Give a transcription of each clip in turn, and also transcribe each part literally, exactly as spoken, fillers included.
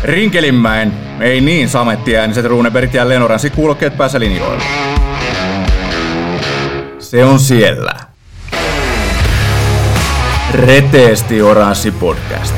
Rinkelinmäen, ei niin samettiääniset Runebergit ja Lenoranssi kuulokkeet päässä linjoilla. Se on siellä. Reteesti Oranssi podcast.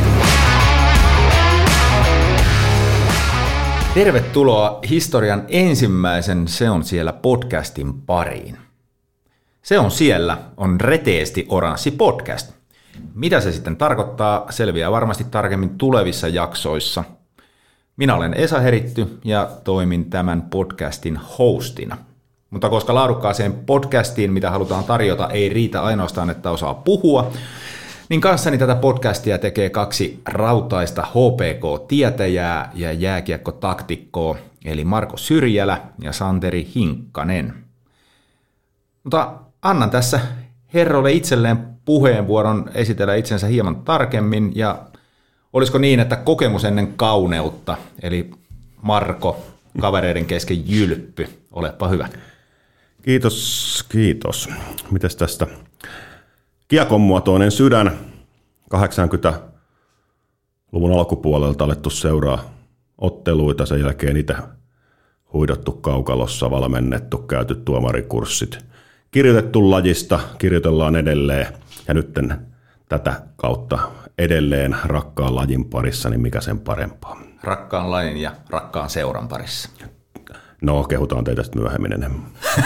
Tervetuloa historian ensimmäisen Se on siellä podcastin pariin. Se on siellä on Reteesti Oranssi podcast. Mitä se sitten tarkoittaa, selviää varmasti tarkemmin tulevissa jaksoissa. Minä olen Esa Heritty ja toimin tämän podcastin hostina. Mutta koska laadukkaaseen podcastiin, mitä halutaan tarjota, ei riitä ainoastaan, että osaa puhua, niin kanssani tätä podcastia tekee kaksi rautaista H P K-tietäjää ja jääkiekkotaktikkoa, eli Marko Syrjälä ja Santeri Hinkkanen. Mutta annan tässä herrolle itselleen puheenvuoron esitellä itsensä hieman tarkemmin, ja olisiko niin, että kokemus ennen kauneutta, eli Marko, kavereiden kesken jylppy, olepa hyvä. Kiitos, kiitos. Mites tästä? Kiekon muotoinen sydän, kahdeksankymmentäluvun alkupuolelta alettu seuraa otteluita, sen jälkeen itse huidottu kaukalossa, valmennettu, käyty tuomarikurssit, kirjoitettu lajista, kirjoitellaan edelleen ja nyt tätä kautta edelleen rakkaan lajin parissa, niin mikä sen parempaa? Rakkaan lajin ja rakkaan seuran parissa. No, kehutaan teitä sitten myöhemmin enemmän.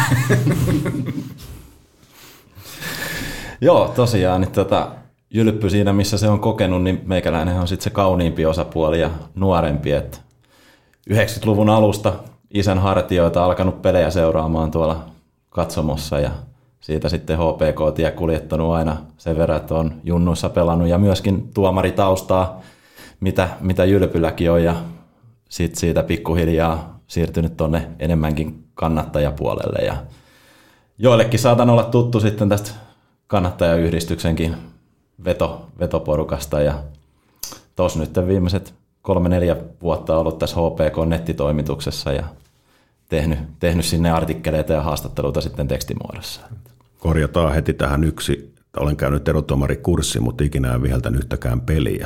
Joo, tosiaan, niin tota, jylppy siinä, missä se on kokenut, niin meikäläinen on sitten se kauniimpi osapuoli ja nuorempi. Et yhdeksänkymmentäluvun alusta isän hartioita alkanut pelejä seuraamaan tuolla katsomossa ja siitä sitten H P K-tie kuljettanut aina sen verran, että on junnuissa pelannut ja myöskin tuomaritaustaa, mitä, mitä jylpylläkin on, ja sitten siitä pikkuhiljaa siirtynyt tuonne enemmänkin kannattajapuolelle. Ja joillekin saatan olla tuttu sitten tästä kannattajayhdistyksenkin veto, vetoporukasta, ja tuossa nyt viimeiset kolme neljä vuotta ollut tässä H P K-nettitoimituksessa ja tehnyt, tehnyt sinne artikkeleita ja haastatteluita sitten tekstimuodossa. Korjataan heti tähän yksi. Olen käynyt erotuomarikurssi, mutta ikinä en viheltänyt yhtäkään peliä.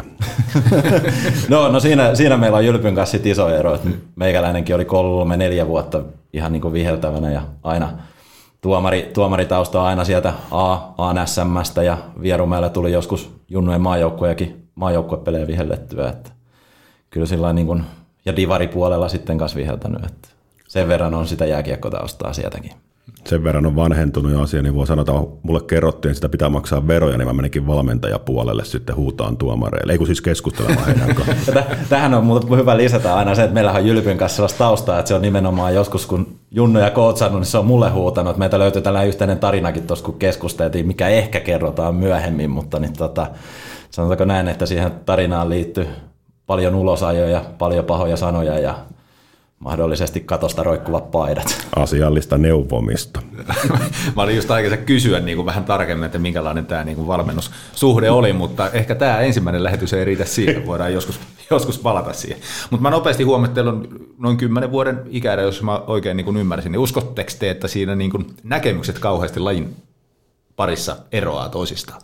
no no siinä, siinä meillä on Jylpyn kanssa iso ero. Että meikäläinenkin oli kolme, neljä vuotta ihan niin kuin viheltävänä ja aina tuomari, tuomaritausta aina sieltä A, A N S M:stä ja Vierumäellä tuli joskus junnujen maajoukkojakin maajoukkuepelejä vihellettyä. Että kyllä sillä niin kuin, ja divaripuolella sitten kanssa viheltänyt. Että sen verran on sitä jääkiekkotaustaa sieltäkin. Sen verran on vanhentunut jo asia, niin voi sanoa, että mulle kerrottiin, että sitä pitää maksaa veroja, niin mä menikin valmentajapuolelle sitten huutaan tuomareille. Ei kun siis keskustelemaan heidän kanssaan. Tähän on muuten hyvä lisätä aina se, että meillähän on Jylpyn kanssa sellaista taustaa, että se on nimenomaan joskus, kun Junnuja kootsannut, niin se on mulle huutanut. Että meitä löytyy tällainen yhteinen tarinakin tuossa, kun keskusteltiin, mikä ehkä kerrotaan myöhemmin, mutta niin tota, sanotaanko näin, että siihen tarinaan liittyy paljon ulosajoja, paljon pahoja sanoja ja mahdollisesti katosta roikkuvat paidat. Asiallista neuvomista. Mä olin just aikaisen kysyä niin kuin vähän tarkemmin, että minkälainen tämä niin kuin valmennussuhde oli, mutta ehkä tämä ensimmäinen lähetys ei riitä siihen, voidaan joskus, joskus palata siihen. Mutta mä nopeasti huomattelun noin kymmenen vuoden ikäinen, jos mä oikein niin kuin ymmärsin, niin uskotteko te, että siinä niin kuin näkemykset kauheasti lajin parissa eroaa toisistaan?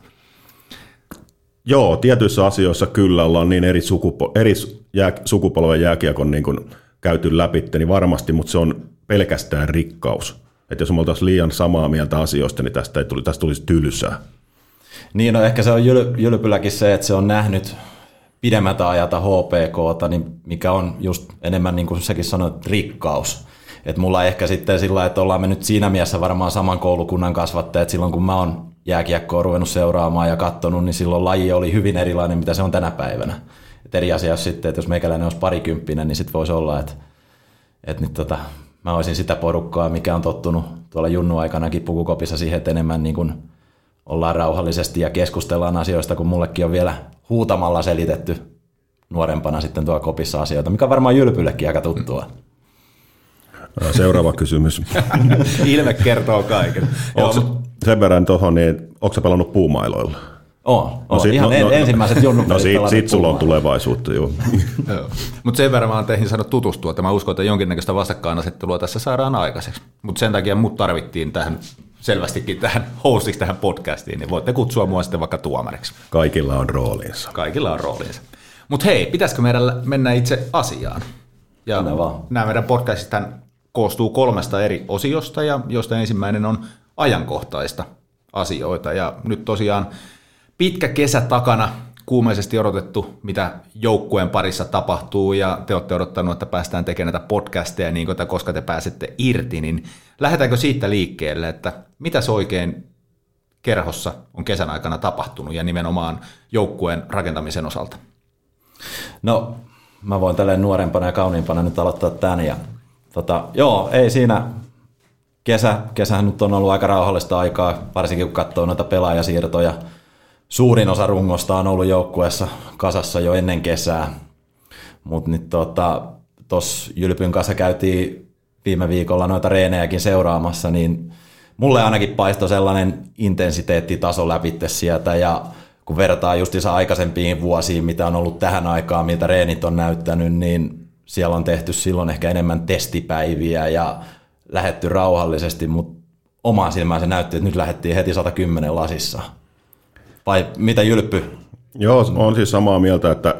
Joo, tietyissä asioissa kyllä ollaan niin eri, sukupo- eri jää- sukupolven jääkiekon niin kuin käyty läpi, niin varmasti, mutta se on pelkästään rikkaus. Että jos me oltaisiin liian samaa mieltä asioista, niin tästä, ei tuli, tästä tulisi tylsää. Niin, no ehkä se on Jyl- Jylpylläkin se, että se on nähnyt pidemmältä ajalta H P K:ta, niin mikä on just enemmän, niin kuin säkin sanoit, rikkaus. Että mulla ehkä sitten sillä, että ollaan me nyt siinä mielessä varmaan saman koulukunnan kasvattajat. Silloin kun mä oon jääkiekkoa ruvennut seuraamaan ja katsonut, niin silloin laji oli hyvin erilainen, mitä se on tänä päivänä. Et eri asia sitten, että jos meikäläinen olisi parikymppinen, niin sitten voisi olla, että, että nyt tota, mä olisin sitä porukkaa, mikä on tottunut tuolla junnu-aikanakin pukukopissa siihen, että enemmän niin kuin ollaan rauhallisesti ja keskustellaan asioista, kun mullekin on vielä huutamalla selitetty nuorempana sitten tuolla kopissa asioita, mikä on varmaan Jylpyllekin aika tuttua. Seuraava kysymys. Ilme kertoo kaiken. Sen verran tuohon, niin onko sä pelannut puumailoilla? On, on. No, sit, ihan no, ensimmäiset junnut. No siitä sit sulla on tulevaisuutta, joo. Mutta sen verran mä oon teihin saanut tutustua, että mä uskon, että jonkinnäköistä vastakkainasettelua tässä saadaan aikaiseksi. Mutta sen takia mut tarvittiin tähän selvästikin tähän hostiksi tähän podcastiin, niin voitte kutsua mua sitten vaikka tuomariksi. Kaikilla on roolinsa. Kaikilla on roolinsa. Mutta hei, pitäisikö meidän mennä itse asiaan? Ja nämä meidän podcastit koostuu kolmesta eri osiosta, ja josta ensimmäinen on ajankohtaista asioita. Ja nyt tosiaan pitkä kesä takana, kuumeisesti odotettu, mitä joukkueen parissa tapahtuu, ja te olette odottanut, että päästään tekemään näitä podcasteja, niin kuin, koska te pääsette irti, niin lähdetäänkö siitä liikkeelle, että mitäs oikein kerhossa on kesän aikana tapahtunut, ja nimenomaan joukkueen rakentamisen osalta? No, mä voin tälleen nuorempana ja kauniimpana nyt aloittaa tämän, ja tota, joo, ei siinä, kesä, kesähän nyt on ollut aika rauhallista aikaa, varsinkin kun katsoo noita pelaajasiirtoja. Suurin osa rungosta on ollut joukkueessa kasassa jo ennen kesää, mutta nyt tuossa tota, Jylpyn kanssa käytiin viime viikolla noita reenejäkin seuraamassa, niin mulle ainakin paistoi sellainen intensiteettitaso läpitte sieltä, ja kun vertaa justiinsa aikaisempiin vuosiin, mitä on ollut tähän aikaan, miltä reenit on näyttänyt, niin siellä on tehty silloin ehkä enemmän testipäiviä ja lähetty rauhallisesti, mutta omaan silmään se näytti, että nyt lähdettiin heti sata kymmenen lasissa. Vai mitä Jylppy? Joo, on siis samaa mieltä, että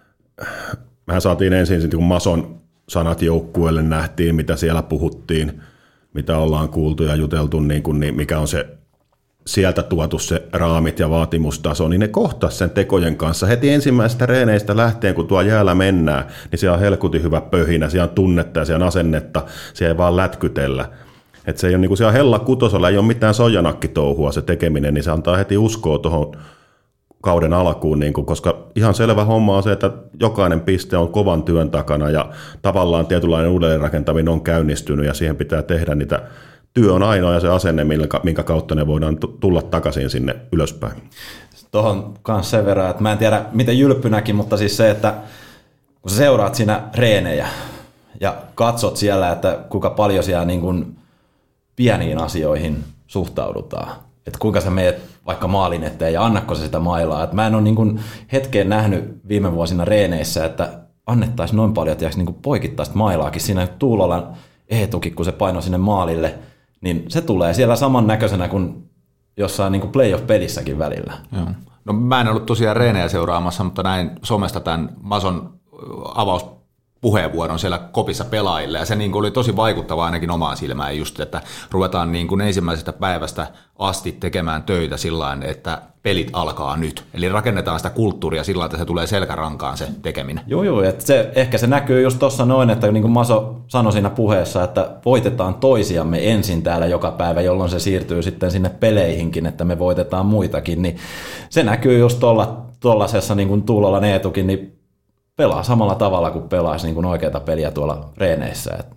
mehän saatiin ensin, kun Mason sanat joukkueelle nähtiin, mitä siellä puhuttiin, mitä ollaan kuultu ja juteltu, niin kuin, niin mikä on se sieltä tuotu se raamit ja vaatimustaso, niin ne kohtas sen tekojen kanssa. Heti ensimmäisestä reeneistä lähtien, kun tuo jäällä mennään, niin siellä on helkutin hyvä pöhinä, siellä on tunnetta ja siellä on asennetta, siellä ei vaan lätkytellä. Että se ei ole niin kuin siellä hella kutosella, ei ole mitään sojanakkitouhua se tekeminen, niin se antaa heti uskoa tuohon kauden alkuun, niin kuin, koska ihan selvä homma on se, että jokainen piste on kovan työn takana ja tavallaan tietynlainen uudelleenrakentaminen on käynnistynyt ja siihen pitää tehdä niitä. Työ on ainoa ja se asenne, minkä kautta ne voidaan tulla takaisin sinne ylöspäin. Tuohon kanssa sen verran, että mä en tiedä miten Jylppy näki, mutta siis se, että kun sä seuraat siinä reenejä ja katsot siellä, että kuinka paljon siellä niin kuin pieniin asioihin suhtaudutaan. Että kuinka sä meet vaikka maalin eteen ja annakko sä sitä mailaa. Et mä en ole niin kuin hetkeen nähnyt viime vuosina reeneissä, että annettaisiin noin paljon tiiäks, niin kuin poikittaista mailaakin siinä Tuulolan Eetukin, kun se paino sinne maalille, niin se tulee siellä samannäköisenä kuin jossain niin kuin playoff-pelissäkin välillä. Joo. No mä en ollut tosiaan reenejä seuraamassa, mutta näin somesta tämän Mason avauspuheenvuoron siellä kopissa pelaajille, ja se niin kuin oli tosi vaikuttava ainakin omaan silmään just, että ruvetaan niin kuin ensimmäisestä päivästä asti tekemään töitä sillä että pelit alkaa nyt. Eli rakennetaan sitä kulttuuria sillä että se tulee selkärankaan se tekeminen. Joo, joo, että se, ehkä se näkyy just tuossa noin, että niin kuin Maso sanoi siinä puheessa, että voitetaan toisiamme ensin täällä joka päivä, jolloin se siirtyy sitten sinne peleihinkin, että me voitetaan muitakin, niin se näkyy just tuollaisessa niin kuin Tuulolan Eetukin, niin pelaa samalla tavalla kuin pelaisi niin kuin oikeata peliä tuolla reeneissä. Et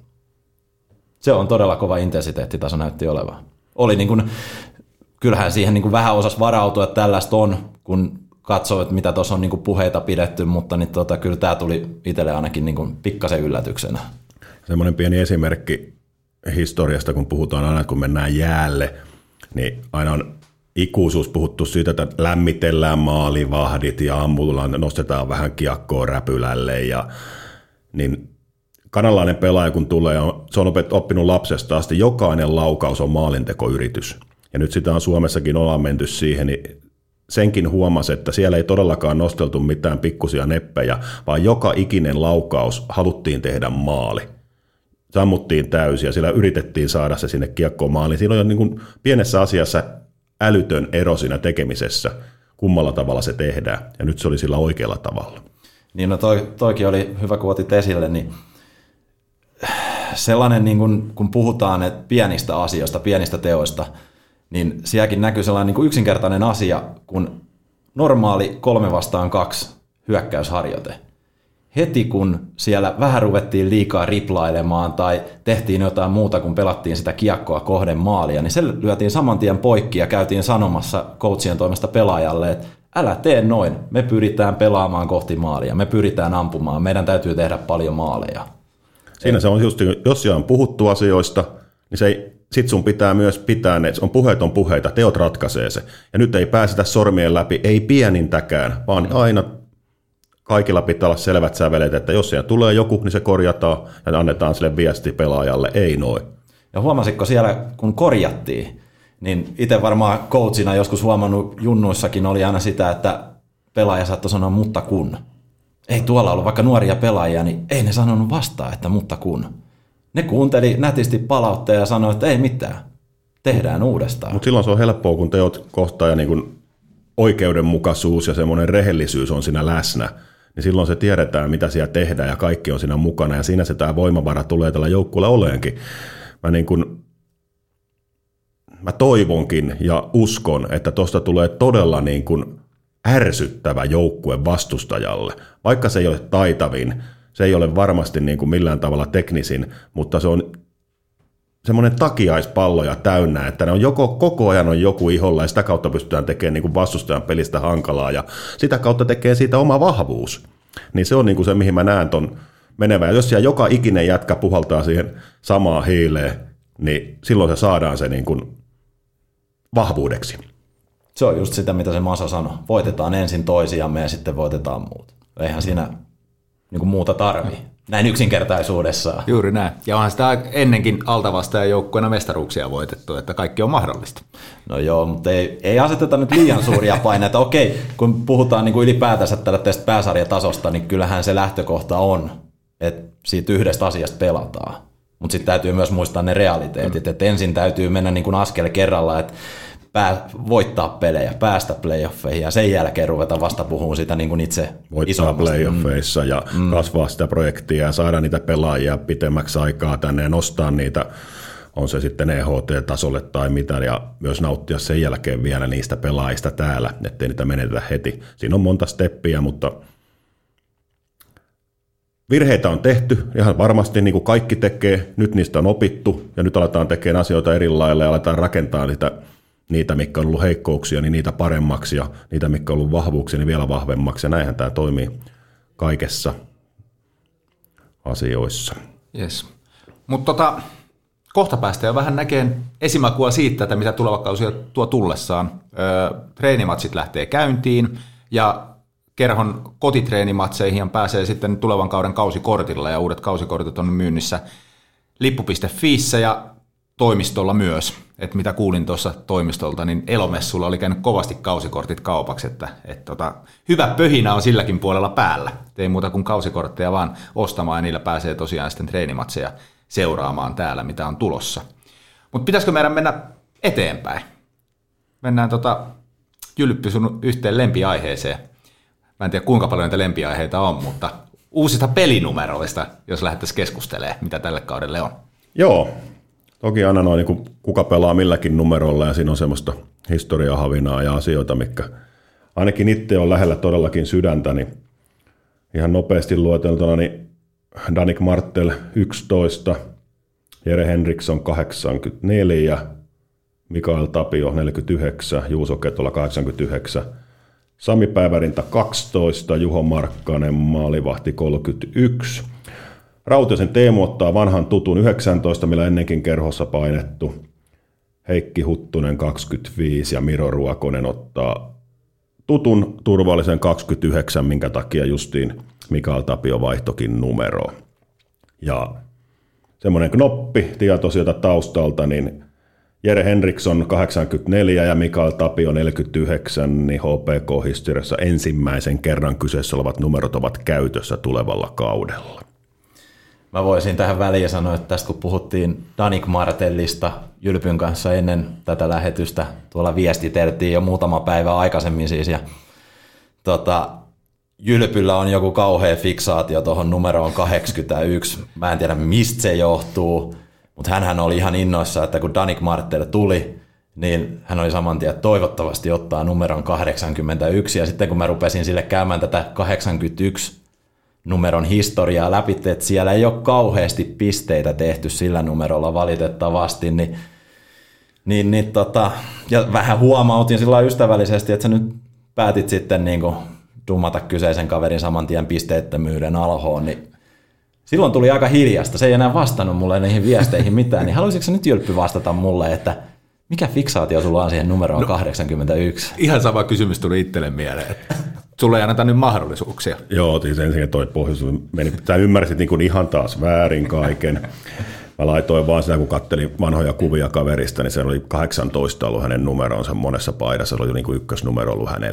se on todella kova intensiteettitaso näytti olevan. Oli niin kuin, kyllähän siihen niin kuin vähän osasi varautua, että tällaista on, kun katsoo, että mitä tuossa on niin kuin puheita pidetty, mutta niin tota, kyllä tämä tuli itselle ainakin niin kuin pikkasen yllätyksenä. Semmoinen pieni esimerkki historiasta, kun puhutaan aina, kun mennään jäälle, niin aina on ikuisuus puhuttu siitä, että lämmitellään maalivahdit ja aamulla nostetaan vähän kiekkoa räpylälle. Ja, niin kanalainen pelaaja kun tulee, se on oppinut lapsesta asti, jokainen laukaus on maalintekoyritys. Ja nyt sitä on Suomessakin ollaan menty siihen, niin senkin huomasi, että siellä ei todellakaan nosteltu mitään pikkusia neppejä, vaan joka ikinen laukaus haluttiin tehdä maali. Sammuttiin täysin ja siellä yritettiin saada se sinne kiekkoon maaliin. Siinä on jo niin kuin pienessä asiassa älytön ero siinä tekemisessä, kummalla tavalla se tehdään, ja nyt se oli sillä oikealla tavalla. Niin no toi, toikin oli hyvä, kun otit esille, niin sellainen, niin kun, kun puhutaan että pienistä asioista, pienistä teoista, niin sielläkin näkyy sellainen niin kuin yksinkertainen asia, kun normaali kolme vastaan kaksi hyökkäysharjoite. Heti kun siellä vähän ruvettiin liikaa riplailemaan tai tehtiin jotain muuta, kun pelattiin sitä kiekkoa kohden maalia, niin se lyötiin saman tien poikki ja käytiin sanomassa coachien toimesta pelaajalle, että älä tee noin, me pyritään pelaamaan kohti maalia, me pyritään ampumaan, meidän täytyy tehdä paljon maaleja. Siinä se on just, jos siellä on puhuttu asioista, niin se ei, sit sun pitää myös pitää ne, on puheet on puheita, teot ratkaisee se. Ja nyt ei pääsetä sormien läpi, ei pienintäkään, vaan aina kaikilla pitää olla selvät sävelet, että jos siellä tulee joku, niin se korjataan ja annetaan sille viesti pelaajalle, ei noin. Ja huomasitko siellä, kun korjattiin, niin itse varmaan coachina joskus huomannut junnuissakin oli aina sitä, että pelaaja saattoi sanoa mutta kun. ei tuolla ollut vaikka nuoria pelaajia, niin ei ne sanonut vastaan, että mutta kun. Ne kuunteli nätisti palautteja ja sanoi, että ei mitään, tehdään uudestaan. Mutta silloin se on helppoa, kun teot kohtaa ja niin kun oikeudenmukaisuus ja semmoinen rehellisyys on siinä läsnä, niin silloin se tiedetään, mitä siellä tehdään ja kaikki on siinä mukana ja siinä se tämä voimavara tulee tällä joukkueella oleenkin. Mä, niin kun, mä toivonkin ja uskon, että tuosta tulee todella niin kun ärsyttävä joukkue vastustajalle, vaikka se ei ole taitavin, se ei ole varmasti niin kuin millään tavalla teknisin, mutta se on semmoinen takiaispalloja täynnä, että ne on joko koko ajan on joku iholla ja sitä kautta pystytään tekemään niin kuin vastustajan pelistä hankalaa ja sitä kautta tekee siitä oma vahvuus. Niin se on niin kuin se, mihin mä näen ton menevän. Ja jos siellä joka ikinen jätkä puhaltaa siihen samaan hiileen, niin silloin se saadaan se niin kuin vahvuudeksi. Se on just sitä, mitä se Masa sanoi. Voitetaan ensin toisiamme ja sitten voitetaan muut. Eihän siinä niin kuin muuta tarvii. Näin yksinkertaisuudessaan. Juuri näin. Ja onhan sitä ennenkin altavastajan joukkueena mestaruuksia voitettu, että kaikki on mahdollista. No joo, mutta ei, ei aseteta nyt liian suuria paineita. Okei, kun puhutaan niin kuin ylipäätänsä tästä pääsarjatasosta, niin kyllähän se lähtökohta on, että siitä yhdestä asiasta pelataan. Mutta sitten täytyy myös muistaa ne realiteetit, mm. että ensin täytyy mennä niin kuin askel kerralla, että Pää, voittaa pelejä, päästä playoffeihin ja sen jälkeen ruveta vasta puhumaan sitä niin kuin itse voittaa isommasta. playoffeissa ja mm. kasvaa sitä projektia ja saada niitä pelaajia pitemmäksi aikaa tänne ja nostaa niitä, on se sitten E H T-tasolle tai mitä, ja myös nauttia sen jälkeen vielä niistä pelaajista täällä, ettei niitä menetetä heti. Siinä on monta steppiä, mutta virheitä on tehty, ihan varmasti niin kuin kaikki tekee, nyt niistä on opittu ja nyt aletaan tekemään asioita eri lailla ja aletaan rakentaa niitä niitä, mitkä on ollut heikkouksia, niin niitä paremmaksi ja niitä, mitkä on ollut vahvuuksia, niin vielä vahvemmaksi. Ja näinhän tämä toimii kaikessa asioissa. Yes. Mutta tota, kohta päästään jo vähän näkemään esimakua siitä, että mitä tuleva kausi tuo tullessaan. Öö, treenimatsit lähtee käyntiin ja kerhon kotitreenimatseihin pääsee sitten tulevan kauden kausikortilla ja uudet kausikortit on myynnissä lippu piste fiissä ja toimistolla myös, että mitä kuulin tuossa toimistolta, niin Elomessulla oli käynyt kovasti kausikortit kaupaksi, että, että tota, hyvä pöhinä on silläkin puolella päällä. Ei muuta kuin kausikortteja vaan ostamaan ja niillä pääsee tosiaan sitten treenimatseja seuraamaan täällä, mitä on tulossa. Mutta pitäisikö meidän mennä eteenpäin? Mennään tota, Jylppy sun yhteen lempiaiheeseen. Mä en tiedä kuinka paljon näitä lempiaiheita on, mutta uusista pelinumeroista, jos lähdettäisiin keskustelemaan, mitä tälle kaudelle on. Joo. Toki aina noin, niin kuka pelaa milläkin numerolla ja siinä on semmoista historiahavinaa ja asioita, mitkä ainakin itse on lähellä todellakin sydäntä, niin ihan nopeasti lueteltuna, niin Danik Martel yksitoista, Jere Henriksson kahdeksankymmentäneljä, Mikael Tapio neljäkymmentäyhdeksän, Juuso Ketola kahdeksankymmentäyhdeksän, Sami Päivärinta kaksitoista, Juho Markkanen maalivahti kolmekymmentäyksi, Rautiaisen Teemu ottaa vanhan tutun yhdeksäntoista, millä ennenkin kerhossa painettu. Heikki Huttunen kaksikymmentäviisi ja Miro Ruokonen ottaa tutun turvallisen kaksikymmentäyhdeksän, minkä takia justiin Mikael Tapio vaihtokin numero. Ja semmoinen knoppi tieto sieltä taustalta, niin Jere Henriksson kahdeksankymmentäneljä ja Mikael Tapio neljäkymmentäyhdeksän, niin H P K-historiassa ensimmäisen kerran kyseessä olevat numerot ovat käytössä tulevalla kaudella. Mä voisin tähän väliin sanoa, että tästä kun puhuttiin Danik Martellista Jylpyn kanssa ennen tätä lähetystä, tuolla viestiteltiin jo muutama päivä aikaisemmin siis, ja tota, Jylpyllä on joku kauhea fiksaatio tuohon numeroon kahdeksankymmentäyksi. Mä en tiedä mistä se johtuu, mutta hänhän oli ihan innoissa, että kun Danik Martel tuli, niin hän oli saman tien, että toivottavasti ottaa numeron kahdeksankymmentäyksi, ja sitten kun mä rupesin sille käymään tätä kahdeksankymmentäyksi numeron historiaa läpi, että siellä ei ole kauheasti pisteitä tehty sillä numerolla valitettavasti, niin, niin, niin tota, ja vähän huomautin sillä ystävällisesti, että sä nyt päätit sitten niin kuin dummata kyseisen kaverin saman tien pisteettömyyden alhoon, niin silloin tuli aika hiljasta, se ei enää vastannut mulle niihin viesteihin mitään, niin haluaisitko sä nyt Jylppy vastata mulle, että mikä fiksaatio sulla on siihen numeroon no, kahdeksankymmentäyksi? Ihan sama kysymys tuli itselle mieleen, että sulla ei anneta nyt mahdollisuuksia. Joo, siis ensin toi pohjoisuus meni. Sä ymmärsit niin kuin ihan taas väärin kaiken. Mä laitoin vaan sitä, kun kattelin vanhoja kuvia kaverista, niin se oli kahdeksantoista ollut hänen numeronsa monessa paidassa. Se oli niin kuin ykkösnumero ollut hänelle.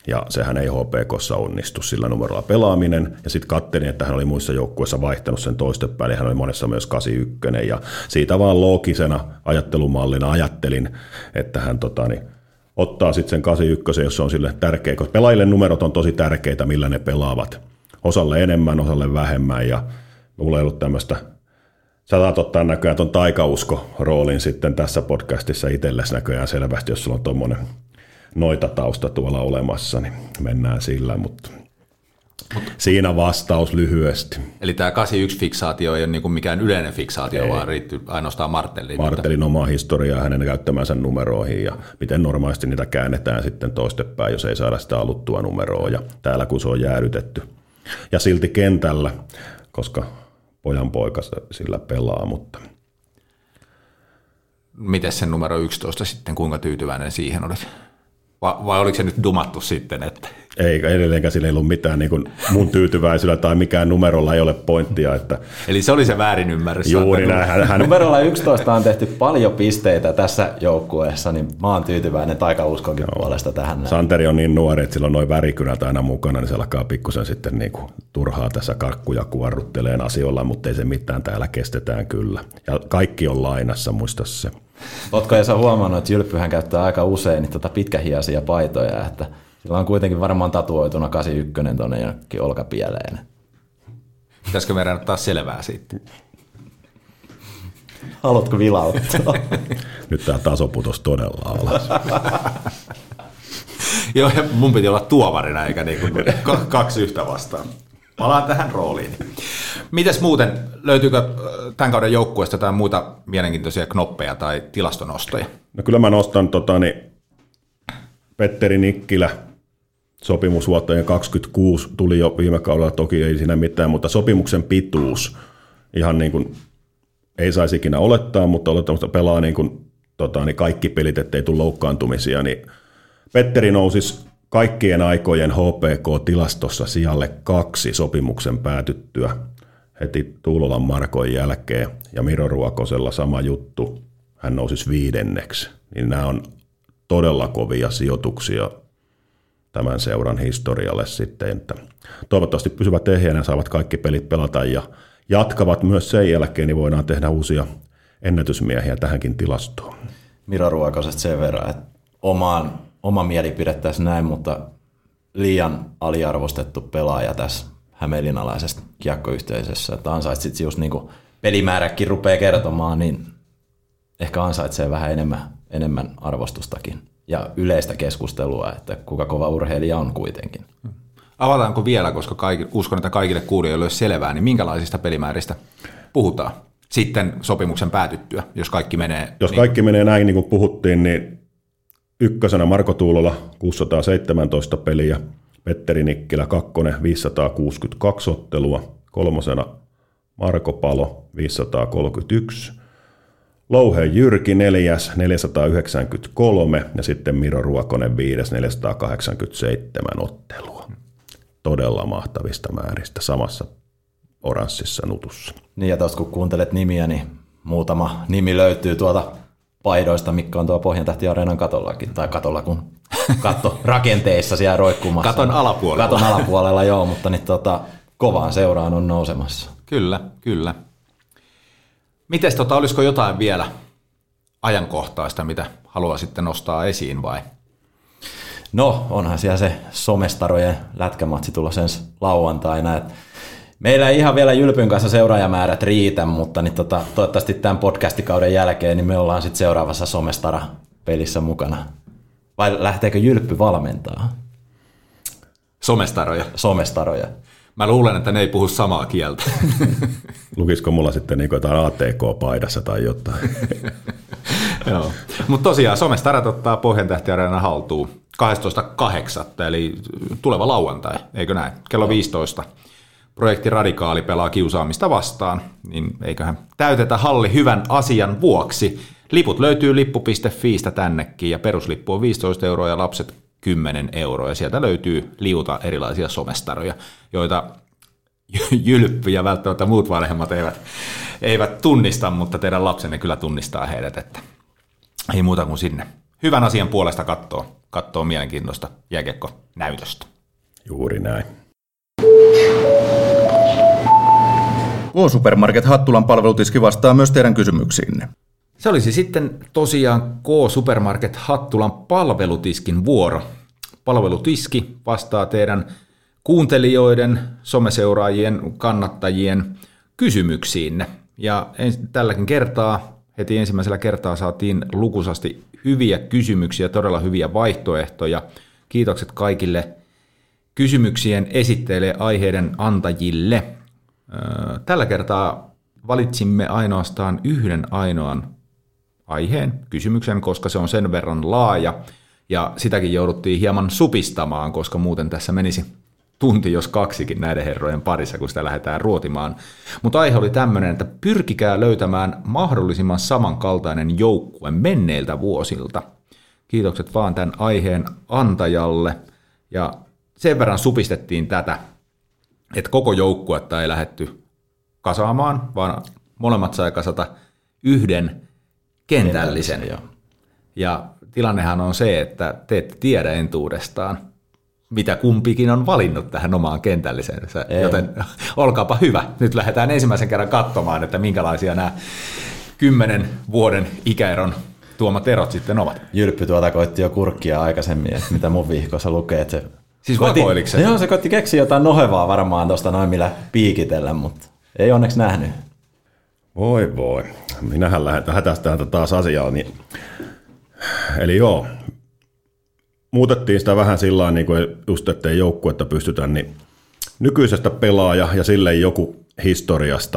Ja sehän ei H P K:ssa onnistu sillä numerolla pelaaminen. Ja sitten katselin, että hän oli muissa joukkueissa vaihtanut sen toistepäin, eli hän oli monessa myös kahdeksankymmentäyksi. Ja siitä vaan loogisena ajattelumallina ajattelin, että hän tota, niin, ottaa sitten sen kahdeksankymmentäyksi, jos se on sille tärkeä, koska pelaajille numerot on tosi tärkeitä, millä ne pelaavat. Osalle enemmän, osalle vähemmän, ja mulla ei ollut tämmöistä. Sä saat ottaa näköjään ton taikausko-roolin sitten tässä podcastissa itsellesi näköjään selvästi, jos sulla on tommonen noita tausta tuolla olemassa, niin mennään sillä, mutta Mut, siinä vastaus lyhyesti. Eli tämä kahdeksankymmentäyksi-fiksaatio ei ole niin kuin mikään yleinen fiksaatio, ei. vaan riittyy ainoastaan Martelliin. Martellin omaa historiaa hänen käyttämänsä numeroihin ja miten normaalisti niitä käännetään sitten toistepäin, jos ei saada sitä aluttua numeroa. Ja täällä kun se on jäädytetty. Ja silti kentällä, koska pojan poika sillä pelaa, mutta... Miten sen numero yksitoista sitten, kuinka tyytyväinen siihen olet? Vai, vai oliko se nyt dumattu sitten? Että... Ei, edelleenkään sillä ei ollut mitään niin kuin mun tyytyväisyydellä tai mikään numerolla ei ole pointtia. Että... Eli se oli se väärinymmärrys. Juuri näin. Hän... Numerolla yksitoista on tehty paljon pisteitä tässä joukkueessa, niin mä oon tyytyväinen taikauskonkin no. puolesta tähän. Santeri on niin nuori, että sillä on noin värikynät aina mukana, niin se alkaa pikkusen sitten niin kuin turhaa tässä karkkuja kuorrutteleen asioilla, mutta ei se mitään, täällä kestetään kyllä. Ja kaikki on lainassa, muista se. Ootko Esa huomannut, että Jylppyhän käyttää aika usein niin tota pitkähiaisia paitoja, että sillä on kuitenkin varmaan tatuoituna kahdeksankymmentäyksi tuonne jonnekin olkapieleen. Pitäisikö meidän ottaa selvää siitä? Haluatko vilauttaa? Nyt tämä taso putosi todella alas. Joo, mun piti olla tuomarina, eikä niin kuin kaksi yhtä vastaan. Palaan tähän rooliin. Mites muuten, löytyykö tämän kauden joukkueesta tai muita mielenkiintoisia knoppeja tai tilastonostoja? No kyllä mä nostan tota, niin Petteri Nikkilä, sopimusvuoteen kaksikymmentäkuusi, tuli jo viime kaudella, toki ei siinä mitään, mutta sopimuksen pituus, ihan niin kuin ei saisi ikinä olettaa, mutta olettamista pelaa niin kuin, tota, niin kaikki pelit, ettei tule loukkaantumisia, niin Petteri nousisi kaikkien aikojen H P K-tilastossa sijalle kaksi sopimuksen päätyttyä heti Tuulolan Markon jälkeen, ja Miro Ruokosella sama juttu, hän nousisi viidenneksi, niin nämä on todella kovia sijoituksia tämän seuran historialle sitten, että toivottavasti pysyvät ehjänä ja saavat kaikki pelit pelata ja jatkavat myös sen jälkeen, niin voidaan tehdä uusia ennätysmiehiä tähänkin tilastoon. Miro Ruokosesta sen verran, että omaan, oma mielipide tässä näin, mutta liian aliarvostettu pelaaja tässä hämeenlinnalaisessa kiekkoyhteisössä, että ansaitsit just niin kuin pelimääräkin rupeaa kertomaan, niin ehkä ansaitsee vähän enemmän, enemmän arvostustakin ja yleistä keskustelua, että kuka kova urheilija on kuitenkin. Avataanko vielä, koska kaikki, uskon, että kaikille kuulijoille olisi selvää, niin minkälaisista pelimääristä puhutaan sitten sopimuksen päätyttyä, jos kaikki menee? Jos niin... kaikki menee näin, niin kuin puhuttiin, niin ykkösenä Marko Tuulola kuusisataaseitsemäntoista peliä, Petteri Nikkilä kakkonen viisisataakuusikymmentäkaksi ottelua, kolmosena Marko Palo viisisataakolmekymmentäyksi, Louheen Jyrki neljäs neljäsataayhdeksänkymmentäkolme ja sitten Miro Ruokonen viides neljäsataakahdeksankymmentäseitsemän ottelua. Todella mahtavista määristä samassa oranssissa nutussa. Niin ja tuosta kun kuuntelet nimiä, niin muutama nimi löytyy tuolta paidoista, mikä on tuo Pohjantähti-areenan katollakin, tai katolla kun katto rakenteissa siellä roikkumassa. Katon alapuolella. Katon alapuolella, joo, mutta niin tota, kovaan seuraan on nousemassa. Kyllä, kyllä. Mites tota, olisiko jotain vielä ajankohtaista, mitä haluaisitte nostaa esiin vai? No, onhan siellä se somestarojen lätkämatsi tulossa ensi lauantaina. Et meillä ei ihan vielä Jylpyn kanssa seuraajamäärät riitä, mutta niin tota, toivottavasti tämän podcastikauden jälkeen niin me ollaan sitten seuraavassa Somestara-pelissä mukana. Vai lähteekö Jylppy valmentaa? Somestaroja. Somestaroja. Mä luulen, että ne ei puhu samaa kieltä. Lukisiko mulla sitten niin jotain A T K-paidassa tai jotain? Joo. Mutta tosiaan Somestarat ottaa Pohjantähti-areenan haltuun kahdestoista kahdeksatta eli tuleva lauantai, eikö näin? Kello viisitoista. Projekti Radikaali pelaa kiusaamista vastaan, niin eiköhän täytetä halli hyvän asian vuoksi. Liput löytyy lippu piste fiistä tännekin ja peruslippu on viisitoista euroa ja lapset kymmenen euroa. Ja sieltä löytyy liuta erilaisia somestaroja, joita Jylppy ja välttämättä muut vanhemmat eivät, eivät tunnista, mutta teidän lapsenne kyllä tunnistaa heidät, että ei muuta kuin sinne hyvän asian puolesta katsoo, katsoo mielenkiintoista jääkiekko-näytöstä. Juuri näin. K-Supermarket Hattulan palvelutiski vastaa myös teidän kysymyksiinne. Se olisi sitten tosiaan K-Supermarket Hattulan palvelutiskin vuoro. Palvelutiski vastaa teidän kuuntelijoiden, someseuraajien, kannattajien kysymyksiinne. Ja tälläkin kertaa, heti ensimmäisellä kertaa saatiin lukuisasti hyviä kysymyksiä, todella hyviä vaihtoehtoja. Kiitokset kaikille kysymyksien esitteille aiheiden antajille. Tällä kertaa valitsimme ainoastaan yhden ainoan aiheen, kysymyksen, koska se on sen verran laaja, ja sitäkin jouduttiin hieman supistamaan, koska muuten tässä menisi tunti jos kaksikin näiden herrojen parissa, kun sitä lähdetään ruotimaan. Mutta aihe oli tämmöinen, että pyrkikää löytämään mahdollisimman samankaltainen joukkue menneiltä vuosilta. Kiitokset vaan tämän aiheen antajalle, ja sen verran supistettiin tätä, että koko joukkuetta ei lähdetty kasaamaan, vaan molemmat sai kasata yhden kentällisen. Kentällisen, ja tilannehan on se, että te ette tiedä entuudestaan, mitä kumpikin on valinnut tähän omaan kentällisensä, ei. Joten olkaapa hyvä. Nyt lähdetään ensimmäisen kerran katsomaan, että minkälaisia nämä kymmenen vuoden ikäeron tuomat erot sitten ovat. Jylppy tuota koitti jo kurkkia aikaisemmin, että mitä mun vihkossa lukee, että se Siis vakoiliko se? Joo, se koitti keksiä jotain nohevaa varmaan tuosta noin millä piikitellä, mutta ei onneksi nähnyt. Voi voi. Minähän lähden hätästään taas asiaa. Niin... Eli joo, muutettiin sitä vähän sillä niin kuin just ettei joukkuetta pystytään, niin nykyisestä pelaaja ja sille joku historiasta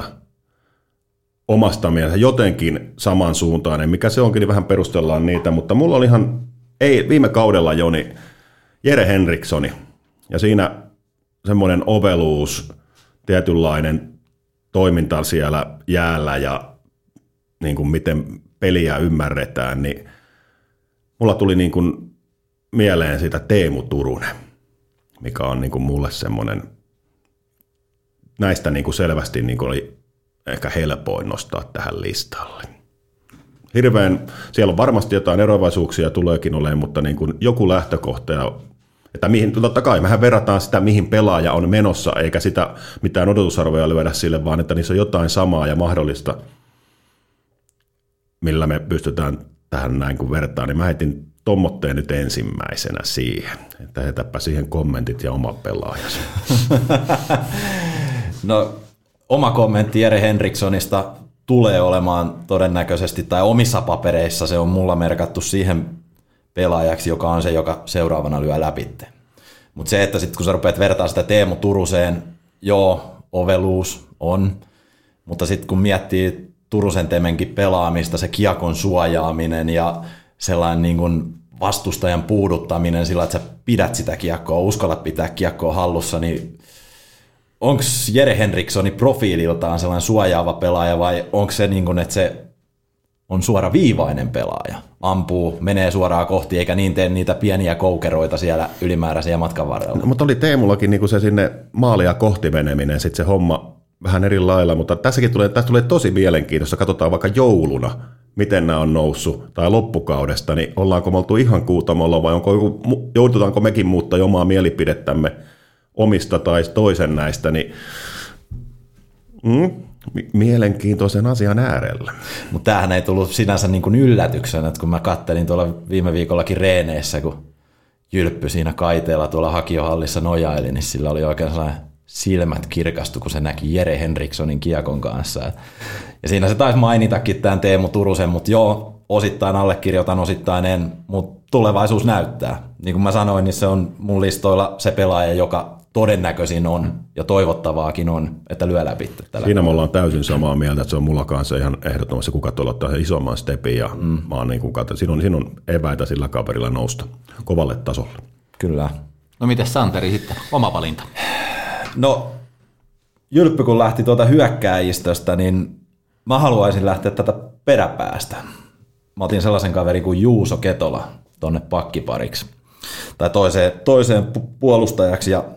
omasta mielestä jotenkin samansuuntainen, mikä se onkin, niin vähän perustellaan niitä, mutta mulla oli ihan, ei viime kaudella Joni, Jere Henrikssoni, ja siinä semmoinen oveluus, tietynlainen toiminta siellä jäällä ja niin kuin miten peliä ymmärretään, niin mulla tuli niin kuin mieleen siitä Teemu Turunen, mikä on niin kuin mulle semmoinen, näistä niin kuin selvästi niin kuin oli ehkä helpoin nostaa tähän listalle. Hirveän, siellä on varmasti jotain eroavaisuuksia tuleekin olemaan, mutta niin kuin joku lähtökohta, että mihin, totta kai mehän verrataan sitä, mihin pelaaja on menossa, eikä sitä mitään odotusarvoja lyödä sille, vaan että niissä on jotain samaa ja mahdollista, millä me pystytään tähän näin kun vertaan, niin mä heitin Tommotteen nyt ensimmäisenä siihen, että heitäpä siihen kommentit ja oma pelaajasi. No, oma kommentti Jere Henrikssonista tulee olemaan todennäköisesti, tai omissa papereissa se on mulla merkattu siihen pelaajaksi, joka on se, joka seuraavana lyö läpitte. Mutta se, että sitten kun sä rupeat vertaa sitä Teemu Turuseen, joo, oveluus on, mutta sitten kun miettii Turusen temenkin pelaamista, se kiekon suojaaminen ja sellainen niin kuin vastustajan puuduttaminen sillä, että sä pidät sitä kiekkoa, uskallat pitää kiekkoa hallussa, niin onko Jere Henrikssoni profiililtaan sellainen suojaava pelaaja vai onko se niin kuin, että se on suora viivainen pelaaja, ampuu, menee suoraan kohti eikä niin tee niitä pieniä koukeroita siellä ylimääräisiä matkan varrella? No, mutta oli Teemullakin niin kuin se sinne maalia kohti meneminen, sitten se homma vähän eri lailla, mutta tässäkin tulee, tässä tulee tosi mielenkiintoista, katsotaan vaikka jouluna, miten nämä on noussut, tai loppukaudesta, niin ollaanko me oltu ihan kuutamolla vai onko, joudutaanko mekin muuttaa omaa mielipidettämme omista tai toisen näistä, niin mm, mielenkiintoisen asian äärellä. Mutta tämähän ei tullut sinänsä niin kuin yllätyksenä, että kun mä kattelin tuolla viime viikollakin reeneissä, kun Jylppy siinä kaiteella tuolla Hakiohallissa nojaili, niin sillä oli oikein sellainen silmät kirkastu, kun se näki Jere Henrikssonin kiekon kanssa. Ja siinä se taisi mainitakin tämän Teemu Turusen, mutta joo, osittain allekirjoitan, osittain en, mutta tulevaisuus näyttää. Niin kuin mä sanoin, niin se on mun listoilla se pelaaja, joka todennäköisin on ja toivottavaakin on, että lyö läpi. Siinä me ollaan täysin samaa mieltä, että se on mulla kanssa ihan ehdottomasti, kuka tuolla ottaa sen isomman stepin ja mm. mä oon niin kuin katsoin, siinä on, siinä on eväitä sillä kaverilla nousta kovalle tasolle. Kyllä. No mites Santeri sitten, oma valinta? No, Jylppy kun lähti tuota hyökkääjistöstä, niin mä haluaisin lähteä tätä peräpäästä. Mä otin sellaisen kaverin kuin Juuso Ketola tonne pakkipariksi tai toiseen, toiseen puolustajaksi. Ja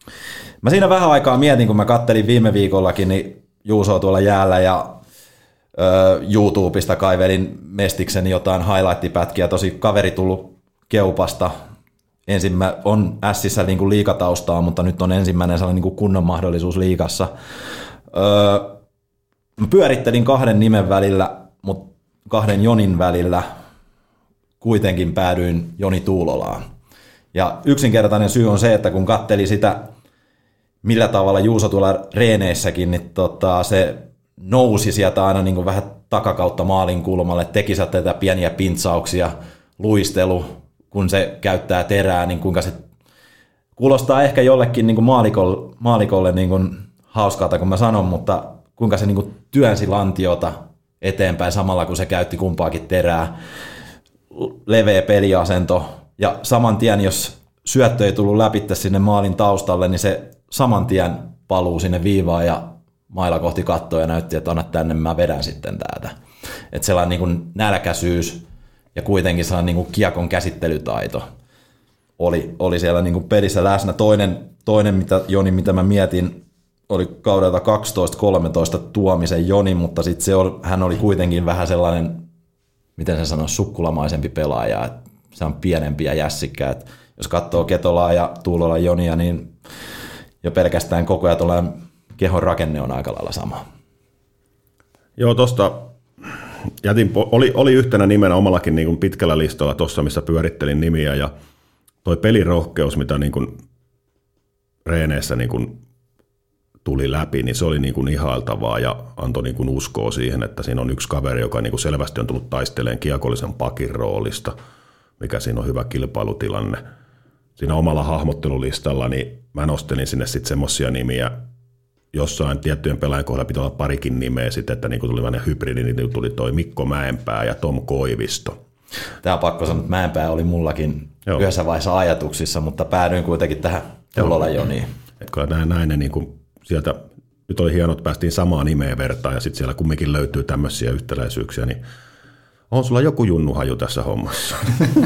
mä siinä vähän aikaa mietin, kun mä kattelin viime viikollakin niin Juusoa tuolla jäällä ja YouTubesta kaivelin Mestiksen jotain highlight-pätkiä, tosi kaveri tullut Keupasta. Ensimmä on Ässissä niin kuin liigataustaa, mutta nyt on ensimmäinen sellainen niin kuin kunnon mahdollisuus liigassa. Öö, pyörittelin kahden nimen välillä, mutta kahden Jonin välillä kuitenkin päädyin Joni Tuulolaan. Ja yksinkertainen syy on se, että kun katteli sitä, millä tavalla Juuso tuolla reeneissäkin, niin tota, se nousi sieltä aina niin kuin vähän takakautta maalin kulmalle, teki tätä pieniä pintsauksia, luistelu, kun se käyttää terää, niin kuinka se kuulostaa ehkä jollekin niin kuin maalikolle, maalikolle niin kuin hauskalta, kun mä sanon, mutta kuinka se niin kuin työnsi lantiota eteenpäin samalla, kun se käytti kumpaakin terää, leveä peliasento, ja saman tien, jos syöttö ei tullut läpi sinne maalin taustalle, niin se saman tien paluu sinne viivaan ja mailla kohti kattoa ja näytti, että anna tänne, mä vedän sitten täältä. Että sellainen niin kuin nälkäisyys ja kuitenkin sellainen niin kuin kiekon käsittelytaito oli, oli siellä niin kuin pelissä läsnä. Toinen, toinen mitä, Joni, mitä mä mietin, oli kaudelta kaksitoista kolmetoista Tuomisen Joni, mutta sitten se oli, hän oli kuitenkin vähän sellainen, miten se sanoo, sukkulamaisempi pelaaja, että se on pienempi ja jässikkä. Että jos katsoo Ketolaa ja Tuulola Jonia, niin jo pelkästään koko ajan tuollainen kehon rakenne on aika lailla sama. Joo, tuosta jätin, oli, oli yhtenä nimenä omallakin niin kuin pitkällä listalla tuossa, missä pyörittelin nimiä, ja toi pelirohkeus, mitä niin kuin reeneissä niin kuin tuli läpi, niin se oli niin kuin ihailtavaa ja antoi niin kuin uskoa siihen, että siinä on yksi kaveri, joka niin kuin selvästi on tullut taisteleen kiekollisen pakin roolista, mikä siinä on hyvä kilpailutilanne. Siinä omalla hahmottelulistalla niin mä nostelin sinne sitten semmoisia nimiä, jossain tiettyjen pelaajien kohdalla pitää olla parikin nimeä sitten, että niin kuin tuli vähän hybridi, niin tuli toi Mikko Mäenpää ja Tom Koivisto. Tämä on pakko sanoa, että Mäenpää oli mullakin Joo. yhdessä vaiheessa ajatuksissa, mutta päädyin kuitenkin tähän Tuulola Joniin. Että kun näin, näin ne niin kuin sieltä, nyt oli hienoa, että päästiin samaa nimeä vertaan ja sitten siellä kumminkin löytyy tämmöisiä yhtäläisyyksiä, niin on sulla joku junnuhaju tässä hommassa.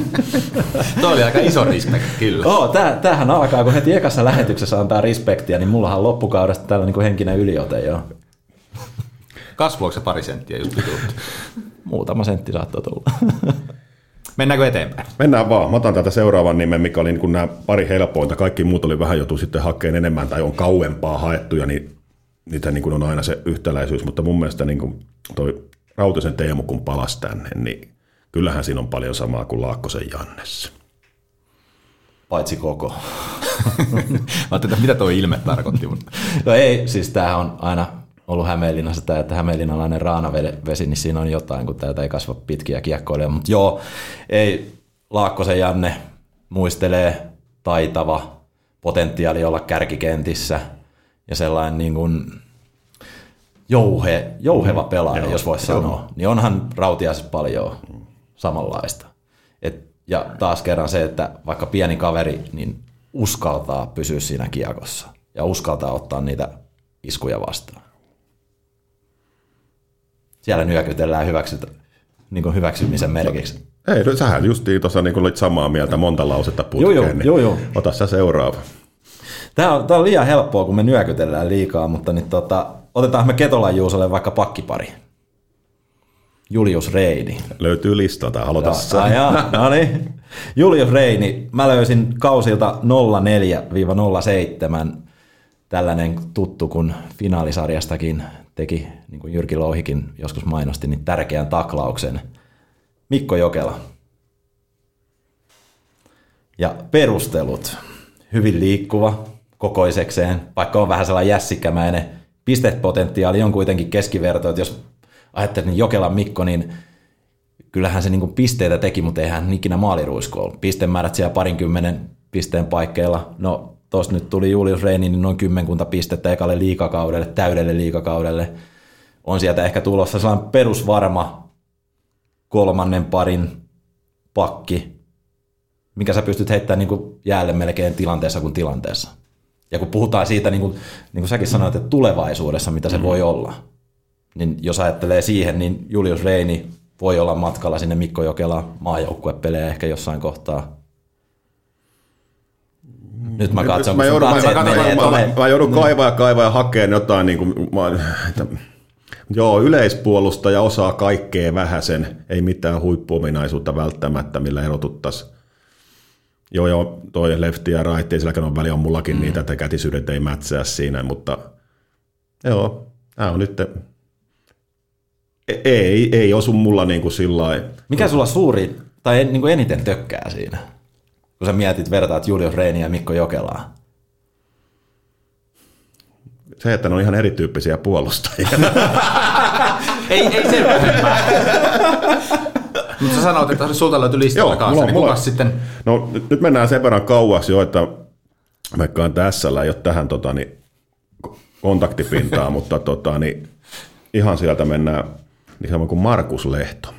Tuo oli aika iso respect, kyllä. Oh, tämähän alkaa, kun heti ekassa lähetyksessä antaa respektiä, niin mullahan on loppukaudesta tällä niin kuin henkinen yliote jo. Kasvuuko se pari senttiä just pituutta? Muutama sentti saattoi tulla. Mennäänkö eteenpäin? Mennään vaan. Mä otan täältä seuraavan nimen, mikä oli niin kuin nämä pari helpointa. Kaikki muut oli vähän joutu sitten hakkeen enemmän tai on kauempaa haettuja, niin niitä niin kuin on aina se yhtäläisyys. Mutta mun mielestä niin kuin toi Rautisen Teemu, kun palasi tänne, niin kyllähän siinä on paljon samaa kuin Laakkosen Jannessa. Paitsi koko. Mä ajattelin, että mitä tuo ilme tarkoitti. Mutta. No ei, siis tämähän on aina ollut Hämeenlinnassa tämä, että hämeenlinnalainen raanavesi, niin siinä on jotain, kun täältä ei kasva pitkiä kiekkoileja. Mutta joo, ei, Laakkosen Janne muistelee taitava, potentiaali olla kärkikentissä ja sellainen niin kuin jouhe, jouheva pelaaja, mm, jos voisi sanoa. Niin onhan Rautiaisessa paljon samanlaista. Et, ja taas kerran se, että vaikka pieni kaveri, niin uskaltaa pysyä siinä kiekossa ja uskaltaa ottaa niitä iskuja vastaan. Siellä nyökytellään hyväksytä, niin kuin hyväksymisen merkiksi. Ei, no, sähän justiin tuossa niin olit samaa mieltä monta lausetta putkeen, joo, joo, niin joo, joo. Ota sä seuraava. Tämä on, tämä on liian helppoa, kun me nyökytellään liikaa, mutta niin, tota, otetaan me Ketolan Juusolle vaikka pakkipari. Julius Reini. Löytyy listalta, aloita sä. No niin. Julius Reini, mä löysin kausilta nolla neljä nolla seitsemän, tällainen tuttu, kun finaalisarjastakin teki, niin kuin Jyrki Louhikin joskus mainosti, niin tärkeän taklauksen. Mikko Jokela. Ja perustelut. Hyvin liikkuva kokoisekseen, vaikka on vähän sellainen jässikkämäinen. Pistepotentiaali on kuitenkin keskiverto, että jos ajattelet, niin Jokelan Mikko, niin kyllähän se niin kuin pisteitä teki, mutta eihän hän ikinä maaliruisku ollut. Pistemäärät siellä parinkymmenen pisteen paikkeilla. No tuossa nyt tuli Julius Reini, niin noin kymmenkunta pistettä ekalle liigakaudelle, täydelle liigakaudelle. On sieltä ehkä tulossa sellainen perusvarma kolmannen parin pakki, mikä sä pystyt heittämään niin kuin jäälle melkein tilanteessa kuin tilanteessa. Ja kun puhutaan siitä, niin kuin, niin kuin säkin sanoit, että tulevaisuudessa, mitä se mm. voi olla, niin jos ajattelee siihen, niin Julius Reini voi olla matkalla sinne Mikko Jokela maajoukkuepelejä ehkä jossain kohtaa. Nyt mä katson, mä joudun, mä, mä, mä, mä, mä joudun no. kaivaa ja kaivaa ja hakeen jotain. Niin kuin, mä, että, Joo, yleispuolustaja osaa kaikkea vähäsen, ei mitään huippuominaisuutta välttämättä, millä erotuttaisiin. Joo, joo, toi lefti ja right, ei silläkään ole väliä, on mullakin mm. niitä, että kätisyydet ei mätsää siinä, mutta joo, tämä on nyt, ei, ei osu mulla niin kuin sillai. Mikä sulla suuri, tai niin kuin eniten tökkää siinä, kun sä mietit, vertaat Julius Reiniä ja Mikko Jokelaa? Se, että ne on ihan erityyppisiä puolustajia. ei, ei sen vähempää. Mutta sä sanoit, että sulta löytyi listalla kanssa, niin kukas sitten? No nyt, nyt mennään sen verran kauaksi jo, että vaikka tässä ei ole tähän tota, niin, kontaktipintaa, mutta tota, niin, ihan sieltä mennään niin sama kuin Markus Lehto.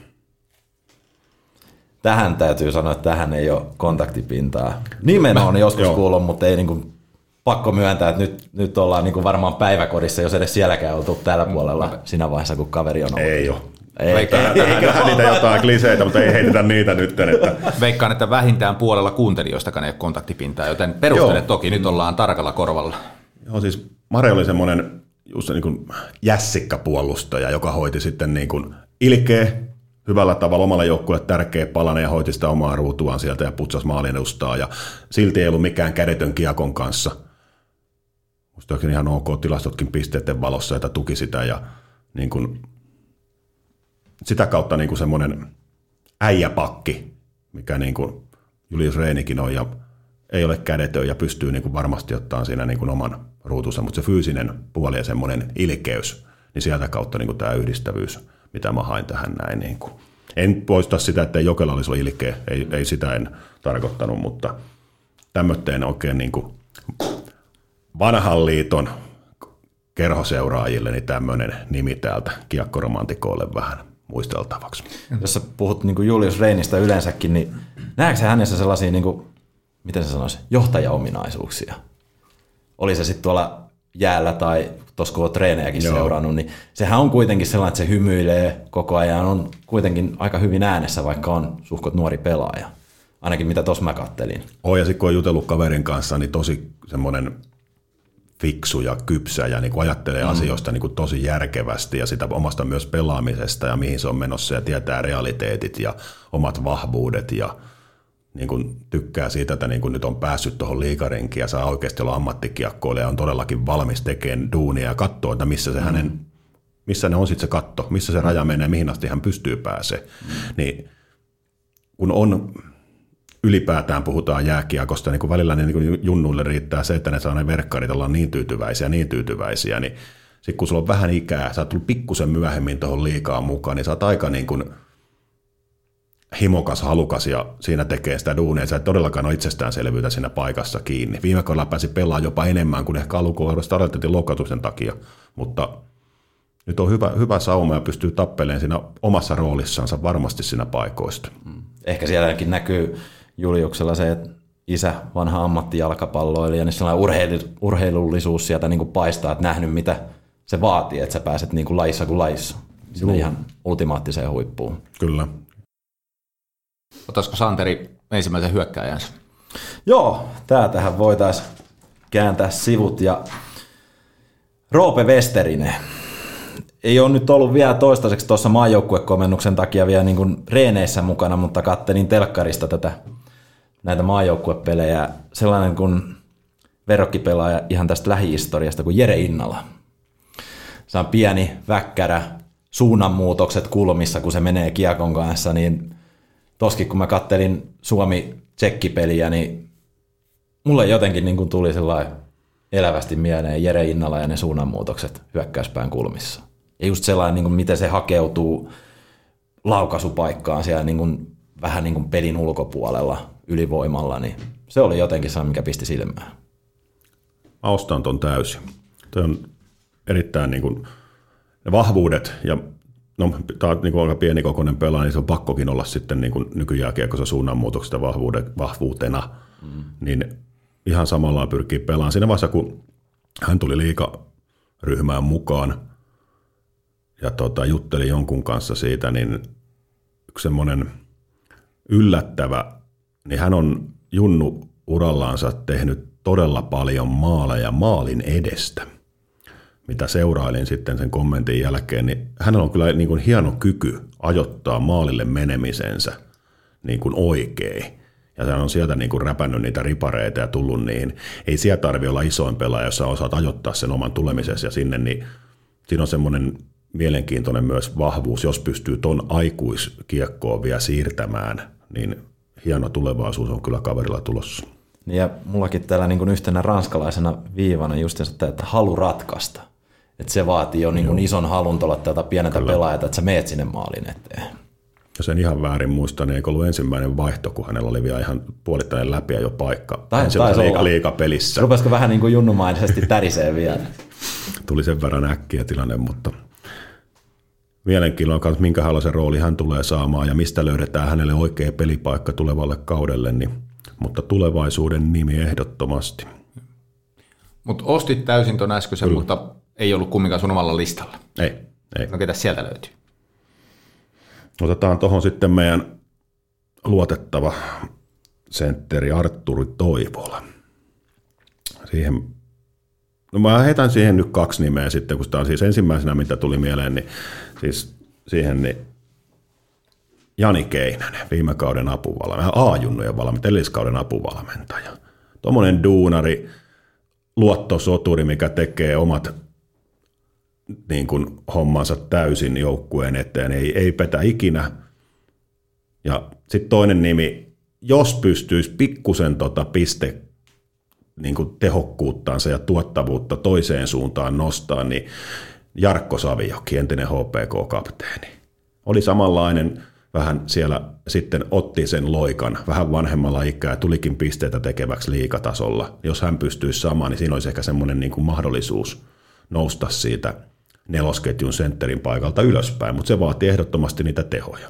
Tähän täytyy sanoa, että tähän ei ole kontaktipintaa. Nimen on joskus kuullut, mutta ei niin kuin, pakko myöntää, että nyt, nyt ollaan niin kuin varmaan päiväkodissa, jos edes sielläkään oltu tällä puolella siinä vaiheessa, kun kaveri on ollut. Ei ole. Veikkaan, Eiköhän niitä jotain kliseitä, mutta ei heitetä niitä nyt. Että. Veikkaan, että vähintään puolella kuuntelijoistakaan ei ole kontaktipintaa, joten perustele toki, nyt ollaan tarkalla korvalla. Joo, siis Mare oli semmoinen just niin kuin jässikkäpuolustaja, joka hoiti sitten niin kuin ilkeä, hyvällä tavalla omalla joukkueelle tärkeä palanen ja hoiti sitä omaa ruutuaan sieltä ja putsasi maalin edustaa. Ja silti ei ollut mikään kädetön kiekon kanssa. Musta onkin ihan ok tilastotkin pisteiden valossa, että tuki sitä ja niin kuin sitä kautta niin kuin semmoinen äijäpakki, mikä niin kuin Julius Reinikin on ja ei ole kädetön ja pystyy niin kuin varmasti ottamaan siinä niin kuin oman ruutunsa, mutta se fyysinen puoli ja semmoinen ilkeys, niin sieltä kautta niin kuin tämä yhdistävyys, mitä mä hain tähän näin. Niin kuin. En poista sitä, että Jokela olisi ollut ilkeä, ei, ei sitä en tarkoittanut, mutta tämmöteen oikein niin kuin vanhan liiton kerhoseuraajille niin tämmöinen nimi täältä kiekkoromantikoille vähän muisteltavaksi. Jos sä puhut niin kuin Julius Reinistä yleensäkin, niin näetkö hänessä sellaisia, niin kuin, miten se sanoisi, johtajaominaisuuksia? Oli se sitten tuolla jäällä tai tuossa kun olet treenejäkin Joo. seurannut, niin sehän on kuitenkin sellainen, että se hymyilee koko ajan, on kuitenkin aika hyvin äänessä, vaikka on suhkot nuori pelaaja. Ainakin mitä tuossa mä kattelin. Oh, ja sitten kun on jutellut kaverin kanssa, niin tosi semmoinen fiksu ja kypsä ja niin kuin ajattelee mm. asioista niin kuin tosi järkevästi ja sitä omasta myös pelaamisesta ja mihin se on menossa ja tietää realiteetit ja omat vahvuudet ja niin kuin tykkää siitä, että niin kuin nyt on päässyt tuohon liigarenkiin ja saa oikeasti olla ammattikiekkoille ja on todellakin valmis tekemään duunia ja katsoo, että missä, se mm. hänen, missä ne on sitten se katto, missä se raja menee, mihin asti hän pystyy pääsemään. Mm. Niin kun on ylipäätään puhutaan jääkiekosta, niin kun välillä niin kun junnuille riittää se, että ne saa ne verkkarit olla niin tyytyväisiä, niin tyytyväisiä, niin sitten kun sulla on vähän ikää, sä oot tullut pikkusen myöhemmin tuohon liigaan mukaan, niin sä oot aika niin kuin himokas, halukas ja siinä tekee sitä duunia, sä et todellakaan ole itsestäänselvyyttä siinä paikassa kiinni. Viime kaudella pääsi pelaamaan jopa enemmän kuin ehkä alkukohdasta aloitettiin loukkaantumisen takia, mutta nyt on hyvä, hyvä sauma ja pystyy tappelemaan siinä omassa roolissansa varmasti siinä paikoista. Ehkä sielläkin näkyy Juliuksella se, että isä, vanha ammattijalkapalloilija, niin sellainen urheilu, urheilullisuus sieltä niin kuin paistaa, että nähnyt mitä se vaatii, että sä pääset niin kuin lajissa kuin lajissa. Sinne ihan ultimaattiseen huippuun. Kyllä. Otaisiko Santeri ensimmäisen hyökkääjänsä? Joo, täältähän voitaisiin kääntää sivut ja Roope Westerinen. Ei ole nyt ollut vielä toistaiseksi tuossa maajoukkuekomennuksen takia vielä niin kuin reeneissä mukana, mutta kattelin telkkarista tätä, näitä maajoukkuepelejä. Sellainen kuin verrokkipelaaja ihan tästä lähihistoriasta kuin Jere Innala. Se on pieni, väkkärä, suunnanmuutokset kulmissa, kun se menee kiekon kanssa, niin toskin kun mä kattelin Suomi-Tsekki-peliä, niin mulle jotenkin niin kuin tuli sellainen elävästi mieleen Jere Innala ja ne suunnanmuutokset hyökkäyspään kulmissa. Ja just sellainen, niin kuin miten se hakeutuu laukaisupaikkaan siellä niin kuin, vähän niin kuin pelin ulkopuolella ylivoimalla, niin se oli jotenkin sellainen, mikä pisti silmään. Mä ostan ton täysin. Tuo on erittäin niin kuin, ne vahvuudet, ja no, tämä on niin kuin aika pienikokoinen pelaaja, niin se on pakkokin olla sitten niin kuin nykyjääkiekossa suunnanmuutoksesta vahvuutena, mm. niin ihan samalla pyrkii pelaamaan. Siinä vaiheessa, kun hän tuli liigaryhmään mukaan, ja tota, jutteli jonkun kanssa siitä, niin yksi semmoinen yllättävä, niin hän on Junnu-urallaansa tehnyt todella paljon maaleja maalin edestä, mitä seurailin sitten sen kommentin jälkeen, niin hänellä on kyllä niin kuin hieno kyky ajoittaa maalille menemisensä niin kuin oikein. Ja hän on sieltä niin kuin räpännyt niitä ripareita ja tullut niihin. Ei siellä tarvitse olla isoin pelaaja, jos sä osaat ajoittaa sen oman tulemisesi ja sinne, niin siinä on semmoinen mielenkiintoinen myös vahvuus, jos pystyy ton aikuiskiekkoon vielä siirtämään, niin hieno tulevaisuus on kyllä kaverilla tulossa. Ja mullakin täällä niin kuin yhtenä ranskalaisena viivana just se, että halu ratkaista. Että se vaatii jo niin kuin ison halun tuolla tältä pieneltä kyllä. pelaajalta, että sä meet sinne maalin eteen. Ja sen ihan väärin muistan, niin eikö ollut ensimmäinen vaihto, kun hänellä oli vielä ihan puolittainen läpi jo paikka. Tai, liiga, liigapelissä. Rupesiko vähän niin kuin junnumaisesti tärisee vielä? Tuli sen verran äkkiä tilanne, mutta mielenkiinnolla, minkälaisen rooli hän tulee saamaan ja mistä löydetään hänelle oikea pelipaikka tulevalle kaudelle, niin, mutta tulevaisuuden nimi ehdottomasti. Mutta ostit täysin tuon äskeisen, Kyllä. mutta ei ollut kumminkaan sun omalla listalla. Ei, ei. No ketä sieltä löytyy? Otetaan tuohon sitten meidän luotettava sentteri Artturi Toivola. Siihen, no mä heitän siihen nyt kaksi nimeä sitten, kun tämä on siis ensimmäisenä, mitä tuli mieleen, niin siis siihen niin Jani Keinänen, viime kauden apuvalmentaja, A-junnujen valmentaja, edelliskauden apuvalmentaja. Tuommoinen duunari, luottosoturi, mikä tekee omat niin kuin hommansa täysin joukkueen eteen, ei, ei petä ikinä. Ja sitten toinen nimi, jos pystyisi pikkusen tota piste niin kuin tehokkuuttaansa ja tuottavuutta toiseen suuntaan nostaa, niin Jarkko Savioki, entinen H P K-kapteeni, oli samanlainen, vähän siellä sitten otti sen loikan, vähän vanhemmalla ikää, tulikin pisteitä tekeväksi liigatasolla. Jos hän pystyisi saamaan, niin siinä olisi ehkä semmoinen niin kuin mahdollisuus nousta siitä nelosketjun sentterin paikalta ylöspäin, mutta se vaatii ehdottomasti niitä tehoja.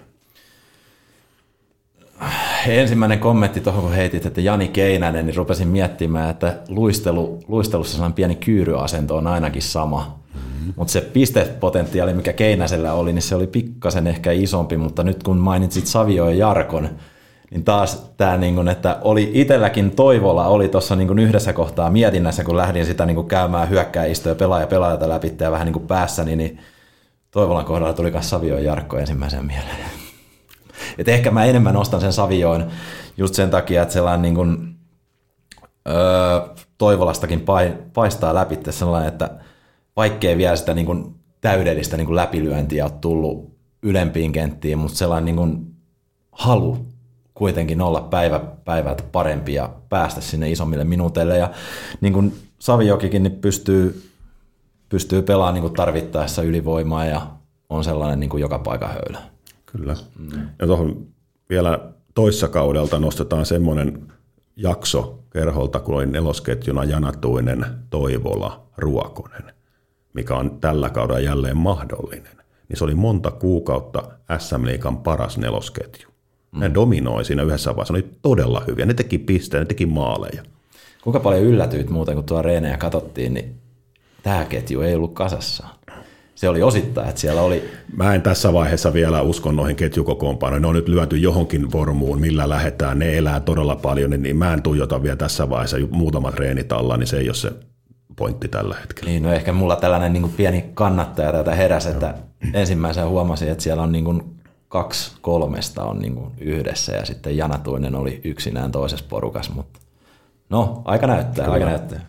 Ensimmäinen kommentti tuohon, kun heitit, että Jani Keinänen, niin rupesin miettimään, että luistelu, luistelussa sellainen pieni kyyryasento on ainakin sama. Mm-hmm. Mutta se pistepotentiaali, mikä Keinäsellä oli, niin se oli pikkasen ehkä isompi, mutta nyt kun mainitsit Savio ja Jarkon, niin taas tämä, niin että oli itselläkin Toivola oli tuossa niin yhdessä kohtaa mietinnässä, kun lähdin sitä niin käymään hyökkääistöä pelaaja pelaajalta läpi ja vähän niin päässäni, niin Toivolan kohdalla tuli myös Savio ja Jarkko ensimmäisen mieleen. Et ehkä mä enemmän nostan sen Savioon just sen takia, että sellainen niin kuin, öö, Toivolastakin paistaa läpi sellainen, että vaikkei vielä sitä niin kuin täydellistä niin kuin läpilyöntiä ole tullut ylempiin kenttiin, mutta sellainen niin kuin halu kuitenkin olla päivä päivältä parempi ja päästä sinne isommille minuuteille. Ja niin kuin Saviokikin niin pystyy, pystyy pelaamaan niin kuin tarvittaessa ylivoimaa ja on sellainen niin kuin joka paikan höylä. Kyllä. Mm. Ja tuohon vielä toissa kaudelta nostetaan semmoinen jakso Kerholta, kun oli nelosketjuna Janatuinen, Toivola, Ruokonen, mikä on tällä kaudella jälleen mahdollinen. Niin se oli monta kuukautta S M-liigan paras nelosketju. Ne mm. dominoi siinä yhdessä vaiheessa, ne oli todella hyviä. Ne teki pisteitä, ne teki maaleja. Kuinka paljon yllätyit muuten, kun tuo reenejä katsottiin, niin tämä ketju ei ollut kasassa. Se oli osittain, että siellä oli... Mä en tässä vaiheessa vielä usko noihin ketjukokoonpanoihin. Ne on nyt lyöty johonkin vormuun, millä lähdetään. Ne elää todella paljon, niin mä en tuijota vielä tässä vaiheessa muutamat treenit alla, niin se ei ole se pointti tällä hetkellä. Niin, no ehkä mulla tällainen niin kuin pieni kannattaja tätä heräsi, että ensimmäisenä huomasin, että siellä on niin kuin kaksi kolmesta on niin kuin yhdessä ja sitten Janatuinen oli yksinään toisessa porukassa, mutta no, aika näyttää, Kyllä. aika näyttää.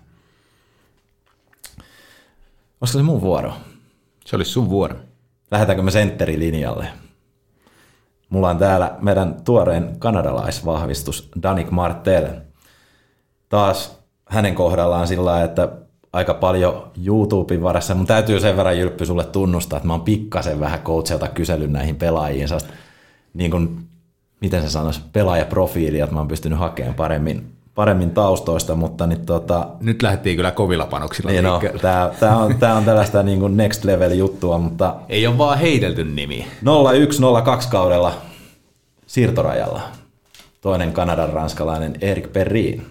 Olisiko se mun vuoro? Se olisi sun vuoro. Lähdetäänkö me sentteri-linjalle? Mulla on täällä meidän tuoreen kanadalaisvahvistus Danik Martel. Taas hänen kohdallaan sillä lailla, että aika paljon YouTuben varassa. Mun täytyy sen verran, Jylppy, sulle tunnustaa, että mä oon pikkasen vähän coachelta kysellyt näihin pelaajiin. Niin kuin, miten se sanoisi, pelaajaprofiilia, että mä oon pystynyt hakemaan paremmin, paremmin taustoista, mutta niin tota... Nyt lähdettiin kyllä kovilla panoksilla niin no, tää, tää, on, tää on tällaista niin kuin next level juttua, mutta... Ei ole vaan heitelty nimi. nolla yksi nolla kaksi kaudella siirtorajalla. Toinen Kanadan ranskalainen Eric Perrin.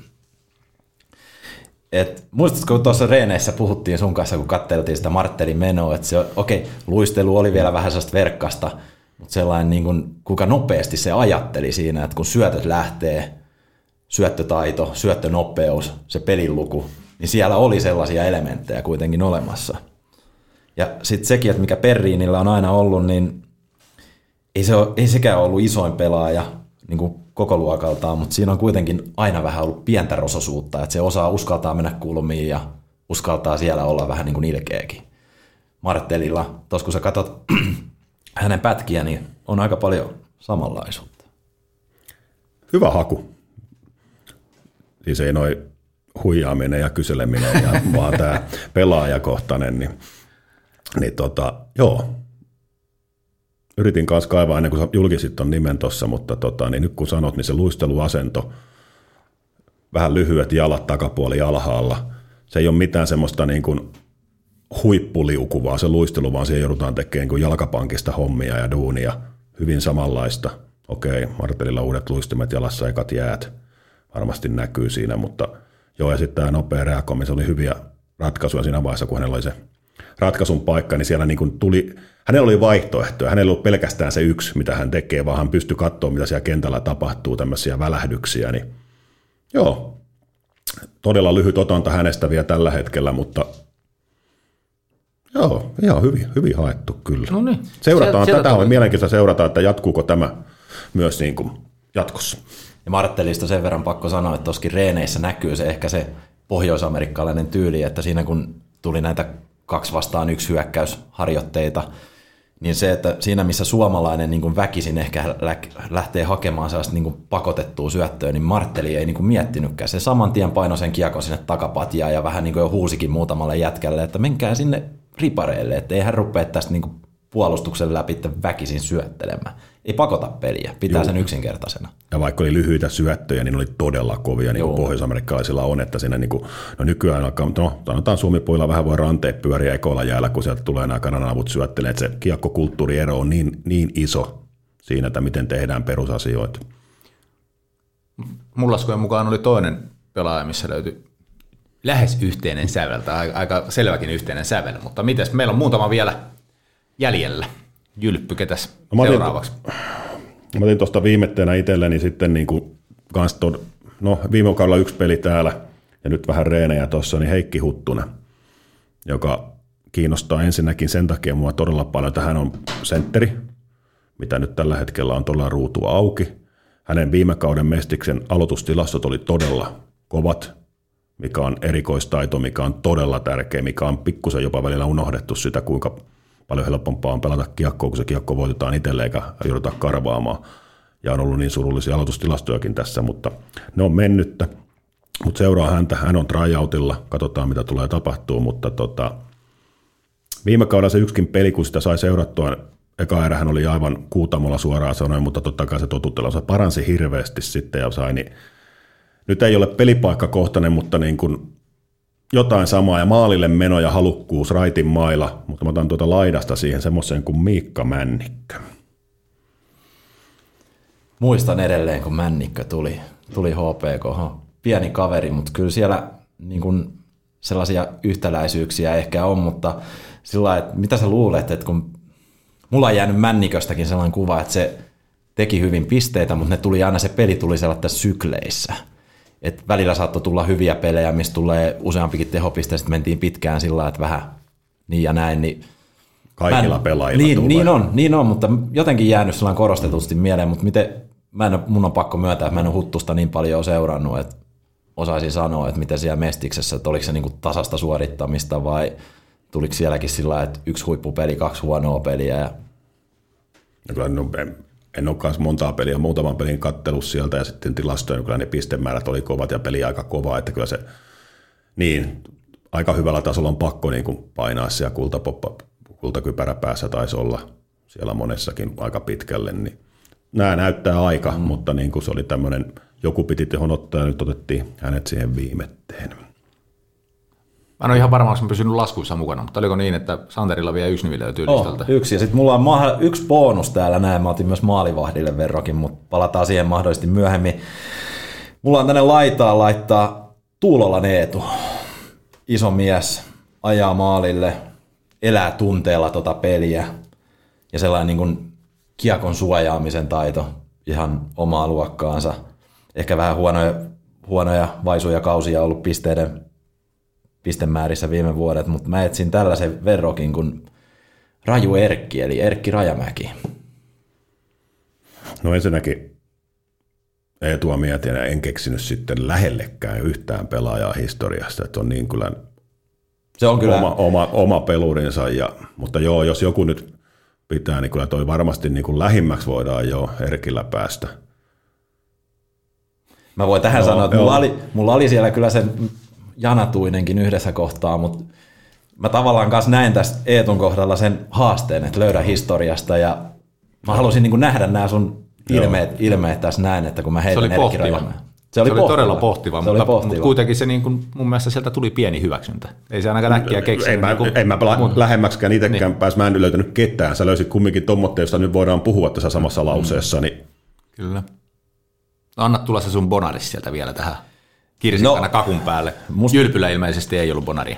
Et, muistatko, kun tuossa reeneissä puhuttiin sun kanssa, kun katseltiin sitä Martelin menoa, että se, okei, okay, luistelu oli vielä vähän sellaista verkkasta, mutta sellainen, niin kuin, kuinka nopeasti se ajatteli siinä, että kun syötöt lähtee, syöttötaito, syöttönopeus, se pelin luku, niin siellä oli sellaisia elementtejä kuitenkin olemassa. Ja sitten sekin, että mikä Perriinillä on aina ollut, niin ei, se ole, ei sekään ollut isoin pelaaja niin kuin koko luokaltaan, mutta siinä on kuitenkin aina vähän ollut pientä rososuutta, että se osaa uskaltaa mennä kulmiin ja uskaltaa siellä olla vähän niin kuin ilkeäkin. Martellilla, tuossa kun sä katsot hänen pätkiä, niin on aika paljon samanlaisuutta. Hyvä haku. Siis ei noi huijaaminen ja kyseleminen, ja vaan tämä pelaajakohtainen, niin, niin tota, joo. Yritin kanssa kaivaa ennen kuin julkisit ton nimen tuossa, mutta tota, niin nyt kun sanot, niin se luisteluasento, vähän lyhyet jalat takapuoli alhaalla, se ei ole mitään semmoista niin kuin huippuliukuvaa se luistelu, vaan siihen joudutaan tekemään niin jalkapankista hommia ja duunia, hyvin samanlaista. Okei, Martellilla uudet luistimet jalassa, ekat jäät, varmasti näkyy siinä, mutta joo, ja sitten tämä nopea reagoiminen, se oli hyviä ratkaisuja siinä vaiheessa, kun hänellä oli se ratkaisun paikka, niin siellä niin kuin tuli, hänellä oli vaihtoehtoja, hänellä ei ollut pelkästään se yksi, mitä hän tekee, vaan hän pystyi katsoa, mitä siellä kentällä tapahtuu, tämmöisiä välähdyksiä, niin joo, todella lyhyt otanta hänestä vielä tällä hetkellä, mutta joo, ihan hyvin, hyvin haettu kyllä. No niin. Seurataan, sieltä, tätä on mielenkiintoista seurata, että jatkuuko tämä myös niin kuin jatkossa. Ja Martellista sen verran pakko sanoa, että tuossakin reeneissä näkyy se ehkä se pohjoisamerikkalainen tyyli, että siinä kun tuli näitä kaksi vastaan yksi hyökkäysharjoitteita, niin se, että siinä missä suomalainen niin kuin väkisin ehkä lähtee hakemaan sellaista niin kuin pakotettua syöttöä, niin Martelli ei niin kuin miettinytkään. Se saman tien painoi sen kiekon sinne takapatjaan ja vähän niin kuin jo huusikin muutamalle jätkälle, että menkää sinne ripareille, että ei hän rupea tästä niin kuin puolustuksen läpi väkisin syöttelemään. Ei pakota peliä, pitää Juu. sen yksinkertaisena. Ja vaikka oli lyhyitä syöttöjä, niin oli todella kovia, niin kuin pohjois-amerikkalaisilla on, että siinä niin kuin, no nykyään alkaa, no sanotaan Suomi-puilla vähän voi ranteet pyöriä ekolla jäällä, kun sieltä tulee nämä kananavut syöttelee, että se kiekkokulttuuriero on niin, niin iso siinä, että miten tehdään perusasioita. Mun laskujen mukaan oli toinen pelaaja, missä löytyi lähes yhteinen sävel, tai aika selväkin yhteinen sävel, mutta mites, meillä on muutama vielä jäljellä. Jylppy, ketäs no, seuraavaksi? Mä otin tuosta viimetteenä itselleni sitten niin kuin kans tod, no viime kaudella yksi peli täällä ja nyt vähän reenejä tuossa, niin Heikki Huttunen, joka kiinnostaa ensinnäkin sen takia mua todella paljon, että hän on sentteri, mitä nyt tällä hetkellä on todella ruutu auki. Hänen viime kauden mestiksen aloitustilastot oli todella kovat, mikä on erikoistaito, mikä on todella tärkeä, mikä on pikkusen jopa välillä unohdettu sitä, kuinka paljon helpompaa on pelata kiekkoa, kun se kiekko voitetaan itselleen eikä jouduta karvaamaan. Ja on ollut niin surullisia aloitustilastojakin tässä, mutta ne on mennyttä. Mutta seuraa häntä, hän on tryoutilla, katsotaan mitä tulee tapahtuu, mutta tota, viime kaudella se yksikin peli, kun sitä sai seurattua, eka erä hän oli aivan kuutamolla suoraan sanoen, mutta totta kai se totuttelu, se paransi hirveästi sitten ja sai, niin nyt ei ole pelipaikkakohtainen, mutta niin kuin jotain samaa ja maalille meno ja halukkuus raitin mailla, mutta mä otan tuota laidasta siihen semmoiseen kuin Miikka Männikkö. Muistan edelleen, kun Männikkö tuli, tuli H P K. Pieni kaveri, mutta kyllä siellä niin kuin sellaisia yhtäläisyyksiä ehkä on, mutta sillä lailla, että mitä sä luulet, että kun mulla on jäänyt Männiköstäkin sellainen kuva, että se teki hyvin pisteitä, mutta ne tuli aina, se peli tuli sellaisissa sykleissä. Et välillä saattoi tulla hyviä pelejä, missä tulee useampikin tehopiste, sitten mentiin pitkään sillä lailla, että vähän niin ja näin. Niin kaikilla en, pelaajilla niin, tulee. Niin on, niin on, mutta jotenkin jäänyt sellainen korostetusti mieleen, mutta miten, mä en, mun on pakko myöntää, että mä en ole Huttusta niin paljon seurannut, että osaisin sanoa, että miten siellä Mestiksessä, että oliko se niin kuin tasasta suorittamista vai tuliko sielläkin sillä lailla, että yksi huippupeli, kaksi huonoa peliä. Ja no, kyllä, no, en, en ole myös montaa peliä, muutaman pelin kattelus sieltä ja sitten tilastojen, kyllä ne pistemäärät oli kovat ja peli aika kova, että kyllä se niin, aika hyvällä tasolla on pakko niin kuin painaa siellä kultapoppa, kultakypärä päässä taisi olla siellä monessakin aika pitkälle, niin nämä näyttää aika, mm. mutta niin kuin se oli tämmöinen, joku piti tehon ottaa ja nyt otettiin hänet siihen viimetteen. Mä en ole ihan varma, onko mä pysynyt laskuissa mukana, mutta oliko niin, että Santerilla vielä yksi nimi löytyy oh, listalta? Yksi, ja sitten mulla on maha- yksi bonus täällä näin, mä otin myös maalivahdille verrokin, mutta palataan siihen mahdollisesti myöhemmin. Mulla on tänne laitaan laittaa Tuulolan Eetu, iso mies, ajaa maalille, elää tunteella tota peliä, ja sellainen niin kuin kiekon suojaamisen taito, ihan omaa luokkaansa. Ehkä vähän huonoja, huonoja vaisuja kausia ollut pisteiden pistemäärissä viime vuodet, mutta mä etsin tällaisen verrokin, kun Raju Erkki, eli Erkki Rajamäki? No ensinnäkin Eetua mietin ja en keksinyt sitten lähellekään yhtään pelaajaa historiasta, että on niin kyllä, Se on kyllä oma, oma, oma pelurinsa. Ja, mutta joo, jos joku nyt pitää, niin kyllä toi varmasti niin kuin lähimmäksi voidaan jo Erkillä päästä. Mä voin tähän Joo, sanoa, että joo. mulla oli, mulla oli siellä kyllä sen Janatuinenkin yhdessä kohtaa, mutta mä tavallaan kanssa näin tästä Eetun kohdalla sen haasteen, että löydä historiasta ja mä halusin niin kuin nähdä nämä sun ilmeet, ilmeet tässä näin, että kun mä Se heitän oli Erkki pohtiva. Rajamäen. Se oli, se oli todella pohtiva, se mutta, oli pohtiva. mutta kuitenkin se niin kuin, mun mielestä sieltä tuli pieni hyväksyntä. Ei se ainakaan äkkiä keksinyt. En mä, niin kuin, en mä pela mun- lähemmäksikään itsekään niin. pääs, mä en löytänyt ketään. Sä löysit kumminkin tommotteen, josta nyt voidaan puhua tässä samassa lauseessa. Niin Kyllä. No, anna tulla se sun bonaris sieltä vielä tähän kirsikkana No, kakun päälle. must- Jylpylä ilmeisesti ei ollut bonaria.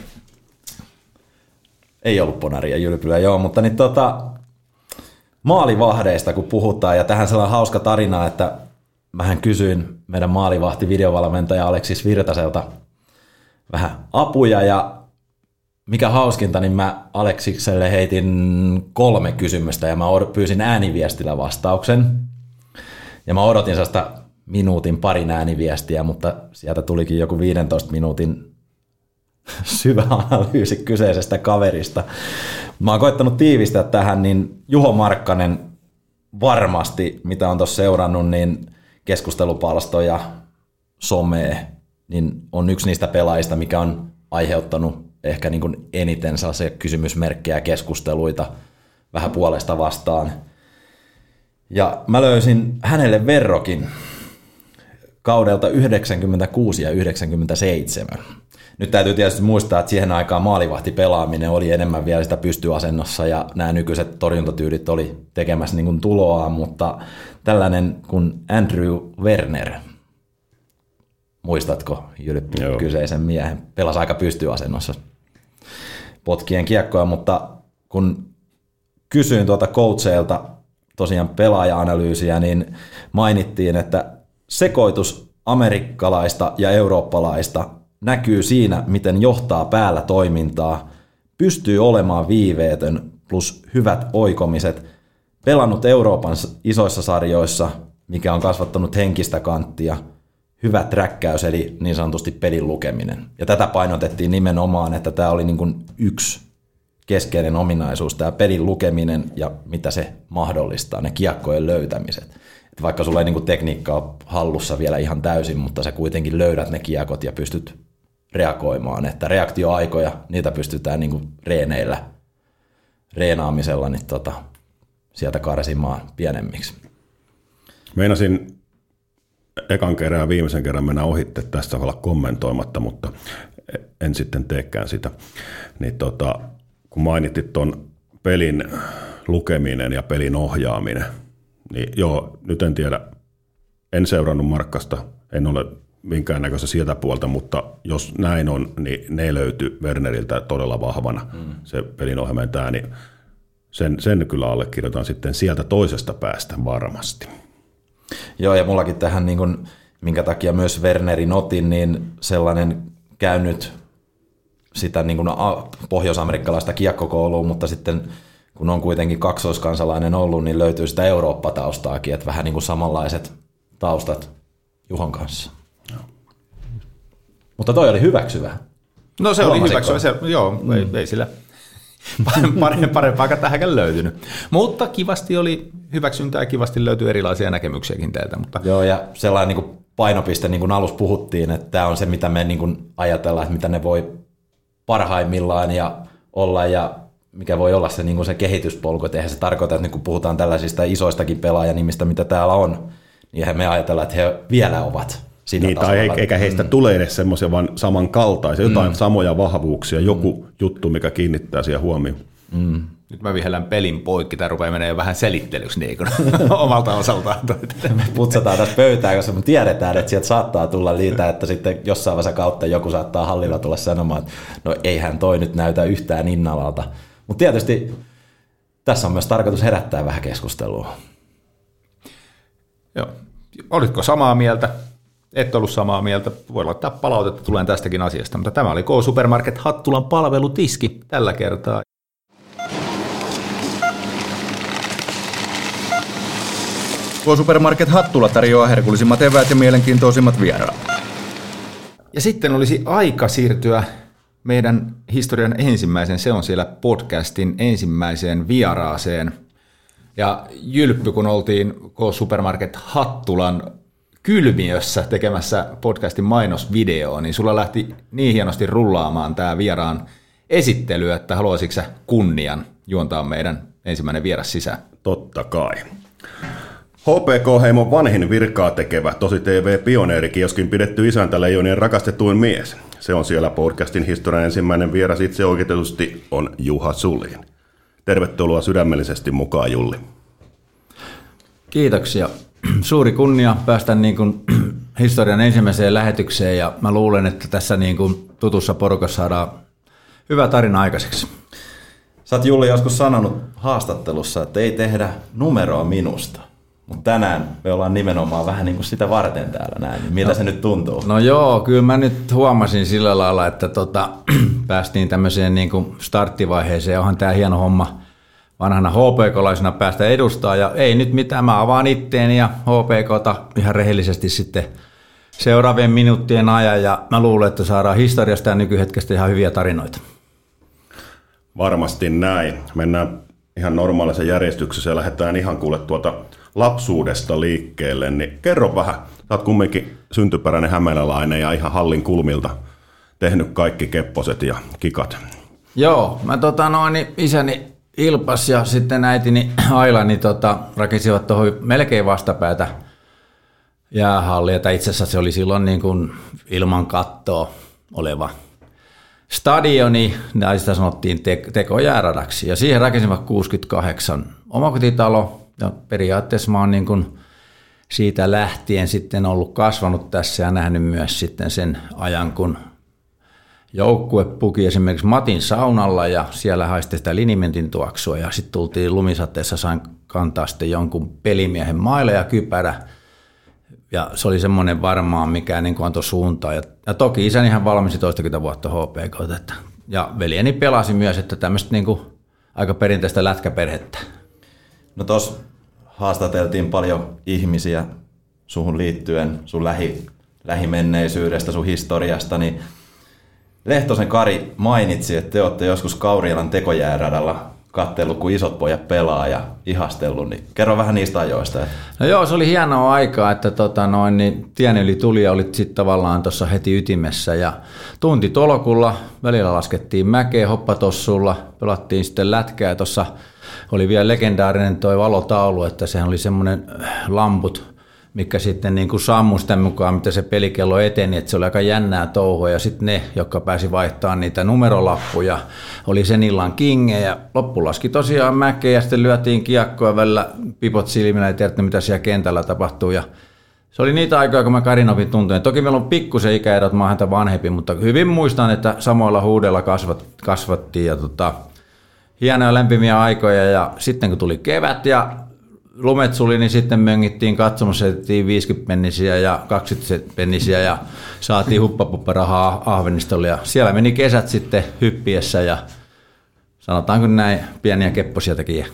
Ei ollut Ponaria Jylpylä, joo, mutta niin tota, maalivahdeista kun puhutaan, ja tähän sellainen hauska tarina, että mähän kysyin meidän maalivahti videovalmentaja Aleksis Virtaselta vähän apuja, ja mikä hauskinta, niin mä Aleksikselle heitin kolme kysymystä, ja mä od- pyysin ääniviestillä vastauksen, ja mä odotin sellaista minuutin parin ääniviestiä, mutta sieltä tulikin joku viidentoista minuutin syvä analyysi kyseisestä kaverista. Mä oon koittanut tiivistää tähän, niin Juho Markkanen varmasti, mitä on tuossa seurannut, niin keskustelupalstoja, somea, niin on yksi niistä pelaajista, mikä on aiheuttanut ehkä niin kuin eniten sellaisia kysymysmerkkejä ja keskusteluita vähän puolesta vastaan. Ja mä löysin hänelle verrokin kaudelta yhdeksänkymmentäkuusi ja yhdeksänkymmentäseitsemän. Nyt täytyy tietysti muistaa, että siihen aikaan maalivahtipelaaminen oli enemmän vielä sitä pystyasennossa ja nämä nykyiset torjuntatyylit oli tekemässä niin kuin tuloa, mutta tällainen kuin Andrew Werner, muistatko Jylppi Joo. kyseisen miehen, pelasi aika pystyasennossa potkien kiekkoja, mutta kun kysyin tuolta coacheilta tosiaan pelaaja-analyysiä, niin mainittiin, että sekoitus amerikkalaista ja eurooppalaista näkyy siinä, miten johtaa päällä toimintaa, pystyy olemaan viiveetön plus hyvät oikomiset, pelannut Euroopan isoissa sarjoissa, mikä on kasvattanut henkistä kanttia, hyvä träkkäys eli niin sanotusti pelin lukeminen. Ja tätä painotettiin nimenomaan, että tämä oli niin kuin yksi keskeinen ominaisuus, tämä pelin lukeminen ja mitä se mahdollistaa, ne kiekkojen löytämiset. Että vaikka sulla ei niin kuin tekniikka ole hallussa vielä ihan täysin, mutta sä kuitenkin löydät ne kiekot ja pystyt reagoimaan, että reaktioaikoja, niitä pystytään niin kuin reeneillä, reenaamisella niin tota, sieltä karsimaan pienemmiksi. meinasin ekan kerran ja viimeisen kerran mennä ohitte tästä olla kommentoimatta, mutta en sitten teekään sitä. Niin tota, kun mainittit tuon pelin lukeminen ja pelin ohjaaminen, niin joo, nyt en tiedä, en seurannut Markkasta, en ole minkäännäköistä sieltä puolta, mutta jos näin on, niin ne löytyy Werneriltä todella vahvana, mm. se pelin ohjaaminen tämä, niin sen, sen kyllä allekirjoitan sitten sieltä toisesta päästä varmasti. Joo, ja mullakin tähän, niin kun, minkä takia myös Wernerin otin, niin sellainen käynyt sitä niin kun pohjois-amerikkalaista kiekkokoulua, mutta sitten kun on kuitenkin kaksoiskansalainen ollut, niin löytyy sitä Eurooppa-taustaakin, että vähän niin kuin samanlaiset taustat Juhon kanssa. Joo. Mutta toi oli hyväksyvä. No se oli Huomasitko? hyväksyvä, se, joo, mm. ei, ei sillä parempaakaan tähänkään löytynyt. Mutta kivasti oli hyväksyntää ja kivasti löytyi erilaisia näkemyksiäkin teiltä. Mutta Joo, ja sellainen niin kuin painopiste, niin kuin alussa puhuttiin, että tämä on se, mitä me niin kuin ajatellaan, että mitä ne voi parhaimmillaan ja olla, ja mikä voi olla se, niin kuin se kehityspolku. Että eihän se tarkoita, että niin kun puhutaan tällaisista isoistakin pelaajanimistä, mitä täällä on, niin eihän me ajatella, että he vielä ovat siinä niin, tasolla. tai eikä heistä mm. tule edes semmoisia, vaan samankaltaisia, jotain mm. samoja vahvuuksia, joku mm. juttu, mikä kiinnittää siihen huomioon. Mm. nyt mä vihellän pelin poikki, tämä rupeaa menee jo vähän selittelyksi niin kuin omalta osaltaan. Me putsataan tässä pöytään, koska me tiedetään, että sieltä saattaa tulla niitä, että sitten jossain vaiheessa kautta joku saattaa hallilla tulla sanomaan, että no eihän toi nyt näytä yhtään innalalta. Mutta tietysti tässä on myös tarkoitus herättää vähän keskustelua. Joo. Olitko samaa mieltä? Et ollut samaa mieltä. Voi laittaa palautetta, tulen tästäkin asiasta. Mutta tämä oli K-Supermarket Hattulan palvelutiski tällä kertaa. K-Supermarket Hattula tarjoaa herkullisimmat eväät ja mielenkiintoisimmat vieraat. Ja sitten olisi aika siirtyä meidän historian ensimmäisen Se on siellä podcastin ensimmäiseen vieraaseen. Ja Jylppy, kun oltiin K-Supermarket Hattulan kylmiössä tekemässä podcastin mainosvideoa, niin sulla lähti niin hienosti rullaamaan tämä vieraan esittely, että haluaisitko sä kunnian juontaa meidän ensimmäinen vieras sisään? Totta kai. H P K-heimon vanhin virkaa tekevä tosi T V-pioneerikin, joskin pidetty isäntäleijonien rakastetuin mies. Se on siellä podcastin historian ensimmäinen vieras itse oikeutetusti on Juha Sulin. Tervetuloa sydämellisesti mukaan, Julli. Kiitoksia. Suuri kunnia päästä niin kuin historian ensimmäiseen lähetykseen ja mä luulen, että tässä niin kuin tutussa porukassa saadaan hyvä tarina aikaiseksi. Sä oot Julli joskus sanonut haastattelussa, että ei tehdä numeroa minusta. Mutta tänään me ollaan nimenomaan vähän niin kuin sitä varten täällä näin. Miltä no, se nyt tuntuu? No joo, kyllä mä nyt huomasin sillä lailla, että tota, päästiin tämmöiseen niin kuin starttivaiheeseen. Onhan tää hieno homma vanhana H P K-laisena päästä edustaa. Ja ei nyt mitään, mä avaan itteeni ja H P K:ta ihan rehellisesti sitten seuraavien minuuttien ajan. Ja mä luulen, että saadaan historiasta ja nykyhetkestä ihan hyviä tarinoita. Varmasti näin. Mennään ihan normaalissa järjestyksessä ja lähdetään ihan kuule tuolta lapsuudesta liikkeelle, niin kerro vähän. Sä oot kumminkin syntyperäinen hämeenalainen ja ihan hallin kulmilta tehnyt kaikki kepposet ja kikat. Joo, mä tota noin, isäni Ilpas ja sitten äitini Aila niin tota, rakensivat tuohon melkein vastapäätä jäähallia, tai itse asiassa se oli silloin niin kuin ilman kattoa oleva stadioni, ja sitä sanottiin te- tekojääradaksi, ja siihen rakensivat kuusikymmentäkahdeksan omakotitalo, ja periaatteessa mä oon niin kuin siitä lähtien sitten ollut kasvanut tässä ja nähnyt myös sitten sen ajan, kun joukkue puki esimerkiksi Matin saunalla ja siellä haisti sitä linimentin tuoksua ja sitten tultiin lumisateessa, sain kantaa sitten jonkun pelimiehen maille ja kypärä ja se oli semmoinen varmaan, mikä niin kuin antoi suuntaan. Ja, ja toki isänihän valmisi toistakymmentä vuotta H P K:ta ja veljeni pelasi myös, että tämmöistä niin kuin aika perinteistä lätkäperhettä. No tos haastateltiin paljon ihmisiä suhun liittyen, sun lähi, lähimenneisyydestä, sun historiasta, niin Lehtosen Kari mainitsi, että te olette joskus Kaurialan tekojääradalla katsellut, kun isot pojat pelaa ja ihastellut, niin kerro vähän niistä ajoista. No joo, se oli hienoa aikaa, että tota noin, niin tien yli tuli ja olit sitten tavallaan tuossa heti ytimessä ja tunti tolkulla, välillä laskettiin mäkeä hoppatossulla, pelattiin sitten lätkää, tuossa oli vielä legendaarinen toi valotaulu, että sehän oli semmoinen lamput, mikä sitten niin kuin sammui sitä mukaan, mitä se pelikello eteni, että se oli aika jännää touhua, ja sitten ne, jotka pääsi vaihtamaan niitä numerolappuja, oli sen illan kingejä. Loppu laski tosiaan mäkeä, ja sitten lyötiin kiekkoa välillä pipot silmillä, ei tiedä, mitä siellä kentällä tapahtuu, ja se oli niitä aikoja, kun mä Karin opin tunteen. Toki meillä on pikkusen ikäerot, mä oon häntä vanhempi, mutta hyvin muistan, että samoilla huudella kasvat, kasvattiin, ja tota, hienoja lämpimiä aikoja, ja sitten kun tuli kevät, ja lumet suli, niin sitten möngittiin katsomassa, etettiin viisikymmentä-pennisiä ja kaksikymmentä-pennisiä ja saatiin huppapupparahaa Ahvenistolle ja siellä meni kesät sitten hyppiessä ja sanotaanko näin pieniä kepposia tekijä.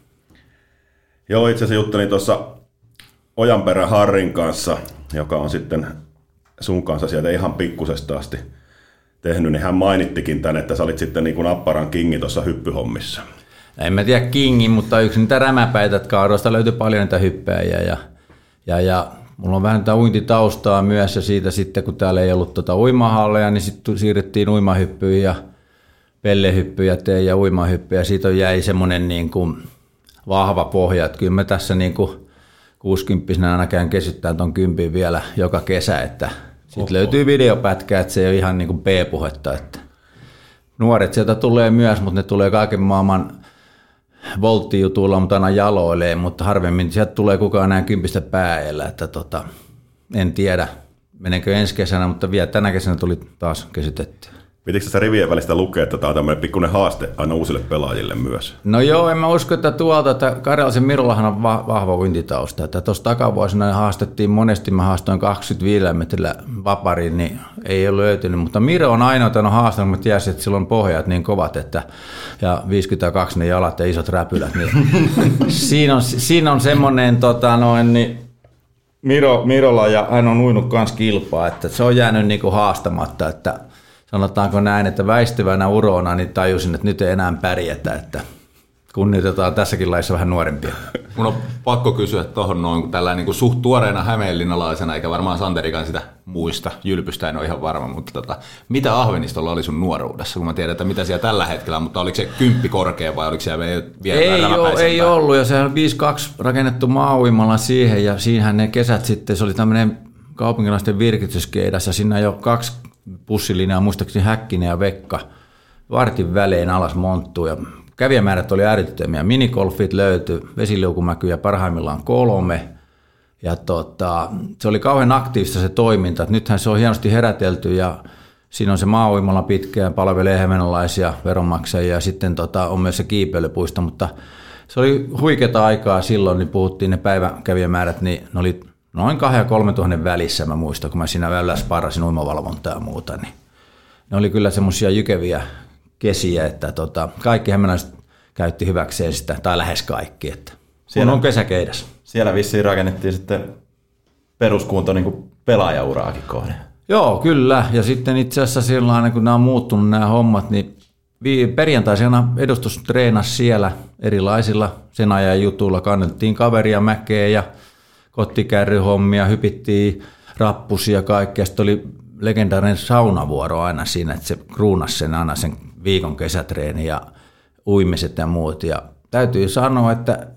Joo, itse asiassa juttelin tuossa Ojanperän Harrin kanssa, joka on sitten sun kanssa sieltä ihan pikkusesta asti tehnyt, niin hän mainittikin tän, että sä olit sitten niin kuin Apparan kingi tuossa hyppyhommissa. En mä tiedä kingin, mutta yksi niitä rämäpäitä, että kaaroista löytyi paljon niitä hyppääjiä ja, ja, ja mulla on vähän tätä uintitaustaa myös ja siitä sitten kun täällä ei ollut tota uimahalleja, niin sitten siirryttiin uimahyppyyn ja pellehyppyjä tein ja uimahyppyjä. Siitä jäi semmoinen niin kuin vahva pohja, että kyllä mä tässä niin kuin kuusikymppisenä aina käyn kesyttämään ton kympin vielä joka kesä, että sitten löytyy videopätkä, että se ei ole ihan niin kuin B-puhetta, että nuoret sieltä tulee myös, mutta ne tulee kaiken maailman volttijutuilla, mutta aina jaloilee, mutta harvemmin sieltä tulee kukaan enää kympistä päällä, että tota, en tiedä, menenkö ensi kesänä, mutta vielä tänä kesänä tuli taas kesytettyä. Pitikö tässä rivien välistä lukea, että tämä on tämmöinen pikkuinen haaste aina uusille pelaajille myös? No joo, en mä usko, että tuolta, että Karjalaisen Mirollahan on va- vahva uintitausta. Että tuossa takavuosina haastettiin monesti, mä haastoin kaksikymmentäviisi metrillä vapariin, niin ei ole löytynyt. Mutta Miro on ainoa, että on haastanut, mä tiesin, että sillä on pohjat niin kovat, että, ja viisikymmentäkaksi ne jalat ja isot räpylät. Niin siinä, on, siinä on semmoinen tota noin, niin Miro, Mirolla, ja hän on uinut kans kilpaa, että se on jäänyt niin kuin haastamatta, että sanotaanko näin, että väistyvänä urona niin tajusin, että nyt ei enää pärjätä, että kunnioitetaan tässäkin laissa vähän nuorempia. Mun on pakko kysyä tuohon noin, kun tällä niin kuin suht tuoreena hämeenlinnalaisena, eikä varmaan Santerikaan sitä muista, Jylpystä en ole ihan varma, mutta tota, mitä Ahvenistolla oli sun nuoruudessa, kun mä tiedän, että mitä siellä tällä hetkellä, mutta oliko se kymppi korkea vai oliko siellä vielä ei, ole, ei ollut, ja se on viisi kaksi rakennettu maa-uimalla siihen, ja siinähän ne kesät sitten, se oli tämmöinen kaupunkilaisten virkistyskeidas, ja siinä jo kaksi bussilinjaa, muistaakseni Häkkinen ja Vekka, vartin välein alas monttuun, ja kävijämäärät oli äärettömiä. Minigolfit löytyi, vesiliukumäkyjä parhaimmillaan kolme. Ja tota, se oli kauhean aktiivista se toiminta. Et nythän se on hienosti herätelty ja siinä on se maa-uimalla pitkään, palvelee hämeenalaisia veronmaksajia ja sitten tota, on myös se kiipeilypuisto. Mutta se oli huikeata aikaa silloin, niin puhuttiin ne päiväkävijämäärät, niin ne oli noin kahden ja kolmen tuhannen välissä, mä muistan, kun mä siinä väylässä parasin uimavalvontaa ja muuta. Niin ne oli kyllä semmoisia jykeviä kesiä, että tota, kaikki hämeenalaiset käytti hyväkseen sitä, tai lähes kaikki, että siellä on kesäkeidässä. Siellä vissiin rakennettiin sitten peruskunto niin kuin pelaajauraakin kohden. Joo, kyllä, ja sitten itse asiassa silloin, kun nämä on muuttunut nämä hommat, niin perjantaisena edustus treenasi siellä erilaisilla sen ajan jutuilla, kannettiin kaveria mäkeä ja kottikärryhommia, hypittiin rappusia ja kaikkea, sitten oli legendaarinen saunavuoro aina siinä, että se kruunasi sen aina sen viikon kesätreeni ja uimiset ja muut. Ja täytyy sanoa, että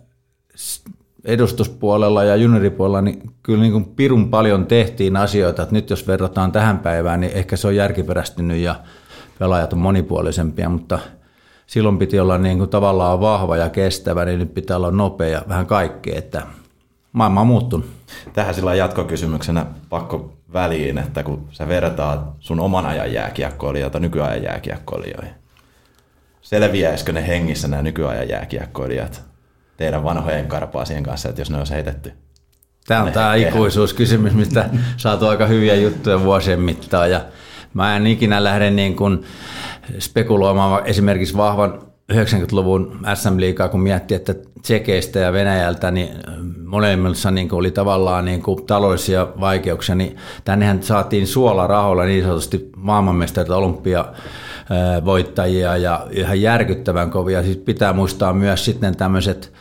edustuspuolella ja junioripuolella niin kyllä niin kuin pirun paljon tehtiin asioita. Että nyt jos verrataan tähän päivään, niin ehkä se on järkiperäistynyt ja pelaajat on monipuolisempia, mutta silloin piti olla niin kuin tavallaan vahva ja kestävä, niin nyt pitää olla nopea ja vähän kaikkea, että maailma on muuttunut. Tähän sillä jatkokysymyksenä pakko väliin, että kun sä vertaat sun oman ajan jääkiekkoilijoita nykyajan jääkiekkoilijoihin, selviäisikö ne hengissä nämä nykyajan jääkiekkoilijat teidän vanhojen karpaasien kanssa, että jos ne olisi heitetty? Tämä on tämä ikuisuuskysymys, mistä saatu aika hyviä juttuja vuosien mittaan. Ja mä en ikinä lähde niin kuin spekuloimaan esimerkiksi vahvan yhdeksänkymmentäluvun S M-liigaa, kun miettii, että Tsekeistä ja Venäjältä, niin molemmissa niin oli tavallaan niin kuin taloudellisia vaikeuksia, niin tännehän saatiin suolarahoilla niin sanotusti maailmanmestarit, olympiavoittajia ja ihan järkyttävän kovia. Siis pitää muistaa myös sitten tämmöiset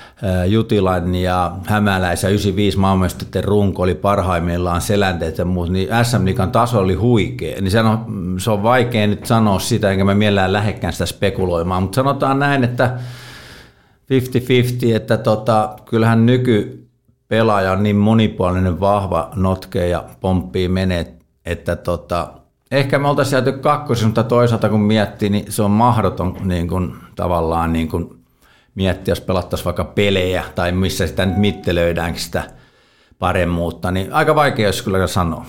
Jutilan ja Hämäläisen yhdeksänkymmentäviisi maailmanmestareiden runko oli parhaimmillaan, Selänteet ja muut, niin S M-liigan taso oli huikea. Niin se on, se on vaikea nyt sanoa sitä, enkä mä mielellään lähdekään sitä spekuloimaan, mutta sanotaan näin, että viisikymmentä viisikymmentä, että tota, kyllähän nykypelaaja on niin monipuolinen, vahva, notkea ja pomppii menee, että tota, ehkä me oltaisiin jääty kakkosen, mutta toisaalta kun miettii, niin se on mahdoton niin kuin, tavallaan niin kuin miettiä, jos pelattaisiin vaikka pelejä tai missä sitä nyt mittelöidäänkin sitä paremmuutta, niin aika vaikea jos kyllä sanoa.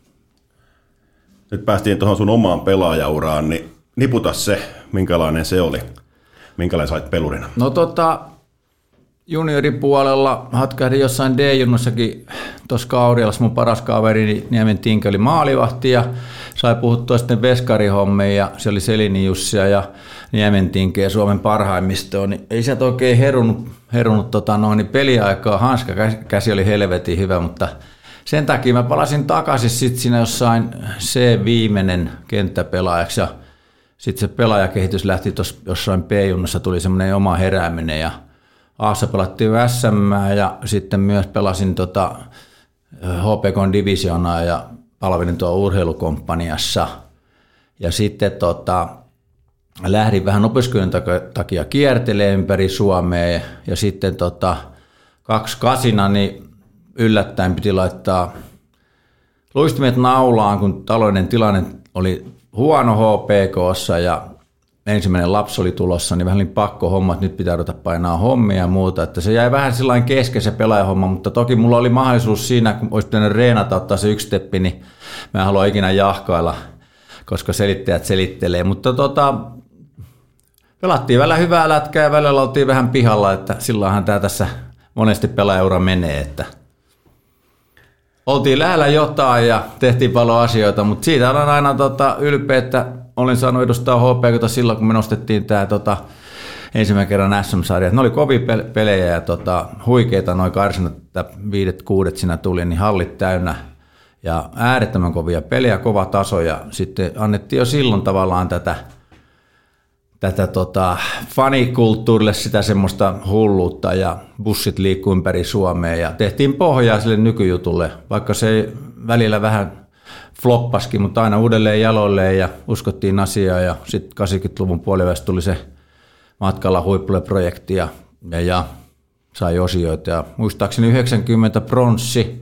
Nyt päästiin tuohon sun omaan pelaajauraan, niin niputa se, minkälainen se oli. Minkälainen sait pelurina? No tota, junioripuolella hatkahdin jossain D-junnossakin tuossa Kaurialassa mun paras kaveri Niemen Tinke oli maalivahti ja sai puhuttua sitten veskarihommiin ja se oli Selini Jussia ja Niemen Tinke ja Suomen parhaimmistoon, niin ei sieltä oikein herunut, herunut tota noin, niin peliaikaa, hanska käsi oli helvetin hyvä, mutta sen takia mä palasin takaisin sitten siinä jossain C-viimeinen kenttäpelaajaksi ja sitten se pelaajakehitys lähti tuossa jossain P-junnossa, tuli semmoinen oma herääminen ja Aassa pelattiin S M ja sitten myös pelasin tota H P K:n divisioonaa ja palvelin tuolla urheilukomppaniassa. Ja sitten tota, lähdin vähän opiskelun takia kiertelemään ympäri Suomea ja sitten tota, kaksi kasina niin yllättäen piti laittaa luistimet naulaan, kun talouden tilanne oli huono H P K:ssa ja ensimmäinen lapsi oli tulossa, niin vähän oli pakko homma, että nyt pitää ruveta painaa hommia ja muuta. Että se jäi vähän sillain kesken se pelaajahomma, mutta toki mulla oli mahdollisuus siinä, kun olisi pitänyt reenata, ottaa se yksi steppi, niin mä en halua ikinä jahkailla koska selittäjät selittelee. Mutta tota, pelattiin välillä hyvää lätkää ja välillä oltiin vähän pihalla, että silloinhan tämä tässä monesti pelaajaura menee, että oltiin lähellä jotain ja tehtiin paljon asioita, mutta siitä on aina tota, ylpeä, että olen saanut edustaa H P K:ta silloin, kun me nostettiin tämä tota, ensimmäinen kerran S M-sarja. Ne oli kovia pelejä ja tota, huikeita noin karsinat, että viidet, kuudet siinä tuli, niin hallit täynnä ja äärettömän kovia pelejä, kova taso ja sitten annettiin jo silloin tavallaan tätä tätä tota, fanikulttuurille sitä semmoista hulluutta ja bussit liikkuu ympäri Suomea ja tehtiin pohjaa sille nykyjutulle, vaikka se välillä vähän floppaskin, mutta aina uudelleen jaloilleen ja uskottiin asiaa ja sitten kahdeksankymmentäluvun puolivälissä tuli se Matkalla huipulle projekti ja, ja, ja sai osioita ja muistaakseni yhdeksänkymmentä pronssi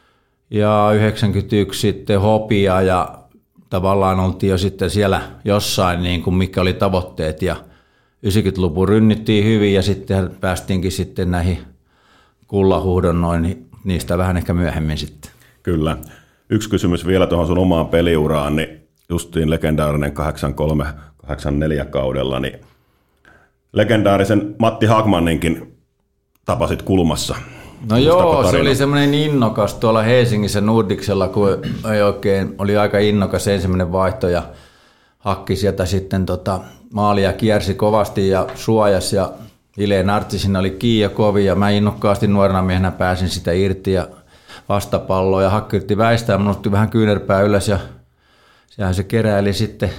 ja yhdeksänkymmentäyksi sitten hopia ja tavallaan oltiin jo sitten siellä jossain, niin kuin mikä oli tavoitteet ja yhdeksänkymmentäluvun rynnittiin hyvin ja sitten päästiinkin sitten näihin kullahuhdonnoin, niin niistä vähän ehkä myöhemmin sitten. Kyllä. Yksi kysymys vielä tuohon sun omaan peliuraan, niin justiin legendaarinen kahdeksankymmentäkolme kahdeksankymmentäneljä kaudella, niin legendaarisen Matti Hagmaninkin tapasit kulmassa. No joo, se oli semmoinen innokas tuolla Helsingissä Nordicsella, kun ei oikein, oli aika innokas ensimmäinen vaihto ja hakki sieltä sitten tota maalia, kiersi kovasti ja suojasi ja Ile Nartsi siinä oli kiinni ja kovin ja mä innokkaasti nuorena miehenä pääsin sitä irti ja vastapalloa ja hakki yritti väistää, mun otti vähän kyynärpää ylös ja sehän se keräili sitten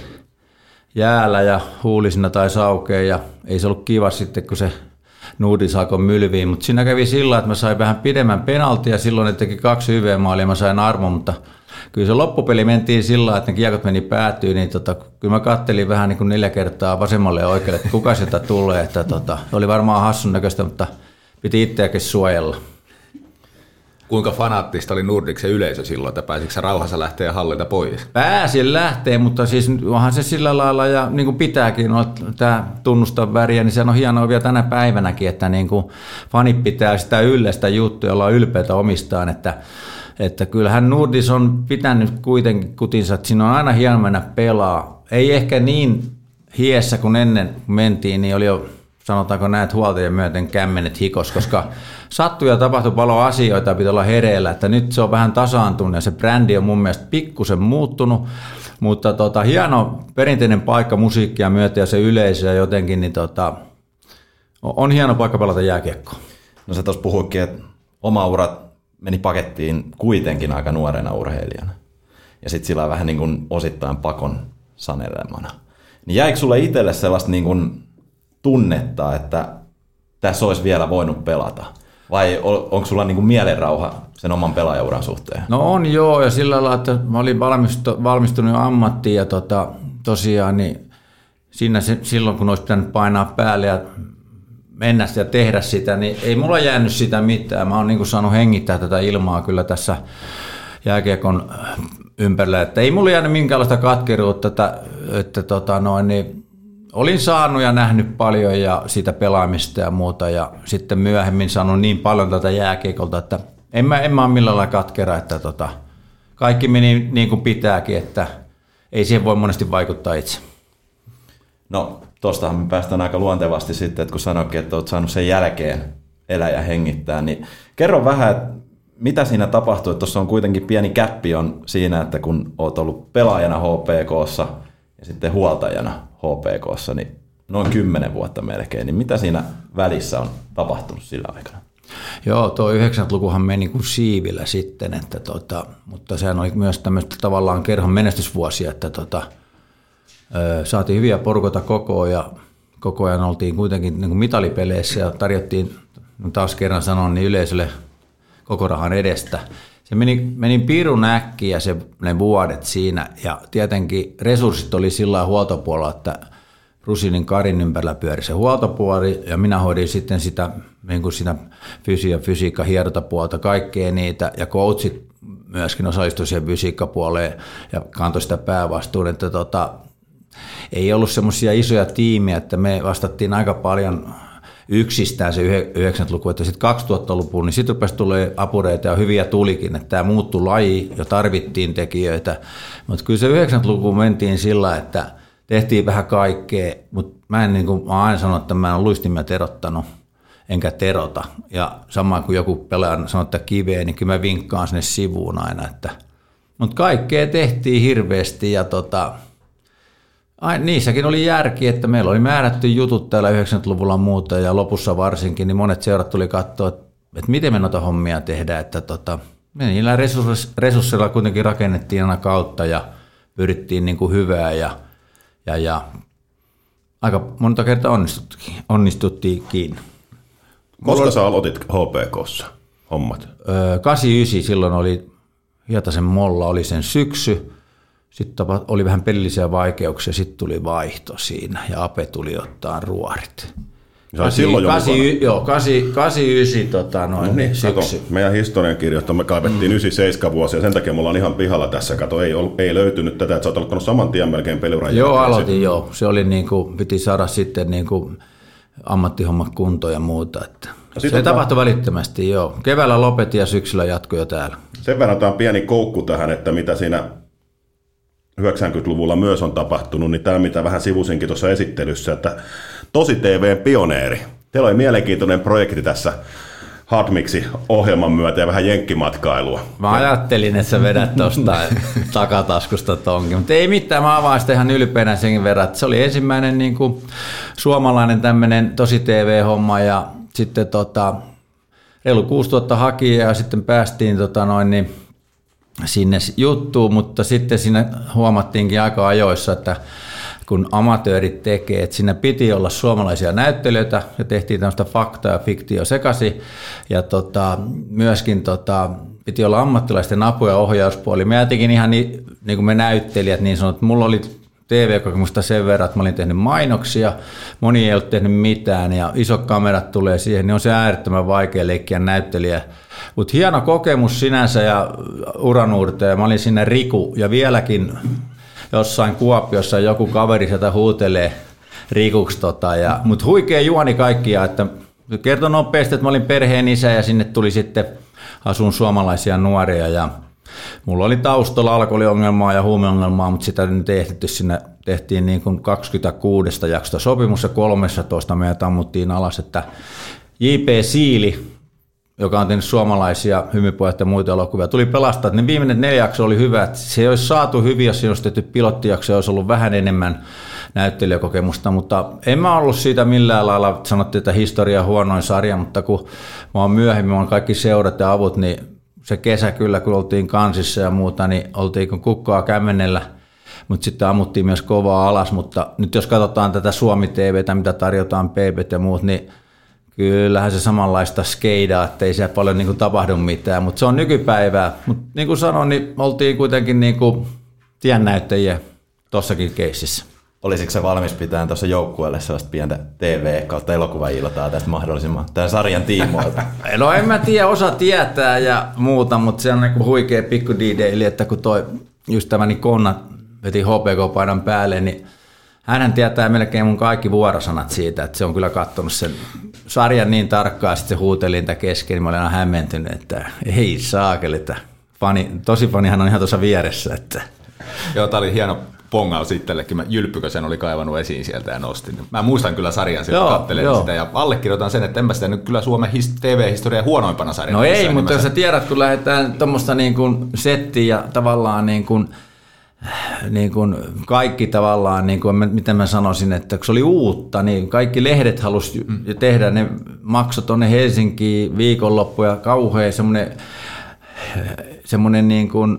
jäällä ja huulisina tai saukeen ja ei se ollut kiva sitten, kun se Nuudi saako mylviin, mutta siinä kävi sillä, että mä sain vähän pidemmän penaltia ja silloin ne teki kaksi hyvää maalia ja mä sain arvon, mutta kyllä se loppupeli mentiin sillä, että ne kiekot meni päätyyn, niin tota, kyllä mä kattelin vähän niin kuin neljä kertaa vasemmalle ja oikealle, että kuka sieltä tulee, että tota, oli varmaan hassun näköistä, mutta piti itseäkin suojella. Kuinka fanaattista oli Nordicsen yleisö silloin, että pääsitkö sä rauhassa lähteä hallilta pois? Pääsin lähteä, mutta siis onhan se sillä lailla, ja niin kuin pitääkin, no, tämä tunnustaa väriä, niin se on hienoa vielä tänä päivänäkin, että niin kuin fanit pitää sitä yleistä juttua, jolla on ylpeitä omistaan, että, että kyllähän Nordis on pitänyt kuitenkin kutinsa, että siinä on aina hieno mennä pelaa. Ei ehkä niin hiessä kuin ennen kun mentiin, niin oli jo, sanotaanko näet huoltajien myöten kämmenet hikos, koska sattui ja tapahtui paljon asioita ja pitää olla hereillä, että nyt se on vähän tasaantunut ja se brändi on mun mielestä pikkusen muuttunut, mutta tota, hieno perinteinen paikka musiikkia myötä ja se yleisö ja jotenkin, niin tota, on hieno paikka pelata jääkiekkoa. No sä tuossa puhuikin, että oma urat meni pakettiin kuitenkin aika nuorena urheilijana ja sitten sillä vähän niin kuin osittain pakon sanelemana. Niin jäikö sulle itselle sellaista niin kuin tunnetta, että tässä olisi vielä voinut pelata? Vai onko sulla niinku mielenrauha sen oman pelaajauran suhteen? No on joo, ja sillä lailla, että mä olin valmistunut ammattiin ja tota, tosiaan niin siinä se, silloin, kun olisi pitänyt painaa päälle ja mennä ja tehdä sitä, niin ei mulla jäänyt sitä mitään. Mä oon niinku saanut hengittää tätä ilmaa kyllä tässä jääkiekon ympärillä, että ei mulla jäänyt minkäänlaista katkeruutta, että, että tota noin, niin olin saanut ja nähnyt paljon ja siitä pelaamista ja muuta ja sitten myöhemmin saanut niin paljon tätä jääkiekolta, että en mä, en mä ole millään lailla katkera, että tota, kaikki meni niin kuin pitääkin, että ei siihen voi monesti vaikuttaa itse. No tuostahan me päästään aika luontevasti sitten, että kun sanoikin, että olet saanut sen jälkeen elää ja hengittää, niin kerro vähän, että mitä siinä tapahtuu, että tuossa on kuitenkin pieni käppi on siinä, että kun olet ollut pelaajana H P K:ssa ja sitten huoltajana H P K:ssa, niin noin kymmenen vuotta melkein, niin mitä siinä välissä on tapahtunut sillä aikana? Joo, tuo yhdeksänkymmentälukuhan meni kuin siivillä sitten, että tota, mutta sehän oli myös tämmöistä tavallaan kerhon menestysvuosia, että tota, ö, saatiin hyviä porukoita koko ja koko ajan oltiin kuitenkin niin kuin mitalipeleissä ja tarjottiin, taas kerran sanon, niin yleisölle koko rahan edestä. Se meni, meni pirun äkkiä se, ne vuodet siinä ja tietenkin resurssit oli sillä lailla huoltopuolella, että Rusinin Karin ympärillä pyöri se huoltopuoli ja minä hoidin sitten sitä, niin kuin siinä fysia, fysiikka, hierontapuolta, kaikkea niitä ja coachit myöskin osallistui siihen fysiikkapuoleen ja kantoi sitä päävastuun, että tota, ei ollut semmoisia isoja tiimiä, että me vastattiin aika paljon yksistään se yhdeksänkymmentäluku, että sitten kaksituhattaluvun, niin sitten rupesi tulee apureita ja hyviä tulikin, että tämä muuttui laji ja tarvittiin tekijöitä. Mutta kyllä se yhdeksänkymmentälukuun mentiin sillä, että tehtiin vähän kaikkea, mutta mä en niin kuin, mä aina sanonut, että mä en ole luistimet erottanut, enkä terota. Ja sama kuin joku pelaaja sanoo, että kiveen, niin kyllä mä vinkkaan sinne sivuun aina. Että, mutta kaikkea tehtiin hirveästi ja tota, ai, niissäkin oli järki, että meillä oli määrätty jutut täällä yhdeksänkymmentäluvulla muuta ja lopussa varsinkin, niin monet seurat tuli katsoa, että, että miten me noita hommia tehdään, että tota, me niillä resursseilla kuitenkin rakennettiin aina kautta ja pyrittiin niin kuin hyvää ja, ja, ja aika monta kertaa onnistuttiin, onnistuttiinkin. Koska sä aloitit H P K:ssa hommat? Öö, kahdeksankymmentäyhdeksän silloin oli Hietasen Molla, oli sen syksy. Sitten oli vähän pelillisiä vaikeuksia, sitten tuli vaihto siinä ja Ape tuli ottaa ruorit. kahdeksankymmentäyhdeksän tota, noin no niin, syksy. Kato, meidän historiankirjoista me kaivettiin mm. yhdeksänkymmentäseitsemän vuosia, sen takia me ollaan ihan pihalla tässä. Kato, ei, ei löytynyt tätä, että sä oot aloittanut saman tien melkein peliuran. Joo, aloitin joo. Se oli niin kuin, piti saada sitten niin kuin ammattihommat kuntoon ja muuta. Että se on tapahtui välittömästi, joo. Keväällä lopetin ja syksyllä jatkoi jo täällä. Sen verran tämä on pieni koukku tähän, että mitä siinä yhdeksänkymmentäluvulla myös on tapahtunut, niin tämä mitä vähän sivusinkin tuossa esittelyssä, että Tosi T V:n pioneeri. Teillä oli mielenkiintoinen projekti tässä Hardmixi-ohjelman myötä ja vähän jenkkimatkailua. Mä ajattelin, että sä vedät tuosta takataskusta tonkin, mutta ei mitään, mä avaan sitä ihan ylpeänä senkin verran, että se oli ensimmäinen niin kuin suomalainen tämmöinen Tosi T V-homma ja sitten tota, reilu kuusituhatta hakijaa ja sitten päästiin tota noin niin sinne juttuun, mutta sitten siinä huomattiinkin aika ajoissa, että kun amatöörit tekee, että siinä piti olla suomalaisia näyttelijöitä ja tehtiin tämmöistä fakta ja fiktio sekaisin ja tota, myöskin tota, piti olla ammattilaisten apu- ja ohjauspuoli. Mä tekin ihan niin, niin kuin me näyttelijät niin sanot, että mulla oli T V-kokemusta sen verran, että mä olin tehnyt mainoksia, moni ei ole tehnyt mitään ja isot kamerat tulee siihen, niin on se äärettömän vaikea leikkiä näyttelijä. Mutta hieno kokemus sinänsä ja uranuurte ja mä olin sinne Riku ja vieläkin jossain Kuopiossa joku kaveri sieltä huutelee Rikuksi, tota, mutta huikea juoni kaikkia, että kertoi nopeasti, että mä olin perheen isä ja sinne tuli sitten asun suomalaisia nuoria ja mulla oli taustalla alkoholiongelmaa ja huumeongelmaa, mutta sitä nyt ei ehditty sinne, tehtiin niin kuin kaksikymmentäkuusi jaksosta sopimus ja kolmetoista meidät ammuttiin alas, että J P Siili, joka on tehnyt suomalaisia Hymypojat ja muita elokuvia, tuli pelastaa, että ne viimeinen neljä jakso oli hyvä, että se ei olisi saatu hyviä, jos siinä olisi tehty pilottijakso, olisi ollut vähän enemmän näyttelijäkokemusta, mutta en mä ollut siitä millään lailla, sanottiin, että historia huonoin sarja, mutta kun mä oon myöhemmin, mä oon kaikki seurat ja avut, niin se kesä kyllä, kun oltiin kansissa ja muuta, niin oltiin kun kukkaa kämmenellä, mutta sitten ammuttiin myös kovaa alas, mutta nyt jos katsotaan tätä Suomi-T V:tä, mitä tarjotaan P B:t ja muut, niin kyllähän se samanlaista skeidaa, ettei siellä paljon niin kuin tapahdu mitään, mutta se on nykypäivää. Mutta niin kuin sanoin, niin oltiin kuitenkin niin kuin tiennäyttäjiä tuossakin keississä. Olisiko se valmis pitämään tuossa joukkueelle sellaista pientä T V kautta elokuvailtaa tästä mahdollisimman tämän sarjan tiimoilta? No en mä tiedä, osa tietää ja muuta, mutta se on niin kuin huikea pikku D-Daily, että kun toi ystäväni Konna veti H P K-paidan päälle, niin hänhän tietää melkein mun kaikki vuorosanat siitä, että se on kyllä katsonut sen sarjan niin tarkkaan, sitten se huuteli niitä kesken, niin mä olin aina hämmentynyt, että ei saakeli, että fani, tosi fanihan on ihan tuossa vieressä. Että. Joo, tää oli hieno pongaus itsellekin. Mä Jylppykö sen oli kaivannut esiin sieltä ja nostin. Mä muistan kyllä sarjan, silloin katselen sitä ja allekirjoitan sen, että enpä sitä nyt kyllä Suomen T V-historian huonoimpana sarjana. No ei, mutta jos sä tiedät, kun lähdetään tuommoista niin kuin settiä ja tavallaan niin kuin niin kuin kaikki tavallaan, niin kuin, miten mä sanoisin, että kun se oli uutta, niin kaikki lehdet halusi mm. tehdä, ne maksoi tuonne Helsinkiin viikonloppu ja kauhean semmoinen, semmoinen niin kuin,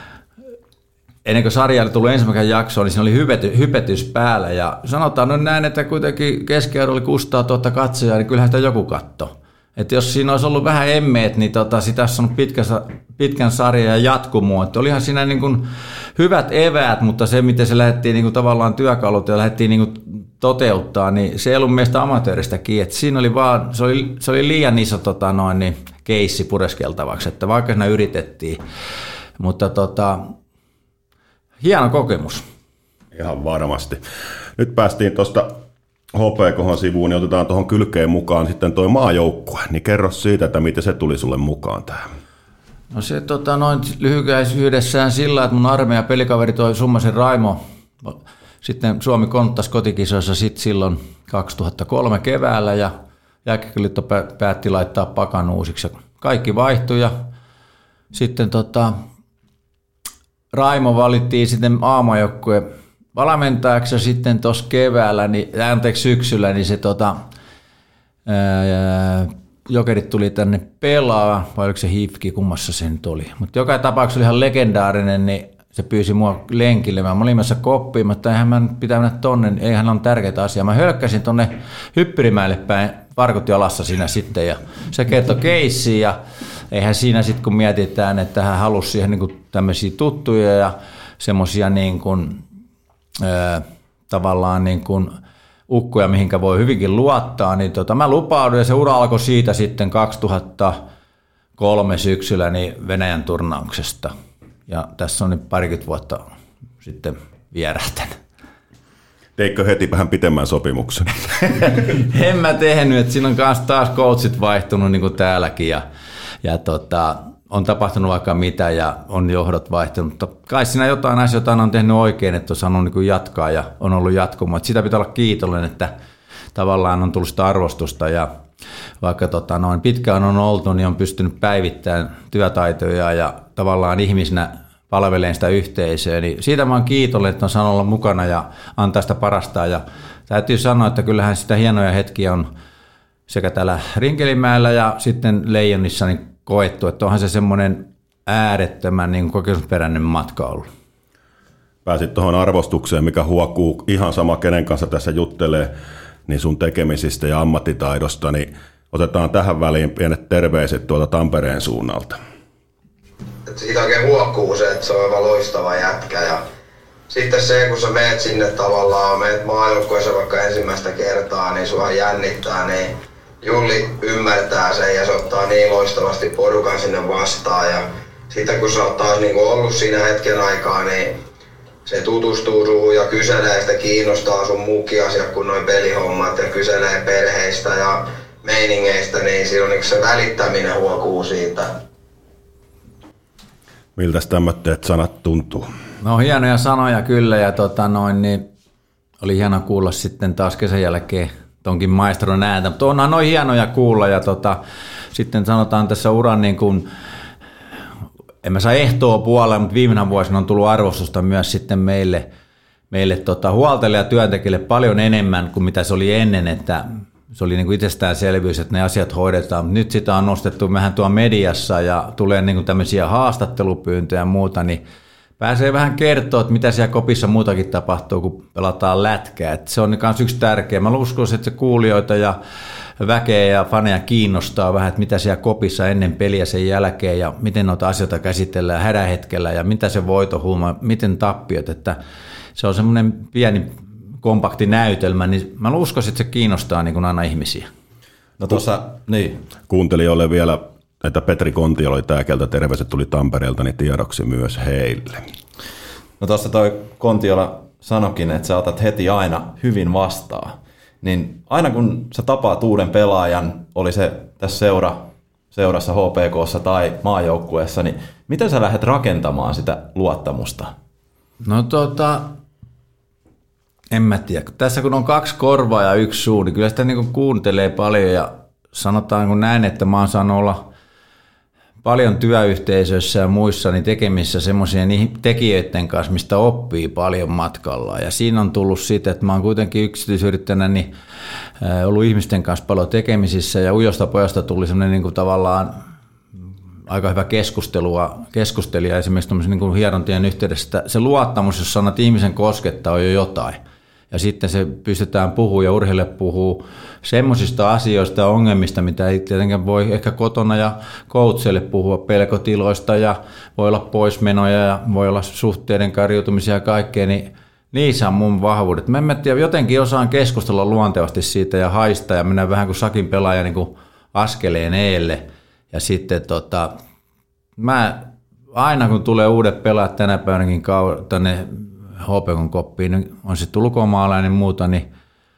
ennen kuin sarja oli tullut ensimmäinen jakso, niin siinä oli hypety, hypetys päällä ja sanotaan nyt näin, että kuitenkin keskiarvo oli kuusisataatuhatta katsojaa, niin kyllähän sitä joku katsoi. Että jos siinä olisi ollut vähän emmeet, niin tota, sitä olisi saanut pitkä, pitkän sarjan ja jatkumoa. Että olihan siinä niin kuin hyvät eväät, mutta se, miten se lähdettiin niin kuin tavallaan työkalut ja lähdettiin niin kuin toteuttaa, niin se ei ollut meistä amatööristäkin. Että siinä oli vaan, se oli, se oli liian iso tota, noin, niin, keissi pureskeltavaksi, että vaikka siinä yritettiin. Mutta tota, hieno kokemus. Ihan varmasti. Nyt päästiin tuosta H P K:hon sivuun, niin otetaan tuohon kylkeen mukaan sitten toi maajoukkue. Niin kerro siitä, että miten se tuli sulle mukaan tähän. No se tota, noin lyhykäisyydessään sillä, että mun armeijan pelikaveri toi Summasen Raimo, sitten Suomi konttasi kotikisoissa sit silloin kaksituhattakolme keväällä ja Jääkiekko-liitto päätti laittaa pakan uusiksi ja kaikki vaihtui ja sitten tota, Raimo valittiin sitten aamajoukkueen valmentajaksi ja sitten tuossa keväällä, niin, anteeksi syksyllä, niin se tota, ää, Jokerit tuli tänne pelaa, vai oliko se Hifki, kummassa se nyt oli. Mutta joka tapauksessa oli ihan legendaarinen, niin se pyysi mua lenkille. Mä olin menossa koppiin, mutta eihän mä pitää mennä tonne, eihän on tärkeitä asiaa. Mä hölkkäsin tonne Hyppyrimäelle päin, varkut jalassa siinä sitten, ja se kertoi keissiin, ja eihän siinä sitten kun mietitään, että hän halusi siihen niin tämmöisiä tuttuja ja semmoisia niin kuin, ää, tavallaan niin kuin ukkoja, mihinkä voi hyvinkin luottaa, niin tota, mä lupaudun ja se ura alkoi siitä sitten kaksituhattakolme syksyllä niin Venäjän turnauksesta. Ja tässä on nyt parikymmentä vuotta sitten vierähtänyt. Teikö heti vähän pitemmän sopimuksen? En mä tehnyt, että siinä on kanssa taas coachit vaihtunut niin kuin täälläkin ja, ja tota, on tapahtunut vaikka mitä ja on johdot vaihtunut, mutta kai siinä jotain asioita on tehnyt oikein, että on saanut niin jatkaa ja on ollut jatkumaa. Sitä pitää olla kiitollinen, että tavallaan on tullut sitä arvostusta ja vaikka tota, noin pitkään on oltu, niin on pystynyt päivittämään työtaitoja ja tavallaan ihmisenä palveleen sitä yhteisöä. Niin siitä mä oon kiitollinen, että on saanut olla mukana ja antaa sitä parastaa. Ja täytyy sanoa, että kyllähän sitä hienoja hetkiä on sekä täällä Rinkelimäellä ja sitten Leijonissa niin koettu, että onhan se semmoinen äärettömän niin kokemusperäinen matka ollut. Pääsit tuohon arvostukseen, mikä huokuu ihan sama kenen kanssa tässä juttelee, niin sun tekemisistä ja ammattitaidosta, niin otetaan tähän väliin pienet terveiset tuolta Tampereen suunnalta. Että siitä oikein huokuu se, että se on aivan loistava jätkä ja sitten se, kun sä meet sinne tavallaan, meet maajoukkueeseen vaikka ensimmäistä kertaa, niin sua jännittää, niin Julli ymmärtää sen ja se ottaa niin loistavasti porukan sinne vastaan ja sitten kun sä oot taas niin ollut siinä hetken aikaa, niin se tutustuu suhun ja kyselee sitä, kiinnostaa sun muukin asiat kuin noin pelihommat ja kyselee perheistä ja meiningeistä, niin silloin niin se välittäminen huokuu siitä. Miltäs tämmöitteet sanat tuntuu? No hienoja sanoja kyllä ja tota noin, niin oli hieno kuulla sitten taas kesän jälkeen tonkin maestron ääntä, mutta onhan noin hienoja kuulla ja tota, sitten sanotaan tässä uran niin kuin, en mä saa ehtoa puolella, mutta viimeinen vuosina on tullut arvostusta myös sitten meille, meille tota, huoltajille ja työntekijälle paljon enemmän kuin mitä se oli ennen, että se oli niin kuin itsestäänselvyys, että ne asiat hoidetaan, mutta nyt sitä on nostettu vähän tuolla mediassa ja tulee niin kuin tämmöisiä haastattelupyyntöjä ja muuta, niin pääsee vähän kertoa, että mitä siellä kopissa muutakin tapahtuu, kun pelataan lätkää. Että se on myös yksi tärkeä. Mä uskoisin, että se kuulijoita ja väkeä ja faneja kiinnostaa vähän, että mitä siellä kopissa ennen peliä sen jälkeen ja miten noita asioita käsitellään hädähetkellä ja mitä se voitohuuma, miten tappiot. Että se on semmoinen pieni kompakti näytelmä, niin mä uskoisin, että se kiinnostaa niin kuin aina ihmisiä. No tuossa, niin. Kuuntelijoille vielä, että Petri Kontio oli tääkeltä, terveiset tuli Tampereelta, niin tiedoksi myös heille. No tuossa toi Kontiola sanokin, että sä otat heti aina hyvin vastaan. Niin aina kun sä tapaat uuden pelaajan, oli se tässä seura, seurassa H P K:ssa tai maajoukkueessa, niin miten sä lähdet rakentamaan sitä luottamusta? No tota, en mä tiedä. Tässä kun on kaksi korvaa ja yksi suu, niin kyllä sitä niin kuin kuuntelee paljon ja sanotaan kun näin, että mä oon saanut olla paljon työyhteisöissä ja muissa niin tekemissä semmoisien tekijöiden kanssa, mistä oppii paljon matkalla. Ja siinä on tullut siitä, että mä oon kuitenkin yksityisyrittäjänä niin ollut ihmisten kanssa paljon tekemisissä ja Ujosta pojasta tuli semmoinen niin kuin tavallaan aika hyvä keskustelua, keskustelija esimerkiksi niin kuin hierontien yhteydessä, että se luottamus, jos sanat ihmisen koskettaa, on jo jotain. Ja sitten se pystytään puhumaan ja urheille puhuu semmoisista asioista ja ongelmista, mitä ei tietenkään voi ehkä kotona ja coachille puhua, pelkotiloista ja voi olla poismenoja ja voi olla suhteiden karjutumisia ja kaikkea, niin niissä on mun vahvuudet. Mä en tiedä, jotenkin osaan keskustella luontevasti siitä ja haista ja mennä vähän kuin sakin pelaaja niin kuin askeleen eelle. Ja sitten tota, mä aina kun tulee uudet pelaajat tänä päivänäkin tänne H P K:n koppiin, niin on sitten ulkomaalainen ja muuta, niin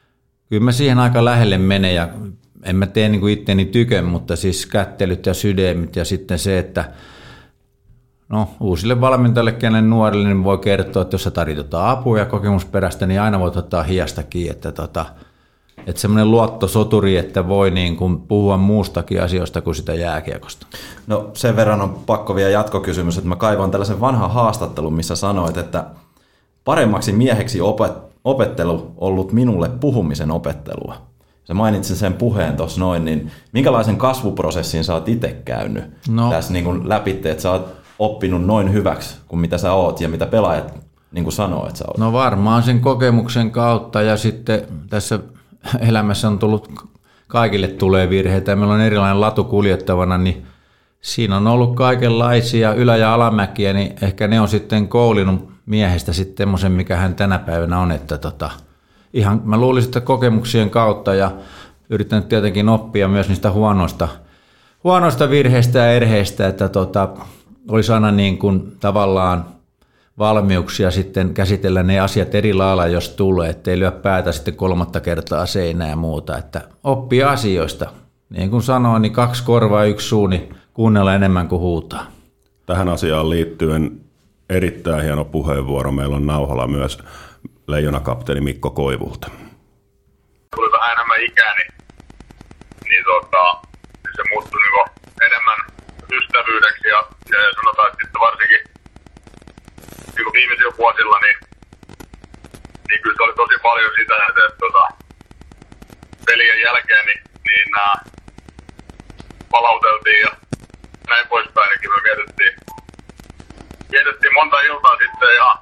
kyllä mä siihen aika lähelle menen ja en mä tee niin kuin itteni tykön, mutta siis kättelyt ja sydämit ja sitten se, että no uusille valmentajille, kenen nuorille, niin voi kertoa, että jos sä tarjotaan apua ja kokemusperäistä, niin aina voit ottaa hiasta kiinni, että tota, että semmoinen luottosoturi, että voi niin kuin puhua muustakin asioista kuin sitä jääkiekosta. No sen verran on pakko vielä jatkokysymys, että mä kaivan tällaisen vanhan haastattelun, missä sanoit, että paremmaksi mieheksi opet, opettelu ollut minulle puhumisen opettelua. Sä mainitsin sen puheen tuossa noin, niin minkälaisen kasvuprosessin sä oot itse käynyt no. tässä niin kuin läpi, että sä oot oppinut noin hyväksi kuin mitä sä oot ja mitä pelaajat niin kuin sanoo, että sä oot? No varmaan sen kokemuksen kautta ja sitten tässä elämässä on tullut, kaikille tulee virheitä ja meillä on erilainen latu kuljettavana, niin siinä on ollut kaikenlaisia ylä- ja alamäkiä, niin ehkä ne on sitten koulinut miehestä sitten semmoisen, mikä hän tänä päivänä on, että tota, ihan mä luulisin, että kokemuksien kautta ja yritän tietenkin oppia myös niistä huonoista, huonoista virheistä ja erheistä, että tota, olisi aina niin kuin tavallaan valmiuksia sitten käsitellä ne asiat eri lailla, jos tulee, ettei lyö päätä sitten kolmatta kertaa seinää ja muuta, että oppii asioista. Niin kuin sanoin, niin kaksi korvaa, yksi suu, niin kuunnella enemmän kuin huutaa. Tähän asiaan liittyen erittäin hieno puheenvuoro. Meillä on nauhalla myös Leijona-kapteeni Mikko Koivulta. Tuli vähän enemmän ikää, niin, niin tota, se muuttui niin enemmän ystävyydeksi ja, ja sanotaan, että sitten varsinkin niin viimeisillä vuosilla, niin, niin kyllä se oli tosi paljon sitä, että, että tota, pelien jälkeen niin, niin nää palauteltiin ja näin poispäin, niin me mietittiin, mietittiin monta iltaa sitten ihan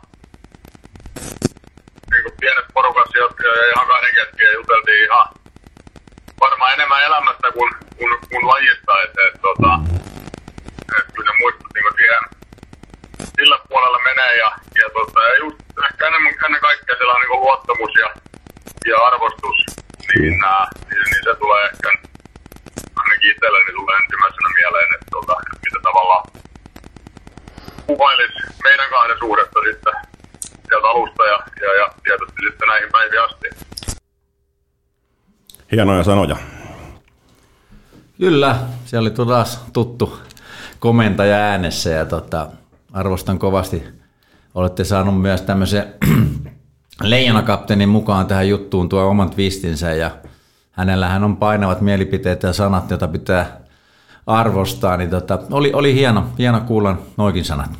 niin kuin pienessä porukassa ja ihan kahden kesken ja juteltiin ihan varmaan enemmän elämästä kuin, kuin, kuin lajista, että et, tota, et kyllä ne muistut niin siihen sillä puolella menee ja, ja, tota, ja just ehkä ennen, ennen kaikkea siellä on niin luottamus ja, ja arvostus, niin, nää, niin, niin se tulee ehkä ainakin itselleni tulee ensimmäisenä mieleen, että, tota, että mitä tavallaan kuvailisi meidän kahden suhdetta sitten sieltä alusta ja, ja, ja tietysti sitten näihin päiviin asti. Hienoja sanoja. Kyllä, siellä oli taas tuttu komentaja äänessä ja tota, arvostan kovasti. Olette saanut myös tämmöisen Leijona-kapteenin mukaan tähän juttuun tuo oman twistinsä ja hänellähän on painavat mielipiteet ja sanat, joita pitää arvostaa. Niin tota, oli, oli hieno, hieno kuulla noikin sanat.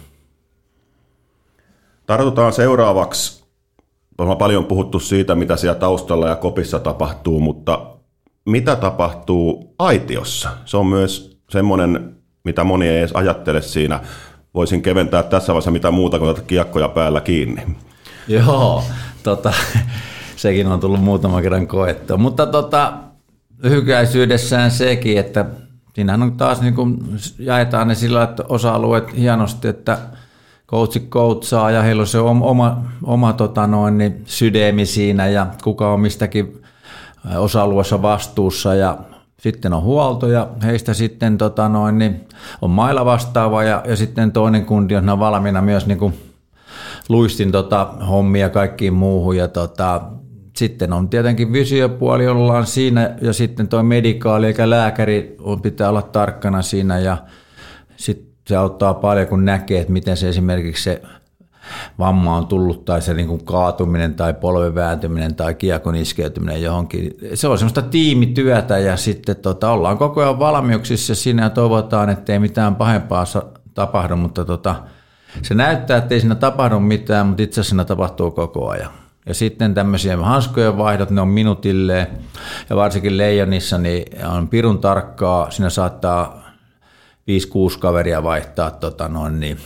Tartutaan seuraavaksi. Ollaan paljon puhuttu siitä, mitä siellä taustalla ja kopissa tapahtuu, mutta mitä tapahtuu aitiossa? Se on myös semmoinen, mitä moni ei edes ajattele siinä. Voisin keventää tässä vaiheessa mitä muuta kuin ottaa kiekkoja päällä kiinni. Joo, tota, sekin on tullut muutaman kerran koettua. Mutta tota, lyhykäisyydessään sekin, että siinähän on taas niin kuin jaetaan ne sillä, että osa-alueet hienosti, että coachi coachaa ja heillä on se oma, oma tota noin, niin sydämi siinä ja kuka on mistäkin osa-alueessa vastuussa ja sitten on huolto ja heistä sitten tota noin, niin on mailla vastaava ja, ja sitten toinen kundi on valmiina myös niin kuin luistin tota, hommia kaikkiin muuhun ja tota, sitten on tietenkin fysiopuoli, jolla on siinä ja sitten tuo medikaali eikä lääkäri on, pitää olla tarkkana siinä ja sitten se auttaa paljon, kun näkee, että miten se esimerkiksi se vamma on tullut tai se niin kuin kaatuminen tai polven vääntyminen tai kiekon iskeytyminen johonkin. Se on semmoista tiimityötä ja sitten tota, ollaan koko ajan valmiuksissa siinä ja toivotaan, ettei mitään pahempaa tapahdu, mutta tota, se näyttää, ettei siinä tapahdu mitään, mutta itse asiassa siinä tapahtuu koko ajan. Ja sitten tämmöisiä hanskojen vaihdot, ne on minutilleen ja varsinkin Leijonissa niin on pirun tarkkaa, siinä saattaa viisi kuusi kaveria vaihtaa tota noin, niin,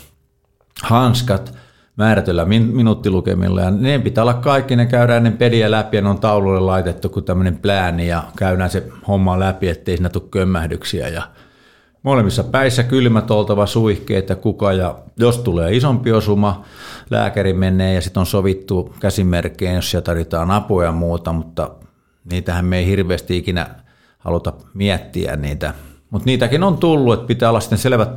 hanskat määrätyllä min- minuuttilukemilla ja ne pitää olla kaikki, ne käydään ennen peliä läpi ja ne on taululle laitettu kuin tämmöinen plääni ja käydään se homma läpi, ettei siinä tule kömmähdyksiä ja molemmissa päissä kylmät oltava suihkeet ja kuka ja jos tulee isompi osuma, lääkäri menee ja sitten on sovittu käsimerkkeen, jos siellä tarvitaan apua ja muuta, mutta niitähän me ei hirveästi ikinä haluta miettiä niitä. Mutta niitäkin on tullut, että pitää olla sitten selvät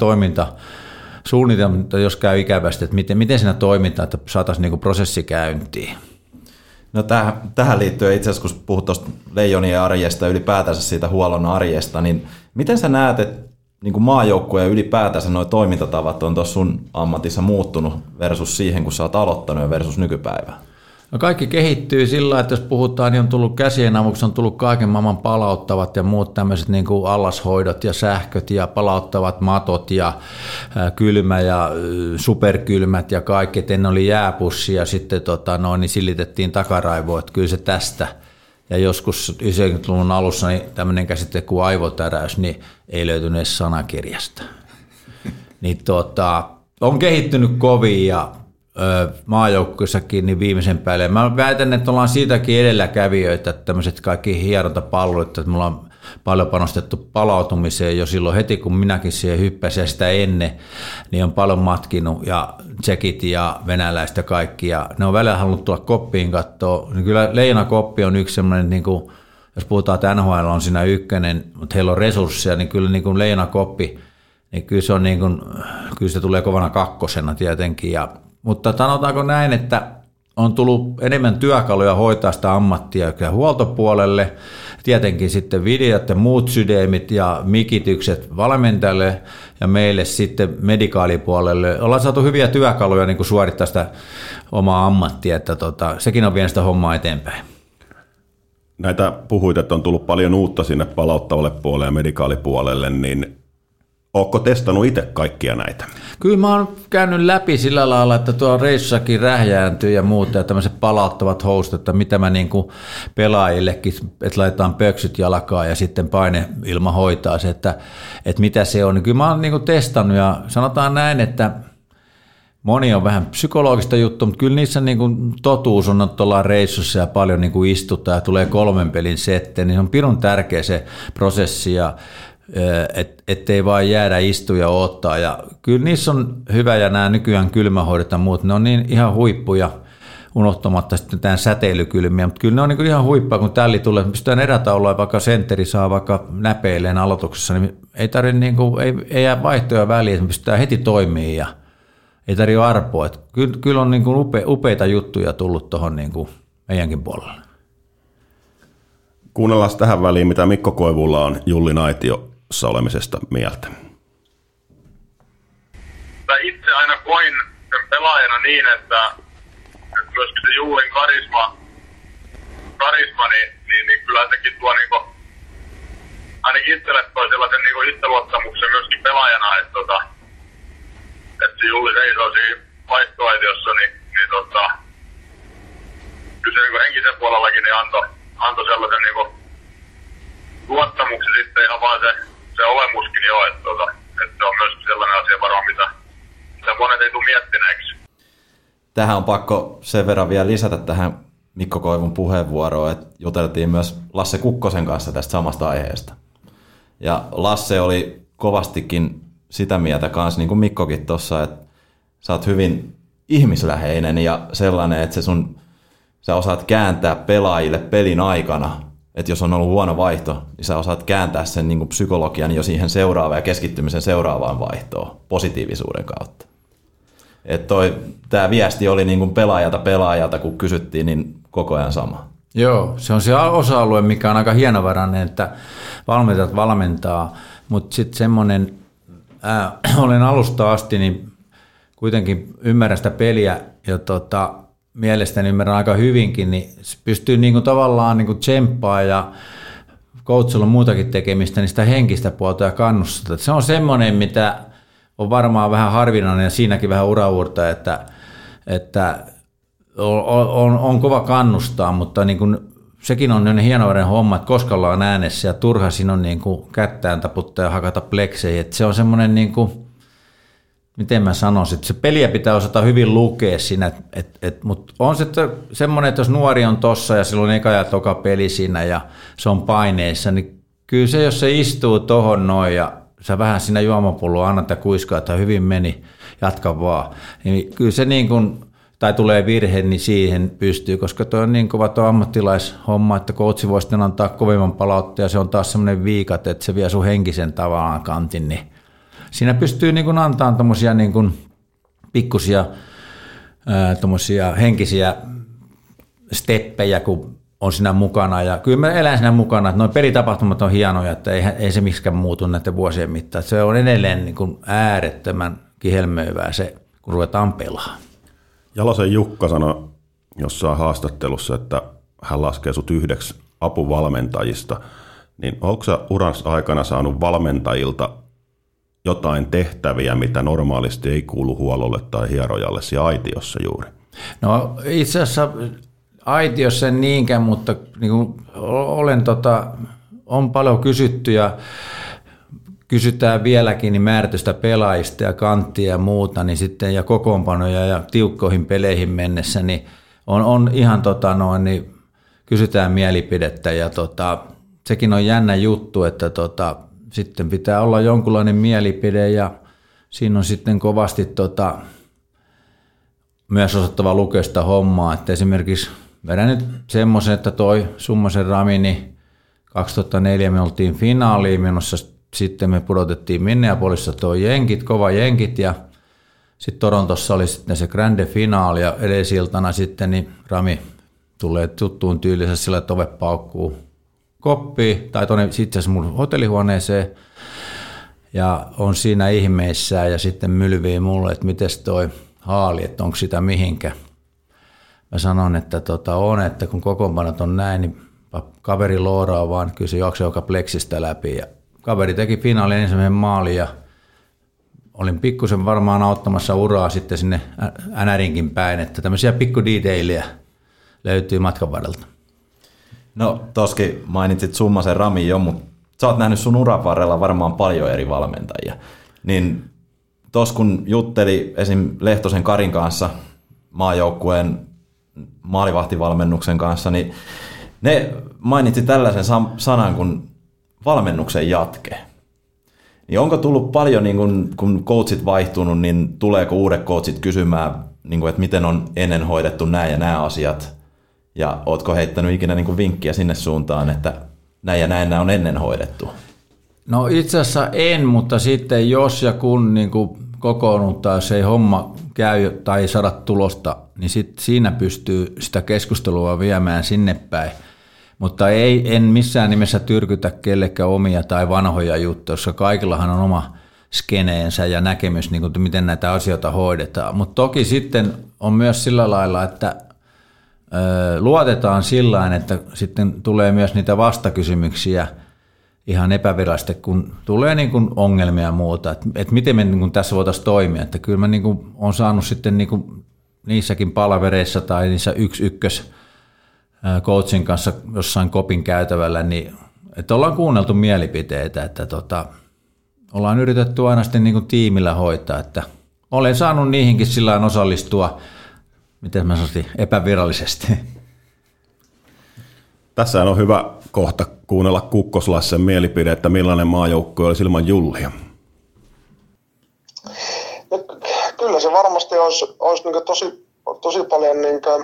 toimintasuunnitelmat, jos käy ikävästi, että miten, miten siinä toimitaan, että saataisiin niinku prosessi käyntiin. No tähän, tähän liittyen itse asiassa, kun puhut tuosta leijonien arjesta ja ylipäätänsä siitä huollon arjesta, niin miten sä näet, että niin maajoukkueen ja ylipäätänsä nuo toimintatavat on tuossa sun ammatissa muuttunut versus siihen, kun sä oot aloittanut ja versus nykypäivään? No kaikki kehittyy sillä lailla, että jos puhutaan, niin on tullut käsien avuksi, on tullut kaiken maailman palauttavat ja muut tämmöiset niin kuin allashoidot ja sähköt ja palauttavat matot ja kylmä ja superkylmät ja kaikki. Et ennen oli jääpussi ja sitten tota, noin, niin silitettiin takaraivoa, että kyllä se tästä. Ja joskus yhdeksänkymmentäluvun alussa niin tämmöinen käsite kuin aivotäräys niin ei löytynyt edes sanakirjasta. Niin, tota, on kehittynyt kovin ja maajoukkuissakin niin viimeisen päälle. Mä väitän, että ollaan siitäkin edelläkävijöitä, että tämmöiset kaikki hierontapalvelut, että me ollaan paljon panostettu palautumiseen jo silloin heti, kun minäkin siihen hyppäsin ja sitä ennen, niin on paljon matkinut ja tsekit ja venäläistä kaikki. Ja ne on välillä halunnut tulla koppiin katsoa. Niin kyllä Leijona-koppi on yksi semmoinen, niin kuin, jos puhutaan, että N H L on siinä ykkönen, mutta heillä on resursseja, niin kyllä niin kuin Leijona-koppi, niin kyllä se, on niin kuin, kyllä se tulee kovana kakkosena tietenkin. Ja mutta sanotaanko näin, että on tullut enemmän työkaluja hoitaa sitä ammattia huoltopuolelle, tietenkin sitten videot ja muut sydämit ja mikitykset valmentajalle ja meille sitten medikaalipuolelle. Ollaan saatu hyviä työkaluja niin kuin suorittaa sitä omaa ammattia, että tota, sekin on vienyt sitä hommaa eteenpäin. Näitä puhuit, että on tullut paljon uutta sinne palauttavalle puolelle ja medikaalipuolelle, niin ootko testannut itse kaikkia näitä? Kyllä mä oon käynyt läpi sillä lailla, että tuo reissussakin rähjääntyy ja muuta ja tämmöiset palauttavat housut, että mitä mä niin kuin pelaajillekin, että laitetaan pöksyt jalkaan ja sitten paineilma hoitaa se, että, että mitä se on. Niin kyllä mä oon niin kuin testannut ja sanotaan näin, että moni on vähän psykologista juttu, mutta kyllä niissä niin kuin totuus on, että ollaan reissussa ja paljon niin kuin istutaan ja tulee kolmen pelin sette, niin on pirun tärkeä se prosessi ja Et, ettei vaan jäädä istua ja odottaa. Ja kyllä niissä on hyvä ja nämä nykyään kylmähoidot ja muut, ne on niin ihan huippuja unohtamatta sitten tämän säteilykylmiä, mutta kyllä ne on niin ihan huippua, kun tälli tulee, pystytään erätaulua ja vaikka sentteri saa vaikka näpeileen aloituksessa, niin ei tarvitse niin kuin, ei, ei jää vaihtoja väliin, että me pystytään heti toimimaan ja ei tarvitse arpoa. Että kyllä, kyllä on niin kuin upe, upeita juttuja tullut tuohon niin kuin meidänkin puolelle. Kuunnellaan tähän väliin, mitä Mikko Koivulla on Jullin aitiossa olemisesta mieltä. Itse aina koin sen pelaajana niin, että, että myöskin se Jullin karisma, karisma niin, niin, niin kyllä sekin tuo niinku, ainakin itselle toi sellaisen niinku itseluottamuksen myöskin pelaajana, että, tota, että se Julli seisoo siinä vaihtoaitiossa, niin, niin tota, kyllä se niinku henkisen puolellakin niin antoi antoi sellaisen niinku luottamuksen sitten ihan vaan se, se olemuskin jo, että, tota, että se on myös sellainen asia varmaan, mitä, mitä monet ei tule miettineeksi. Tähän on pakko sen verran vielä lisätä tähän Mikko Koivun puheenvuoroon, että juteltiin myös Lasse Kukkosen kanssa tästä samasta aiheesta. Ja Lasse oli kovastikin sitä mieltä kanssa, niin kuin Mikkokin tuossa, että sä oot hyvin ihmisläheinen ja sellainen, että se sun sä osaat kääntää pelaajille pelin aikana, että jos on ollut huono vaihto, niin sä osaat kääntää sen niin kuin psykologian jo siihen seuraavaan ja keskittymisen seuraavaan vaihtoon positiivisuuden kautta. Että tämä viesti oli niin kuin pelaajalta pelaajalta, kun kysyttiin, niin koko ajan sama. Joo, se on se osa-alue, mikä on aika hienovarainen, että valmentajat valmentaa, mutta sitten semmoinen, äh, olen alusta asti, niin kuitenkin ymmärrän sitä peliä ja tota, mielestäni ymmärrän aika hyvinkin, niin pystyy niinku tavallaan niinku tsemppaa ja coachilla on muutakin tekemistä, niin sitä henkistä puolta ja kannustusta. Se on semmoinen, mitä on varmaan vähän harvinainen ja siinäkin vähän uraurta, että, että on, on, on kova kannustaa, mutta niin kuin, sekin on hienovarainen homma, että koska ollaan äänessä ja turha siinä on niin kuin kättään taputtaa ja hakata pleksejä. Että se on semmoinen niin kuin, miten mä sanoisin, että se peliä pitää osata hyvin lukea siinä, et, et, mutta on se semmoinen, että jos nuori on tossa ja silloin eka ja toka peli siinä ja se on paineissa, niin kyllä se, jos se istuu tohon noin ja sä vähän siinä juomapulloa annat ja kuiskaa, että hyvin meni, jatka vaan, niin kyllä se niin kuin, tai tulee virhe, niin siihen pystyy, koska tuo on niin kova tuo ammattilaishomma, että coachi voi sitten antaa kovimman palautteen ja se on taas semmoinen viikat, että se vie sun henkisen tavallaan kantin, niin siinä pystyy niin kuin antamaan tommosia niin kuin pikkusia ää, tommosia henkisiä steppejä, kun on siinä mukana. Ja kyllä mä elän siinä mukana, että nuo pelitapahtumat on hienoja, että ei, ei se miksikään muutu näiden vuosien mittaan. Se on edelleen niin kuin äärettömän kihelmöivää se, kun ruvetaan pelaamaan. Jalosen Jukka sanoi jossain haastattelussa, että hän laskee sut yhdeksi apuvalmentajista. Niin onko sä urans aikana saanut valmentajilta jotain tehtäviä, mitä normaalisti ei kuulu huololle tai hierojalle siellä aitiossa juuri? No itse asiassa aitiossa en niinkään, mutta niin kuin olen tota, on paljon kysytty ja kysytään vieläkin niin määritystä pelaajista ja kanttia ja muuta, niin sitten ja kokoonpanoja ja tiukkoihin peleihin mennessä, niin on, on ihan tota noin, niin kysytään mielipidettä ja tota, sekin on jännä juttu, että tota, sitten pitää olla jonkunlainen mielipide ja siinä on sitten kovasti tota, myös osattava lukea sitä hommaa, että esimerkiksi vedän nyt semmoisen, että toi Summasen Rami, niin kaksituhattaneljä me oltiin finaaliin menossa, sitten me pudotettiin Minneapolissa toi jenkit, kova jenkit ja sitten Torontossa oli sitten se grande finaali ja edesiltana sitten niin Rami tulee tuttuun tyylissä sillä, että ove paukkuu koppiin tai tuonne itse asiassa mun hotellihuoneeseen ja on siinä ihmeissään ja sitten mylvii mulle, että mites toi haali, että onko sitä mihinkä. Mä sanon, että tota on, että kun kokoonpanot on näin, niin kaveri looraa vaan, kyllä se juoksee joka pleksistä läpi ja kaveri teki finaalin ensimmäisen maalin ja olin pikkusen varmaan auttamassa uraa sitten sinne Änärinkin päin, että tämmöisiä pikku detaileja löytyy matkan varrelta. No toskin mainitsit Summasen Rami jo, mutta sä oot nähnyt sun uran varrella varmaan paljon eri valmentajia. Niin tos kun jutteli esim. Lehtosen Karin kanssa maajoukkueen maalivahtivalmennuksen kanssa, niin ne mainitsi tällaisen sanan kuin valmennuksen jatke. Niin onko tullut paljon, niin kun, kun coachit vaihtunut, niin tuleeko uudet coachit kysymään, niin kun, että miten on ennen hoidettu nämä ja nämä asiat? Ja ootko heittänyt ikinä niin kun vinkkiä sinne suuntaan, että näin ja näin nämä on ennen hoidettu? No itse asiassa en, mutta sitten jos ja kun niin kokoonnuttaa, jos ei homma käy tai ei saada tulosta, niin sit siinä pystyy sitä keskustelua viemään sinne päin. Mutta ei, en missään nimessä tyrkytä kellekään omia tai vanhoja juttuja, koska kaikillahan on oma skeneensä ja näkemys, niin kuin, että miten näitä asioita hoidetaan. Mutta toki sitten on myös sillä lailla, että ö, luotetaan sillä lailla, että sitten tulee myös niitä vastakysymyksiä ihan epävirallisesti, kun tulee niin kuin ongelmia ja muuta, että, että miten me niin kuin tässä voitaisiin toimia. Että kyllä mä niin kuin olen saanut sitten niin kuin niissäkin palavereissa tai niissä yksi ykkös coachin kanssa jossain kopin käytävällä, niin että ollaan kuunneltu mielipiteitä, että tota, ollaan yritetty aina sitten niin kuin tiimillä hoitaa, että olen saanut niihinkin sillä osallistua, miten mä sanoisin, epävirallisesti. Tässä on hyvä kohta kuunnella Kukkoslaisen mielipide, että millainen maajoukkue olisi ilman Jullia. No, kyllä se varmasti olisi, olisi niin tosi, tosi paljon, niin kuin,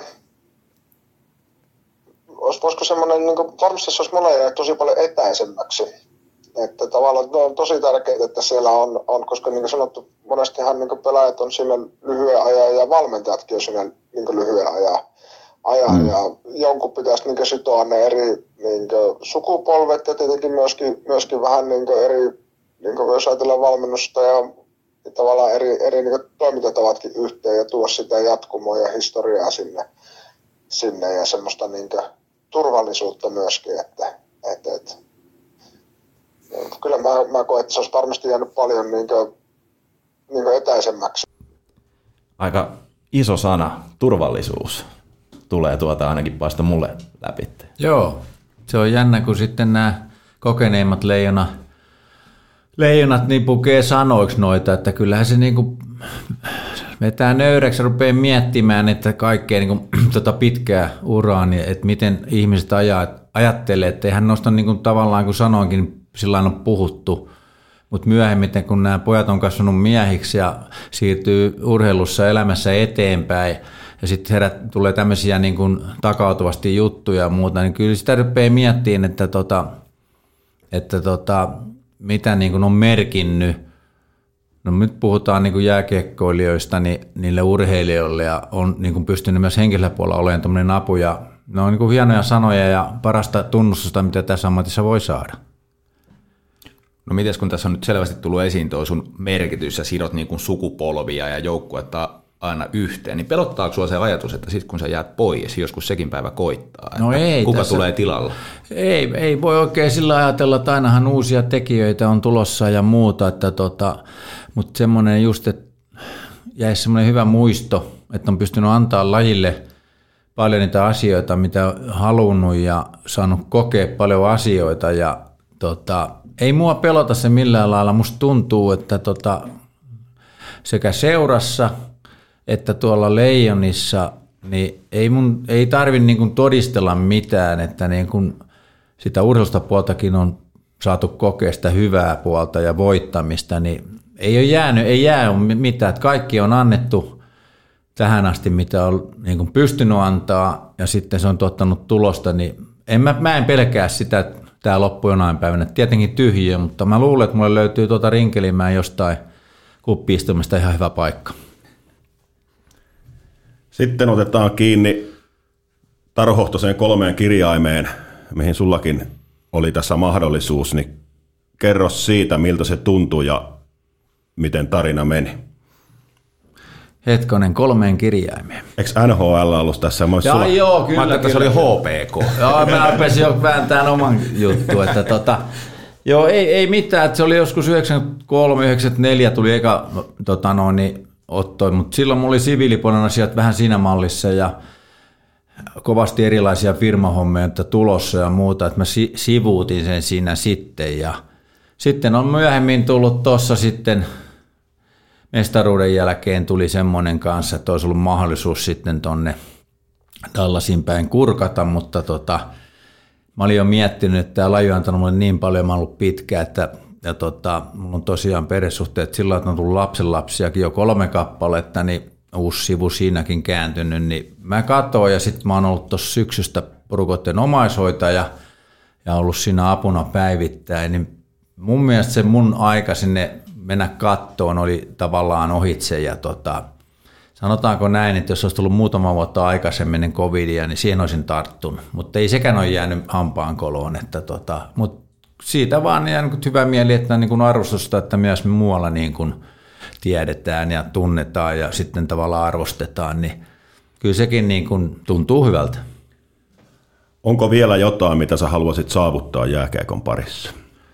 olisi, voisiko semmoinen, niin kuin, varmasti se olisi monelle tosi paljon etäisemmäksi. Että tavallaan on tosi tärkeää, että siellä on, on koska niin kuin sanottu, monestihan niin kuin pelaajat on siinä lyhyen ajan ja valmentajatkin on siinä niin kuin lyhyen ajan. ajan mm. ja jonkun pitäisi niin kuin sitoa ne eri niin kuin sukupolvet ja tietenkin myöskin, myöskin vähän niin kuin eri, niin kuin jos ajatellaan valmennusta ja tavallaan eri, eri niin kuin toimintatavatkin yhteen ja tuoda sitä jatkumoa ja historiaa sinne, sinne ja semmoista niin kuin turvallisuutta myöskin, että, että, että kyllä mä, mä koen, että se olisi varmasti jäänyt paljon niin kuin, niin kuin etäisemmäksi. Aika iso sana, turvallisuus, tulee tuota ainakin paista mulle läpi. Joo, se on jännä, kun sitten nämä kokeneimmat leijona, leijonat niin pukee sanoiksi noita, että kyllähän se niin kuin vetää nöyräksi ja rupeaa miettimään, että kaikkea niin kuin, tota pitkää uraa, niin että miten ihmiset ajaa, ajattelee, että eihän noista niin kuin, tavallaan, kun sanoinkin, sillä on puhuttu, mutta myöhemmin, kun nämä pojat on kasvanut miehiksi ja siirtyy urheilussa elämässä eteenpäin, ja sitten herät, tulee tämmöisiä niin kuin takautuvasti juttuja ja muuta, niin kyllä sitä rupeaa miettimään, että, tota, että tota, mitä niin kuin on merkinnyt. No nyt puhutaan niin kuin jääkiekkoilijoista niin niille urheilijoille ja on niin kuin pystynyt myös henkilöpuolella olemaan tämmöinen apu ja ne on niin kuin hienoja sanoja ja parasta tunnustusta, mitä tässä ammatissa voi saada. No mites kun tässä on nyt selvästi tullut esiin tuo sun merkitys ja sidot niin kuin sukupolvia ja joukkuetta aina yhteen, niin pelottaako sua se ajatus, että sitten kun sä jäät pois, joskus sekin päivä koittaa, no ei, kuka tässä, tulee tilalla? Ei, ei voi oikein sillä ajatella, että ainahan uusia tekijöitä on tulossa ja muuta, että tota, mutta semmoinen just, että jäisi semmoinen hyvä muisto, että on pystynyt antaa lajille paljon niitä asioita, mitä on halunnut ja saanut kokea paljon asioita ja tota, ei mua pelota se millään lailla. Musta tuntuu, että tota, sekä seurassa että tuolla Leijonissa niin ei, mun, ei tarvitse niin kuin todistella mitään, että niin kuin sitä urheilusta puoltakin on saatu kokea sitä hyvää puolta ja voittamista, niin ei ole jäänyt, ei jää mitään. Että kaikki on annettu tähän asti, mitä on niin kuin pystynyt antaa ja sitten se on tuottanut tulosta, niin en mä, mä en pelkää sitä, että tämä loppui jonain päivänä. Tietenkin tyhjiö, mutta mä luulen, että mulle löytyy tuota Rinkelimään jostain kuppi-istumista ihan hyvä paikka. Sitten otetaan kiinni Taru Hohtosen kolmeen kirjaimeen, mihin sullakin oli tässä mahdollisuus, niin kerro siitä, miltä se tuntui ja miten tarina meni. Hetkonen, kolmeen kirjaimeen. Eikö N H L ollut tässä? Mä Jaa, sulla... joo, kyllä. Mä ajattelin, että se oli H P K. Joo, mä rupesin jo vääntämään oman juttu, että tota, joo, ei, ei mitään, että se oli joskus yhdeksänkymmentäkolme yhdeksänkymmentäneljä tuli eka tota noin, niin ottoi, mutta silloin mulla oli siviilipuolen asiat vähän siinä mallissa ja kovasti erilaisia firmahommia että tulossa ja muuta, että mä si- sivuutin sen siinä sitten ja sitten on myöhemmin tullut tuossa sitten mestaruuden jälkeen tuli semmoinen kanssa, että olisi ollut mahdollisuus sitten tonne Dallasin päin kurkata, mutta tota, mä olin jo miettinyt, että tämä laji on antanut mulle niin paljon, mä oon ollut pitkä, että ja tota, mulla on tosiaan perhesuhteet sillä, että on tullut lapsenlapsiakin jo kolme kappaletta, niin uusi sivu siinäkin kääntynyt, niin mä katsoin ja sitten mä oon ollut tuossa syksystä porukoiden omaishoitaja ja ollut siinä apuna päivittäin, niin mun mielestä se mun aika sinne mennä kattoon oli tavallaan ohitse ja tota, sanotaanko näin, että jos olisi tullut muutama vuotta aikaisemmin ennen covidia, niin siihen olisin tarttunut, mutta ei sekään ole jäänyt hampaankoloon, että tota, mutta siitä vaan jäänyt hyvä mieli, että niin kuin arvostusta, että myös me muualla niin kuin tiedetään ja tunnetaan ja sitten tavallaan arvostetaan, niin kyllä sekin niin kuin tuntuu hyvältä. Onko vielä jotain, mitä sä haluaisit saavuttaa jääkiekon parissa?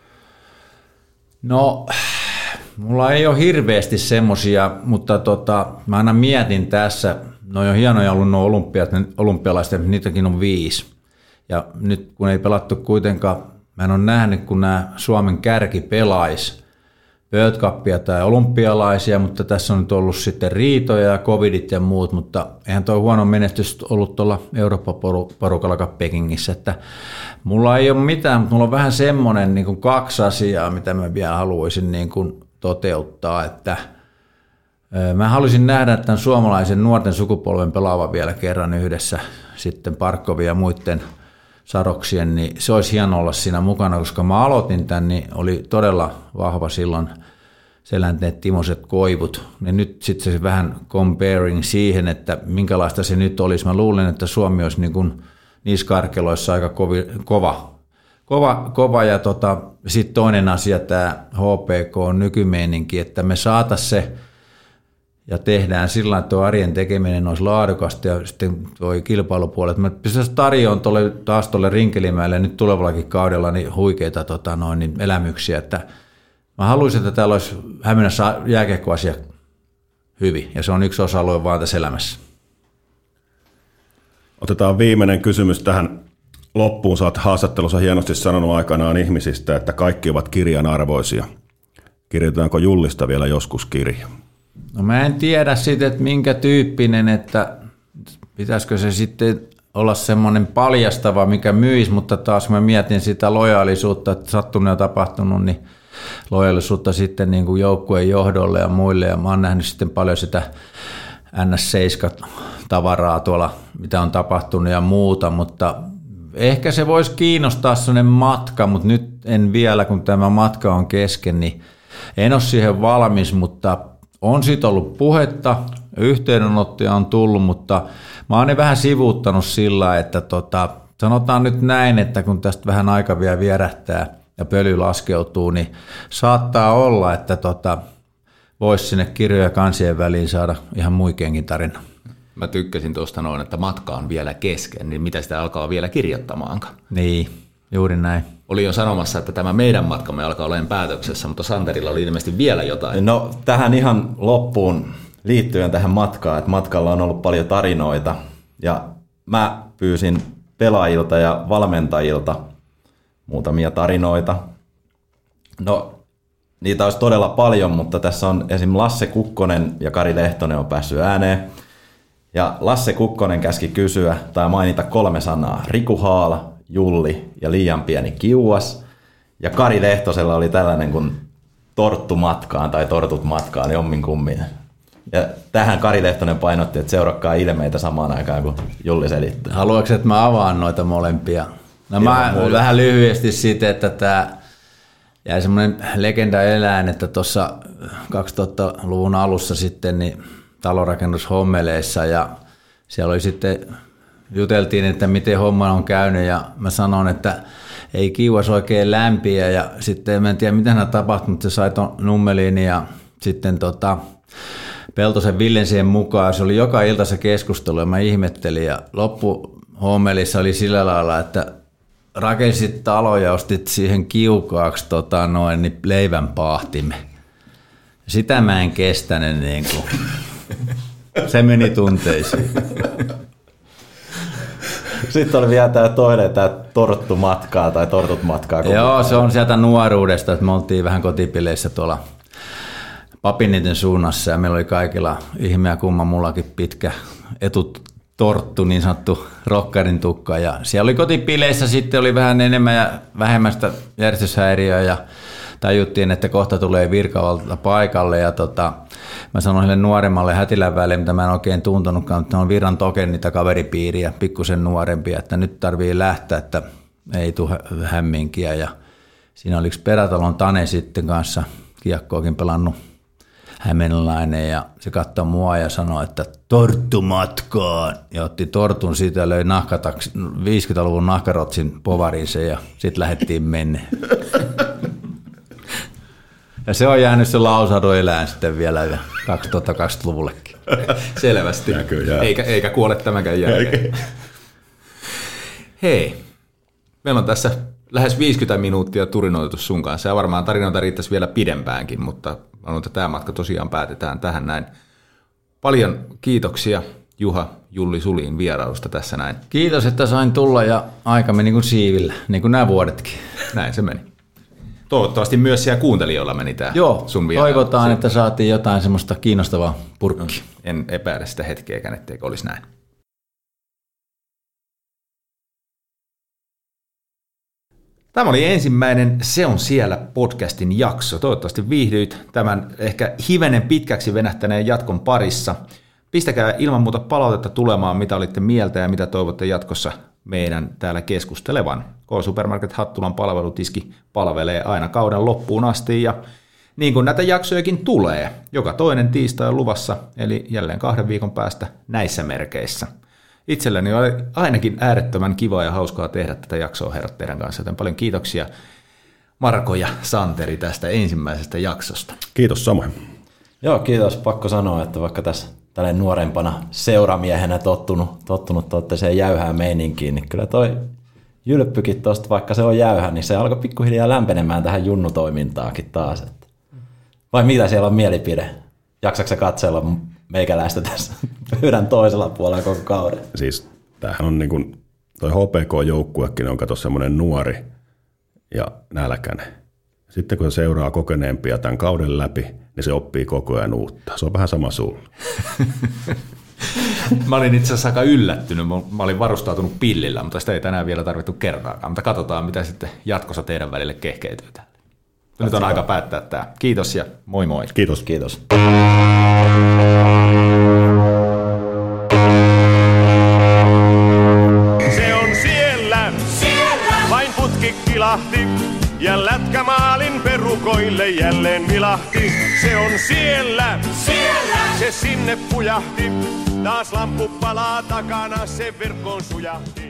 No, mulla ei ole hirveästi semmosia, mutta tota, mä aina mietin tässä, no on hienoja ollut nuo olympiat, olympialaiset, niitäkin on viisi. Ja nyt kun ei pelattu kuitenkaan, mä en ole nähnyt, kun nämä Suomen kärki pelaisi World Cupia tai olympialaisia, mutta tässä on nyt ollut sitten riitoja ja covidit ja muut, mutta eihän tuo huono menestys ollut tuolla Eurooppa-porukalla Pekingissä, että mulla ei ole mitään, mutta mulla on vähän semmoinen niin kuin kaksi asiaa, mitä mä vielä haluaisin niin kuin toteuttaa, että mä haluaisin nähdä tämän suomalaisen nuorten sukupolven pelaavan vielä kerran yhdessä sitten Parkkovin ja muiden saroksien, niin se olisi hienoa olla siinä mukana, koska mä aloitin tämän, niin oli todella vahva silloin Selänteet Timoset Koivut, niin nyt sitten se vähän comparing siihen, että minkälaista se nyt olisi. Mä luulen, että Suomi olisi niin kuin niissä karkeloissa aika kovi, kova, kova, kova ja tota, sitten toinen asia, tämä H P K on nykymeininki, että me saataisiin se ja tehdään sillä tavalla, että tuo arjen tekeminen olisi laadukasta ja sitten tuo kilpailupuolet. Mä pystyisiin tarjoamaan tuolle, taas tuolle Rinkelimäelle nyt tulevallakin kaudella niin huikeita tota, noin, niin elämyksiä. Että mä haluaisin, että täällä olisi Hämeenässä jääkiekkoasia hyvin ja se on yksi osa-alue vaan tässä elämässä. Otetaan viimeinen kysymys tähän loppuun. Sä oot haastattelussa hienosti sanonut aikanaan ihmisistä, että kaikki ovat kirjan arvoisia. Kirjoitetaanko Jullista vielä joskus kirja? No mä en tiedä sitten, että minkä tyyppinen, että pitäisikö se sitten olla semmoinen paljastava, mikä myisi, mutta taas mä mietin sitä lojaalisuutta, että sattunut ja tapahtunut, niin lojaalisuutta sitten niin kuin joukkueen johdolle ja muille, ja mä oon nähnyt sitten paljon sitä N S seitsemän-tavaraa tuolla, mitä on tapahtunut ja muuta, mutta ehkä se voisi kiinnostaa sellainen matka, mutta nyt en vielä, kun tämä matka on kesken, niin en ole siihen valmis, mutta on siitä ollut puhetta Yhteydenottoja on tullut, mutta mä oon ne vähän sivuuttanut sillä, että tota, sanotaan nyt näin, että kun tästä vähän aika vielä vierähtää ja pöly laskeutuu, niin saattaa olla, että tota, voisi sinne kirjoja ja kansien väliin saada ihan muikeenkin tarina. Mä tykkäsin tuosta noin, että matka on vielä kesken, niin mitä sitä alkaa vielä kirjoittamaankaan. Niin, juuri näin. Oli jo sanomassa, että tämä meidän matkamme alkaa olemaan päätöksessä, mutta Santerilla oli ilmeisesti vielä jotain. No tähän ihan loppuun liittyen tähän matkaan, että matkalla on ollut paljon tarinoita ja mä pyysin pelaajilta ja valmentajilta muutamia tarinoita. No niitä olisi todella paljon, mutta tässä on esim. Lasse Kukkonen ja Kari Lehtonen on päässyt ääneen. Ja Lasse Kukkonen käski kysyä tai mainita kolme sanaa. Riku Haala, Julli ja liian pieni kiuas. Ja Kari Lehtosella oli tällainen kuin torttu matkaan tai tortut matkaan, jommin kummin. Ja tähän Kari Lehtonen painotti, että seurakkaa ilmeitä samaan aikaan, kun Julli selittää. Haluatko, että mä avaan noita molempia? No mä Joo, vähän lyhyesti siitä, että tämä jäi semmoinen legenda eläin, että tuossa kaksituhattaluvun alussa sitten niin talonrakennushommeleissa ja siellä oli sitten, juteltiin, että miten homma on käynyt ja mä sanon, että ei kiuas oikein lämpiä ja sitten en tiedä mitä hän tapahtui, mutta se sai ton nummeliin ja sitten tota, Peltosen Villen siihen mukaan, se oli joka ilta se keskustelu ja mä ihmettelin ja loppuhommelissa oli sillä lailla, että rakensit taloja ja ostit siihen kiukaaksi tota, noin, niin leivän paahtimme. Sitä mä en kestänyt niin kuin. Se meni tunteisiin. Sitten oli vielä tämä toinen, tämä torttu matkaa tai tortut matkaa. Joo, se on sieltä nuoruudesta, että me oltiin vähän kotipileissä tuolla Papinniityn suunnassa ja meillä oli kaikilla ihmeä kumma mullakin pitkä etutorttu, niin sanottu rokkarin tukka. Ja siellä oli kotipileissä sitten oli vähän enemmän ja vähemmän sitä järjestyshäiriöä ja tajuttiin, että kohta tulee virkavalta paikalle ja tota, mä sanoin sille nuoremmalle Hätilän väelle, mitä mä en oikein tuntunutkaan, mutta on Virran Token niitä kaveripiiriä, pikkusen nuorempia, että nyt tarvii lähteä, että ei tule hämminkiä ja siinä oli yksi Perätalon Tane sitten kanssa kiekkoakin pelannut hämeenlainen ja se katsoi mua ja sanoi, että torttu matkaan ja otti tortun siitä ja löi nahkataksi, viisikymmentäluvun nahkarotsin povariinsa ja sitten lähdettiin mennä. Ja se on jäänyt se lausadu elään sitten vielä kaksituhattakaksikymmentäluvullekin. Selvästi. Eikä, eikä kuole tämänkään jälkeen. Hei, meillä on tässä lähes viisikymmentä minuuttia turinoitu sun kanssa ja varmaan tarinoita riittäisi vielä pidempäänkin, mutta haluan, että tämä matka tosiaan päätetään tähän näin. Paljon kiitoksia Juha Julli Sulin vierailusta tässä näin. Kiitos, että sain tulla ja aika meni kuin siivillä, niin kuin nämä vuodetkin. Näin se meni. Toivottavasti myös siellä kuuntelijoilla meni tämä Joo, sun vierailu. Toivotaan, että saatiin jotain semmoista kiinnostavaa purkkia. En epäile sitä hetkeäkään, etteikö olisi näin. Tämä oli ensimmäinen Se on siellä podcastin jakso. Toivottavasti viihdyit tämän ehkä hivenen pitkäksi venähtäneen jatkon parissa. Pistäkää ilman muuta palautetta tulemaan, mitä olitte mieltä ja mitä toivotte jatkossa meidän täällä keskustelevan. K-Supermarket Hattulan palvelutiski palvelee aina kauden loppuun asti ja niin kuin näitä jaksojakin tulee, joka toinen tiistai on luvassa, eli jälleen kahden viikon päästä näissä merkeissä. Itselleni oli ainakin äärettömän kivaa ja hauskaa tehdä tätä jaksoa herrat teidän kanssa, joten paljon kiitoksia Marko ja Santeri tästä ensimmäisestä jaksosta. Kiitos samoin. Joo, kiitos. Pakko sanoa, että vaikka tässä tällainen nuorempana seuramiehenä tottunut, tottunut tuotteeseen jäyhään meininkiin, niin kyllä toi Jylppykin tuosta, vaikka se on jäyhä, niin se alkoi pikkuhiljaa lämpenemään tähän junnutoimintaakin taas. Että. Vai mitä siellä on mielipide? Jaksatko katsella meikäläistä tässä pöydän toisella puolella koko kauden? Siis tämähän on niin kuin, toi H P K-joukkuekin on kato semmoinen nuori ja nälkäinen. Sitten kun se seuraa kokeneempia tämän kauden läpi, niin se oppii koko ajan uutta. Se on vähän sama sulla. Mä olin itse asiassa aika yllättynyt. Mä olin varustautunut pillillä, mutta sitä ei tänään vielä tarvittu kertaakaan. Mutta katsotaan, mitä sitten jatkossa teidän välille kehkeytyy täällä. Nyt on aika päättää tämä. Kiitos ja moi moi. Kiitos. Kiitos. Se on siellä, siellä. Vain putki kilahti ja lätkämaalin perä. rukoille jälleen vilahti. Se on siellä, siellä, se sinne pujahti. Taas lamppu palaa takana, se verkkoon sujahti.